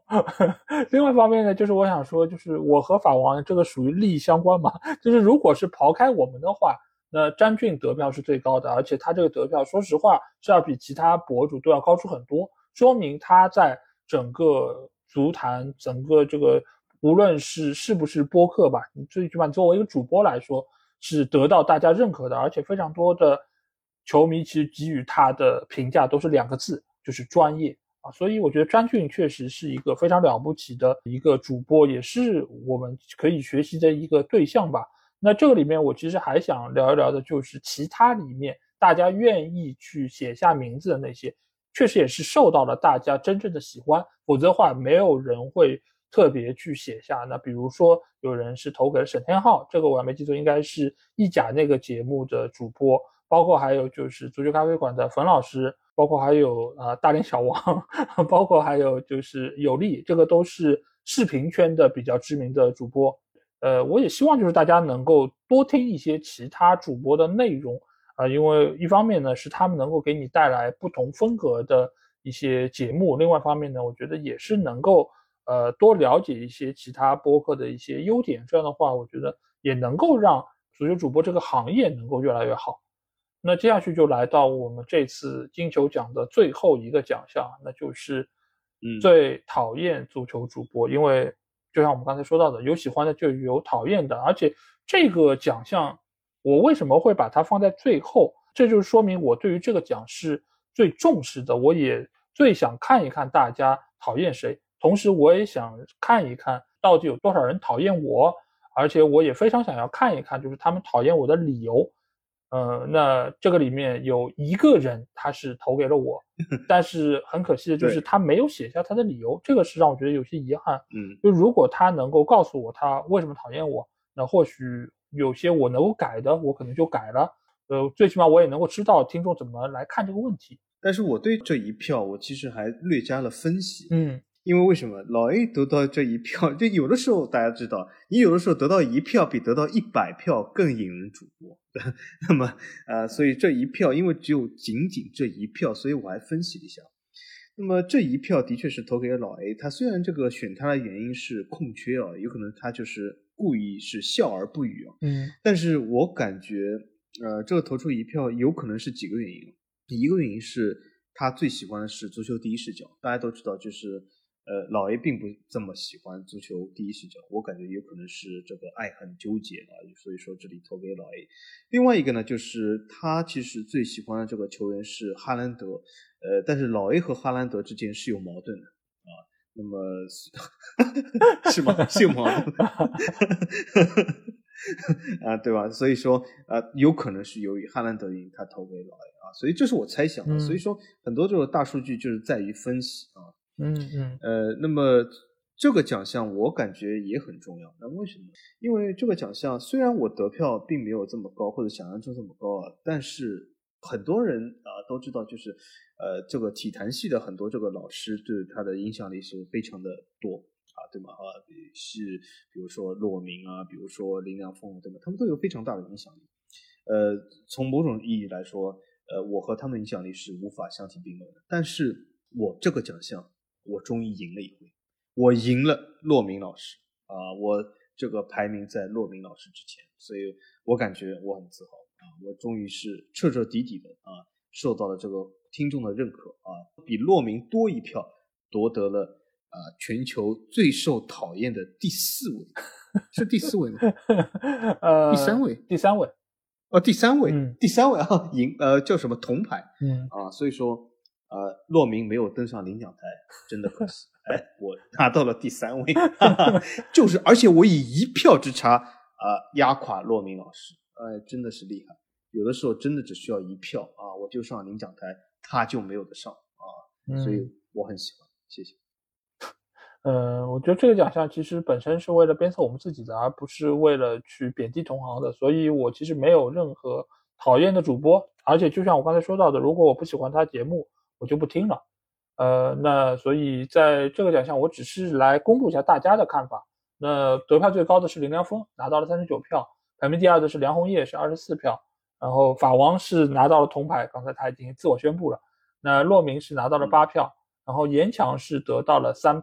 另外一方面呢，就是我想说，就是我和法王这个属于利益相关嘛，就是如果是刨开我们的话，那詹俊得票是最高的，而且他这个得票说实话是要比其他博主都要高出很多，说明他在整个足坛整个这个无论是是不是播客吧，你最起码作为一个主播来说是得到大家认可的，而且非常多的球迷其实给予他的评价都是两个字，就是专业啊，所以我觉得詹俊确实是一个非常了不起的一个主播，也是我们可以学习的一个对象吧。那这个里面我其实还想聊一聊的就是其他里面大家愿意去写下名字的那些，确实也是受到了大家真正的喜欢，否则的话没有人会特别去写下。那比如说有人是投给了沈天浩，这个我还没记错应该是意甲那个节目的主播，包括还有就是足球咖啡馆的冯老师，包括还有啊、呃、大连小王，包括还有就是有利，这个都是视频圈的比较知名的主播。呃，我也希望就是大家能够多听一些其他主播的内容啊、呃，因为一方面呢是他们能够给你带来不同风格的一些节目，另外一方面呢，我觉得也是能够呃多了解一些其他播客的一些优点，这样的话，我觉得也能够让足球主播这个行业能够越来越好。那接下去就来到我们这次金球奖的最后一个奖项，那就是最讨厌足球主播，嗯、因为就像我们刚才说到的，有喜欢的就有讨厌的，而且这个奖项我为什么会把它放在最后，这就说明我对于这个奖是最重视的，我也最想看一看大家讨厌谁，同时我也想看一看到底有多少人讨厌我，而且我也非常想要看一看就是他们讨厌我的理由。呃，那这个里面有一个人他是投给了我，但是很可惜的就是他没有写下他的理由，这个是让我觉得有些遗憾。 嗯， 就如果他能够告诉我他为什么讨厌我，那或许有些我能够改的，我可能就改了。呃，最起码我也能够知道听众怎么来看这个问题。 但是我对这一票我其实还略加了分析。 嗯。 因为为什么老 A 得到这一票，就有的时候大家知道，你有的时候得到一票比得到一百票更引人瞩目。那么呃，所以这一票因为只有仅仅这一票，所以我还分析了一下。那么这一票的确是投给了老 A， 他虽然这个选他的原因是空缺啊，有可能他就是故意是笑而不语啊。 嗯，但是我感觉呃，这个投出一票有可能是几个原因。一个原因是他最喜欢的是足球第一视角，大家都知道就是呃，老 A 并不这么喜欢足球第一视角，我感觉有可能是这个爱恨纠结啊，所以说这里投给老 A。另外一个呢，就是他其实最喜欢的这个球员是哈兰德，呃，但是老 A 和哈兰德之间是有矛盾的啊。那么是吗？是有矛盾的啊，对吧？所以说呃，有可能是由于哈兰德赢，他投给老 A 啊，所以这是我猜想的。嗯、所以说很多这个大数据就是在于分析啊。 嗯嗯， 呃，那么这个奖项我感觉也很重要。那为什么？因为这个奖项虽然我得票并没有这么高，或者想象中这么高啊，但是很多人啊、呃、都知道，就是呃这个体坛系的很多这个老师对他的影响力是非常的多啊，对吗？啊，是比如说骆明啊，比如说林良锋，对吗？他们都有非常大的影响力。呃，从某种意义来说，呃，我和他们影响力是无法相提并论的。但是我这个奖项。我终于赢了一回，我赢了骆明老师啊、呃！我这个排名在骆明老师之前，所以我感觉我很自豪啊！我终于是彻彻底底的啊，受到了这个听众的认可啊，比骆明多一票，夺得了啊全球最受讨厌的第四位，是第四位吗？ 呃， 第三位， 第三位， 哦，第三位， 嗯、 第三位啊，赢呃叫什么铜牌？ 嗯啊，所以说。呃，骆明没有登上领奖台，真的可惜。哎，我拿到了第三位，哈哈，就是，而且我以一票之差啊、呃、压垮骆明老师，哎，真的是厉害。有的时候真的只需要一票啊，我就上领奖台，他就没有得上啊， 嗯、 所以我很喜欢，谢谢。 呃，我觉得这个奖项其实本身是为了鞭策我们自己的，而不是为了去贬低同行的，所以我其实没有任何讨厌的主播，而且就像我刚才说到的，如果我不喜欢他节目，我就不听了，呃，那所以在这个奖项，我只是来公布一下大家的看法。那得票最高的是林良锋，拿到了三十九票，排名第二的是梁红叶，是二十四票，然后法王是拿到了铜牌，刚才他已经自我宣布了。那骆明是拿到了八票，然后严强是得到了三票，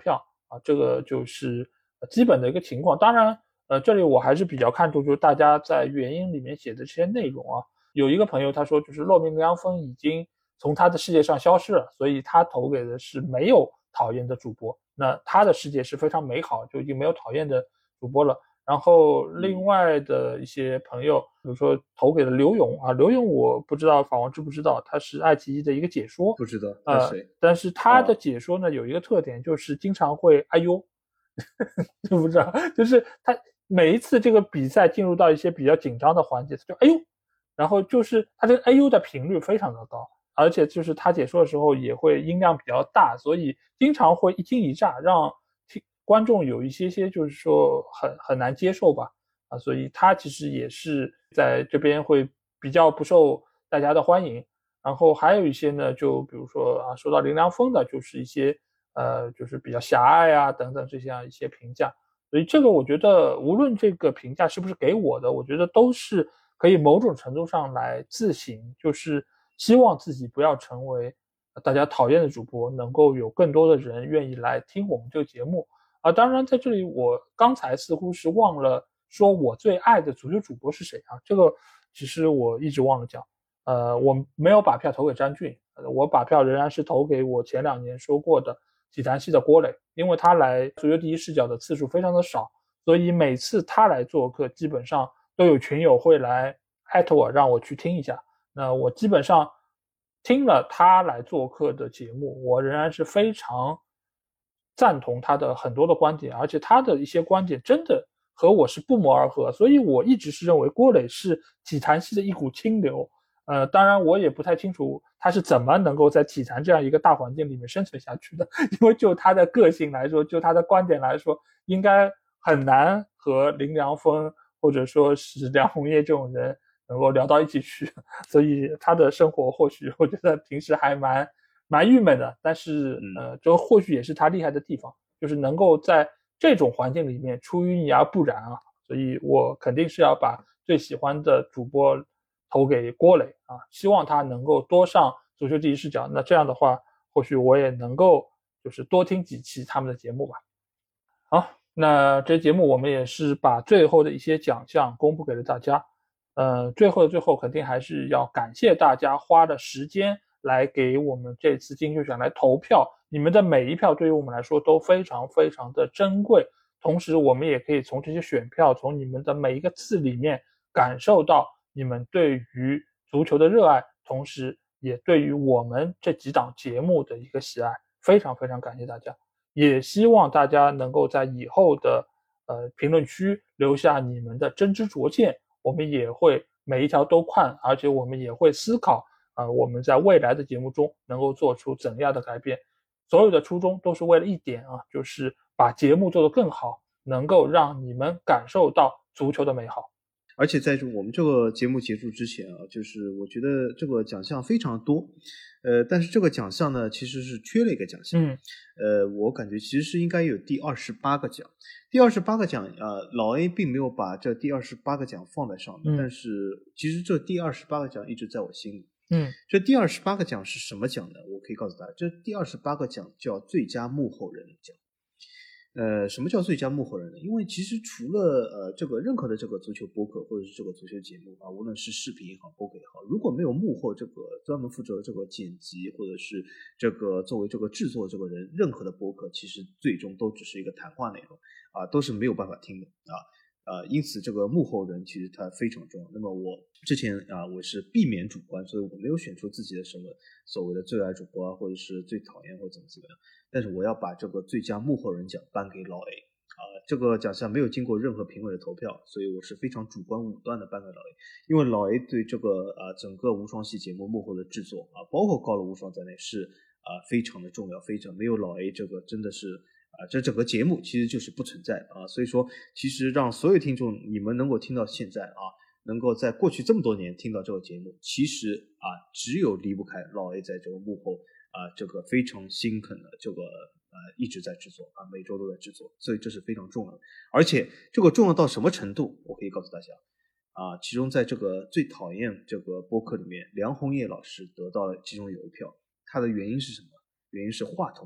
啊，这个就是基本的一个情况。当然呃，这里我还是比较看重就是大家在原因里面写的这些内容啊。有一个朋友他说就是骆明良峰已经从他的世界上消失了，所以他投给的是没有讨厌的主播，那他的世界是非常美好，就已经没有讨厌的主播了。然后另外的一些朋友比如说投给了刘勇啊，刘勇我不知道法王知不知道，他是爱奇艺的一个解说， 不知道呃，但是他的解说呢、哦、有一个特点就是经常会哎呦知不知道，就是他每一次这个比赛进入到一些比较紧张的环节他就哎呦，然后就是他这个哎呦的频率非常的高，而且就是他解说的时候也会音量比较大，所以经常会一惊一乍，让观众有一些些就是说很很难接受吧，啊，所以他其实也是在这边会比较不受大家的欢迎。然后还有一些呢，就比如说啊，说到林良锋的，就是一些呃，就是比较狭隘啊等等这样一些评价。所以这个我觉得无论这个评价是不是给我的，我觉得都是可以某种程度上来自省，就是希望自己不要成为大家讨厌的主播，能够有更多的人愿意来听我们这个节目。啊，当然在这里我刚才似乎是忘了说我最爱的足球主播是谁啊，这个其实我一直忘了讲。呃，我没有把票投给詹俊，我把票仍然是投给我前两年说过的体坛系的郭磊，因为他来足球第一视角的次数非常的少，所以每次他来做客基本上都有群友会来艾特我让我去听一下。那我基本上听了他来做客的节目，我仍然是非常赞同他的很多的观点，而且他的一些观点真的和我是不谋而合，所以我一直是认为郭磊是体坛系的一股清流。呃，当然我也不太清楚他是怎么能够在体坛这样一个大环境里面生存下去的，因为就他的个性来说，就他的观点来说，应该很难和林良锋或者说是梁红叶这种人能够聊到一起去，所以他的生活或许我觉得平时还蛮蛮郁闷的，但是呃，这或许也是他厉害的地方，就是能够在这种环境里面出淤泥而不染啊，所以我肯定是要把最喜欢的主播投给郭磊啊，希望他能够多上足球第一视角，那这样的话或许我也能够就是多听几期他们的节目吧。好，那这节目我们也是把最后的一些奖项公布给了大家。呃，最后的最后肯定还是要感谢大家花的时间来给我们这次金球奖来投票，你们的每一票对于我们来说都非常非常的珍贵，同时我们也可以从这些选票从你们的每一个字里面感受到你们对于足球的热爱，同时也对于我们这几档节目的一个喜爱，非常非常感谢大家，也希望大家能够在以后的呃评论区留下你们的真知灼见，我们也会每一条都看，而且我们也会思考啊、呃，我们在未来的节目中能够做出怎样的改变，所有的初衷都是为了一点啊，就是把节目做得更好，能够让你们感受到足球的美好。 而且在我们这个节目结束之前啊，就是我觉得这个奖项非常多，呃，但是这个奖项呢其实是缺了一个奖项， 嗯， 呃，我感觉其实是应该有第二十八个奖，第二十八个奖啊、呃，老 A 并没有把这第二十八个奖放在上面， 嗯、 但是其实这第二十八个奖一直在我心里。 嗯， 这第二十八个奖是什么奖呢？我可以告诉大家，这第二十八个奖叫最佳幕后人奖。呃，什么叫最佳幕后人呢？因为其实除了呃这个任何的这个足球播客或者是这个足球节目啊，无论是视频也好，播客也好，如果没有幕后这个专门负责这个剪辑或者是这个作为这个制作这个人，任何的播客其实最终都只是一个谈话内容啊，都是没有办法听的啊。呃，因此这个幕后人其实他非常重要。那么我之前啊，我是避免主观，所以我没有选出自己的什么所谓的最爱主播啊，或者是最讨厌或者怎么怎么样。但是我要把这个最佳幕后人奖颁给老 A 啊，这个奖项没有经过任何评委的投票，所以我是非常主观武断的颁给老 A， 因为老 A 对这个啊整个无双系节目幕后的制作啊，包括高楼无双在内是啊非常的重要，非常没有老 A 这个真的是。啊，这整个节目其实就是不存在啊，所以说其实让所有听众你们能够听到现在啊，能够在过去这么多年听到这个节目，其实啊只有离不开老 A 在这个幕后啊这个非常辛恳的这个呃一直在制作啊，每周都在制作，所以这是非常重要的。而且这个重要到什么程度，我可以告诉大家啊，其中在这个最讨厌这个播客里面，梁红叶老师得到了其中有一票，他的原因是什么？原因是话筒不行。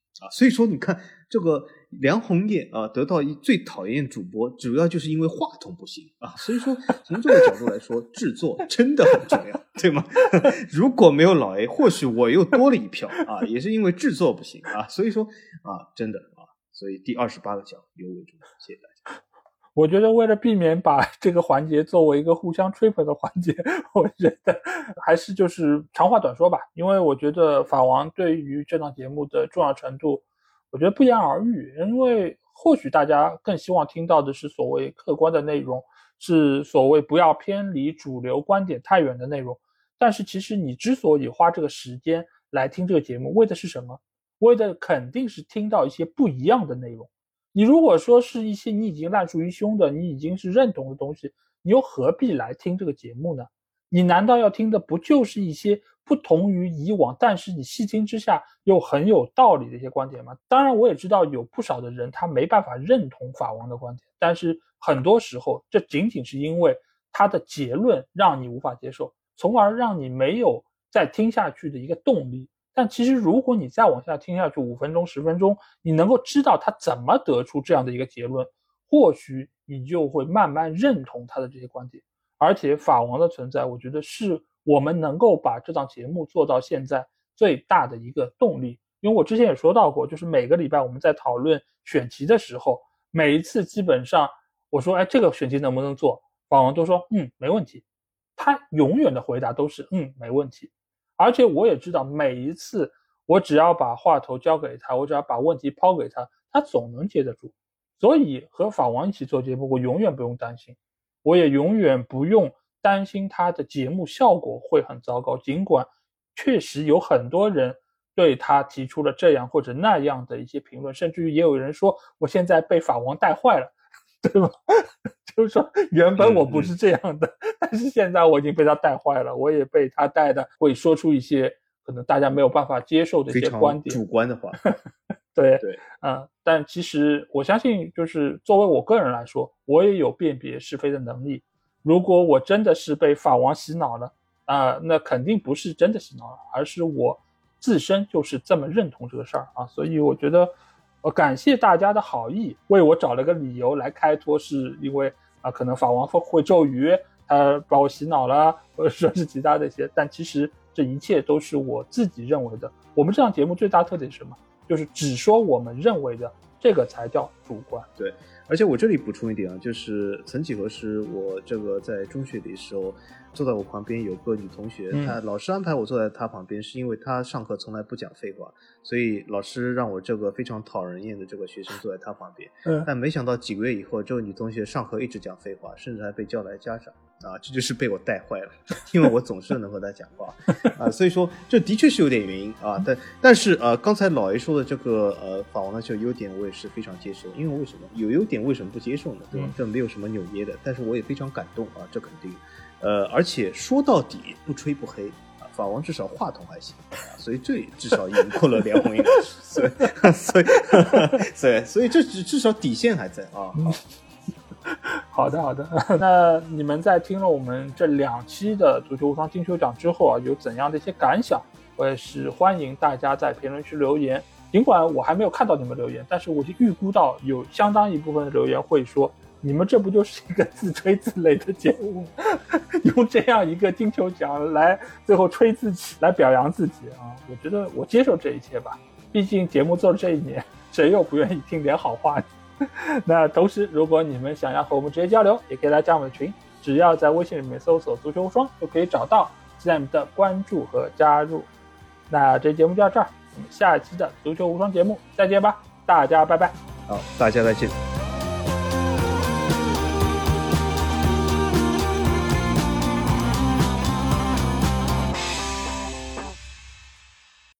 啊，所以说你看这个梁鸿业啊，得到一最讨厌主播，主要就是因为话筒不行啊。所以说从这个角度来说，制作真的很重要，对吗？如果没有老 A， 或许我又多了一票啊，也是因为制作不行啊。所以说啊，真的啊，所以第二十八个奖由伟主持，谢谢大家。 我觉得为了避免把这个环节作为一个互相吹捧的环节，我觉得还是就是长话短说吧。因为我觉得法王对于这档节目的重要程度，我觉得不言而喻。因为或许大家更希望听到的是所谓客观的内容，是所谓不要偏离主流观点太远的内容。但是其实你之所以花这个时间来听这个节目，为的是什么？为的肯定是听到一些不一样的内容。你如果说是一些你已经烂熟于胸的，你已经是认同的东西，你又何必来听这个节目呢？你难道要听的不就是一些不同于以往，但是你细听之下又很有道理的一些观点吗？当然我也知道有不少的人他没办法认同法王的观点，但是很多时候这仅仅是因为他的结论让你无法接受，从而让你没有再听下去的一个动力。但其实如果你再往下听下去五分钟十分钟，你能够知道他怎么得出这样的一个结论，或许你就会慢慢认同他的这些观点。而且法王的存在，我觉得是我们能够把这档节目做到现在最大的一个动力。因为我之前也说到过，就是每个礼拜我们在讨论选题的时候，每一次基本上我说哎，这个选题能不能做，法王都说嗯没问题，他永远的回答都是嗯没问题。而且我也知道每一次我只要把话头交给他，我只要把问题抛给他，他总能接得住。所以和法王一起做节目，我永远不用担心，我也永远不用担心他的节目效果会很糟糕。尽管确实有很多人对他提出了这样或者那样的一些评论，甚至于也有人说我现在被法王带坏了，对吧？就是说原本我不是这样的、嗯嗯、但是现在我已经被他带坏了，我也被他带的会说出一些可能大家没有办法接受的一些观点， 非常主观的话对对、 嗯、但其实我相信就是作为我个人来说，我也有辨别是非的能力。如果我真的是被法王洗脑了啊、呃，那肯定不是真的洗脑了，而是我自身就是这么认同这个事儿啊。所以我觉得我感谢大家的好意，为我找了个理由来开脱，是因为啊，可能法王会咒语，他把我洗脑了，或者说是其他的一些，但其实这一切都是我自己认为的。我们这档节目最大特点是什么？就是只说我们认为的，这个才叫主观。 对，而且我这里补充一点啊，就是曾几何时，我这个在中学的时候，坐在我旁边有个女同学， 嗯、 她老师安排我坐在她旁边，是因为她上课从来不讲废话，所以老师让我这个非常讨人厌的这个学生坐在她旁边。 嗯， 但没想到几个月以后，这个女同学上课一直讲废话，甚至还被叫来家长啊，这就是被我带坏了，因为我总是能和她讲话啊，所以说这的确是有点原因啊。但但是呃，刚才老 A 说的这个呃法王的这个优点，我也是非常接受，因为为什么有优点为什么不接受呢？对吧？这没有什么扭捏的，但是我也非常感动啊，这肯定。呃，而且说到底不吹不黑啊，法王至少话筒还行啊，所以这至少赢过了梁鸿业老师，所以所以所以所以这至少底线还在啊。 好的好的，那你们在听了我们这两期的足球无双金球奖之后啊，有怎样的一些感想？我也是欢迎大家在评论区留言。尽管我还没有看到你们留言，但是我已经预估到有相当一部分的留言会说，你们这不就是一个自吹自擂的节目，用这样一个金球奖来最后吹自己，来表扬自己啊！我觉得我接受这一切吧，毕竟节目做了这一年，谁又不愿意听点好话？那同时，如果你们想要和我们直接交流，也可以来加我们的群，只要在微信里面搜索足球无双就可以找到，期待你们的关注和加入。那这期节目就到这儿，我们下一期的足球无双节目再见吧，大家拜拜。 好，大家再见。